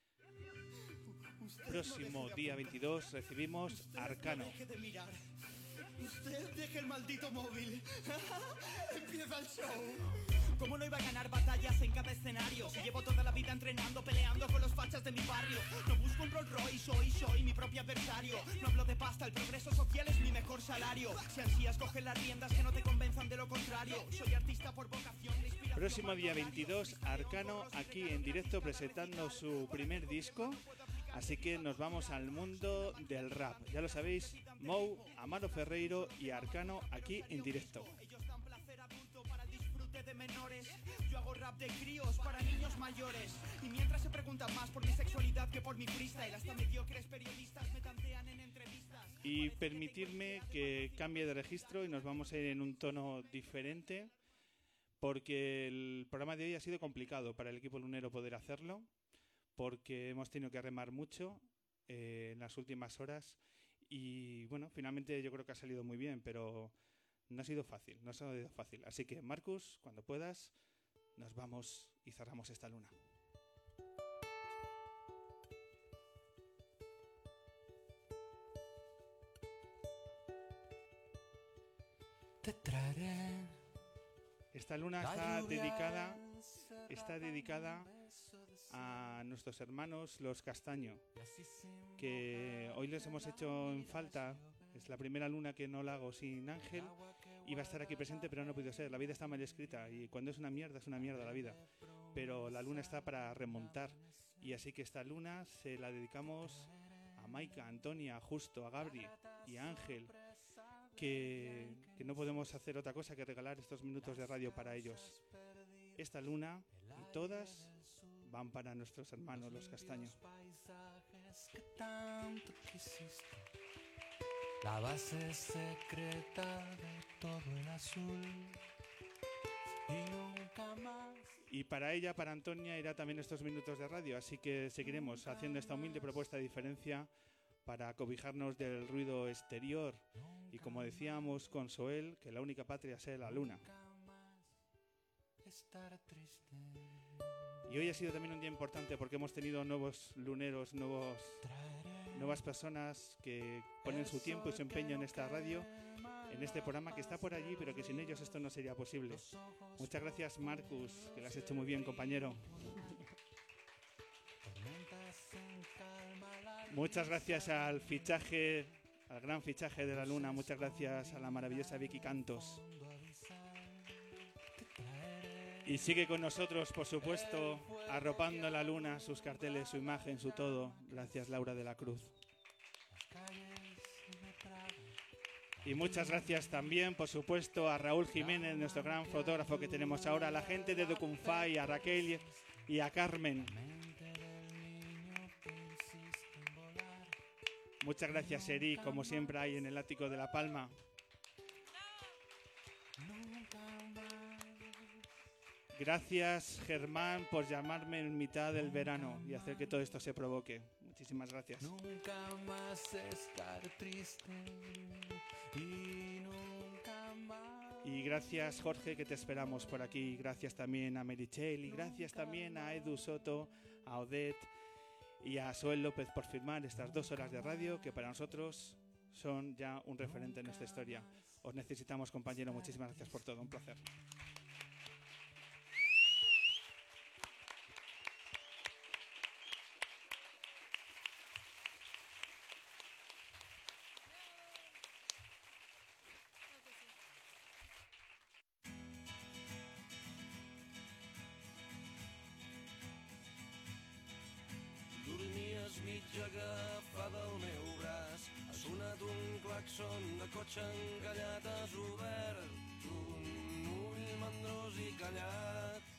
Próximo día veintidós recibimos Arcano. Deje de mirar. Usted deje el maldito móvil. Empieza el show. ¿Cómo no iba a ganar batallas en cada escenario? Si llevo toda la vida entrenando, peleando con los fachas de mi barrio. No busco un Rolls Royce, hoy soy mi propio adversario. No hablo de pasta, el progreso social es mi mejor salario. Si ansías, coge las riendas que no te convenzan de lo contrario. Soy artista por vocación. Próximo día veintidós, Arcano aquí en directo presentando su primer disco. Así que nos vamos al mundo del rap. Ya lo sabéis, Mou, Amaro Ferreiro y Arcano aquí en directo. De menores, yo hago rap de críos para niños mayores. Y mientras se preguntan más por mi sexualidad que por mi freestyle, hasta mediocres periodistas me tantean en entrevistas. Y permitirme que cambie de registro y nos vamos a ir en un tono diferente, porque el programa de hoy ha sido complicado para el equipo lunero poder hacerlo, porque hemos tenido que remar mucho eh, en las últimas horas y bueno, finalmente yo creo que ha salido muy bien, pero no ha sido fácil, no ha sido fácil. Así que, Marcus, cuando puedas, nos vamos y cerramos esta luna. Te traeré. Esta luna está dedicada, está dedicada a nuestros hermanos los Castaño, que hoy les hemos hecho en falta. Es la primera luna que no la hago sin Ángel. Iba a estar aquí presente, pero no ha podido ser. La vida está mal escrita y cuando es una mierda, es una mierda la vida. Pero la luna está para remontar. Y así que esta luna se la dedicamos a Maika, a Antonia, a Justo, a Gabri y a Ángel, que, que no podemos hacer otra cosa que regalar estos minutos de radio para ellos. Esta luna y todas van para nuestros hermanos los Castaño. La base secreta de todo el azul y nunca más. Y para ella, para Antonia, irá también estos minutos de radio, así que seguiremos haciendo esta humilde propuesta de diferencia para cobijarnos del ruido exterior y, como decíamos con Soel, que la única patria sea la luna. Y hoy ha sido también un día importante porque hemos tenido nuevos luneros, nuevos... nuevas personas que ponen su tiempo y su empeño en esta radio, en este programa que está por allí, pero que sin ellos esto no sería posible. Muchas gracias, Marcus, que lo has hecho muy bien, compañero. Muchas gracias al fichaje, al gran fichaje de la luna. Muchas gracias a la maravillosa Vicky Cantos. Y sigue con nosotros, por supuesto, arropando la luna, sus carteles, su imagen, su todo. Gracias, Laura de la Cruz. Y muchas gracias también, por supuesto, a Raúl Jiménez, nuestro gran fotógrafo que tenemos ahora, a la gente de Docunfai, a Raquel y a Carmen. Muchas gracias, Eri, como siempre hay en el ático de La Palma. Gracias, Germán, por llamarme en mitad del verano y hacer que todo esto se provoque. Muchísimas gracias. Nunca más estar triste y nunca más. Y gracias, Jorge, que te esperamos por aquí. Gracias también a Merichel y gracias también a Edu Soto, a Odette y a Soel López por firmar estas dos horas de radio que para nosotros son ya un referente en nuestra historia. Os necesitamos, compañero. Muchísimas gracias por todo. Un placer. mitja agafada al meu braç. Ha sonat un claxon de cotxe encallat, has obert un ull mandrós i callat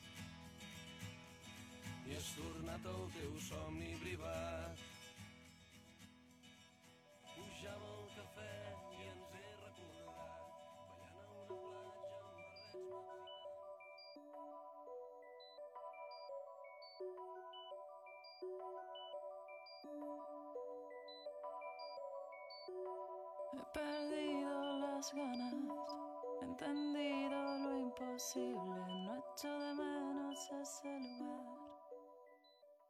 i has tornat al teu somni privat. Pujava el cafè i ens he recordat ballant a una platja amb barrets. He perdido las ganas, he entendido lo imposible, no echo de menos ese lugar.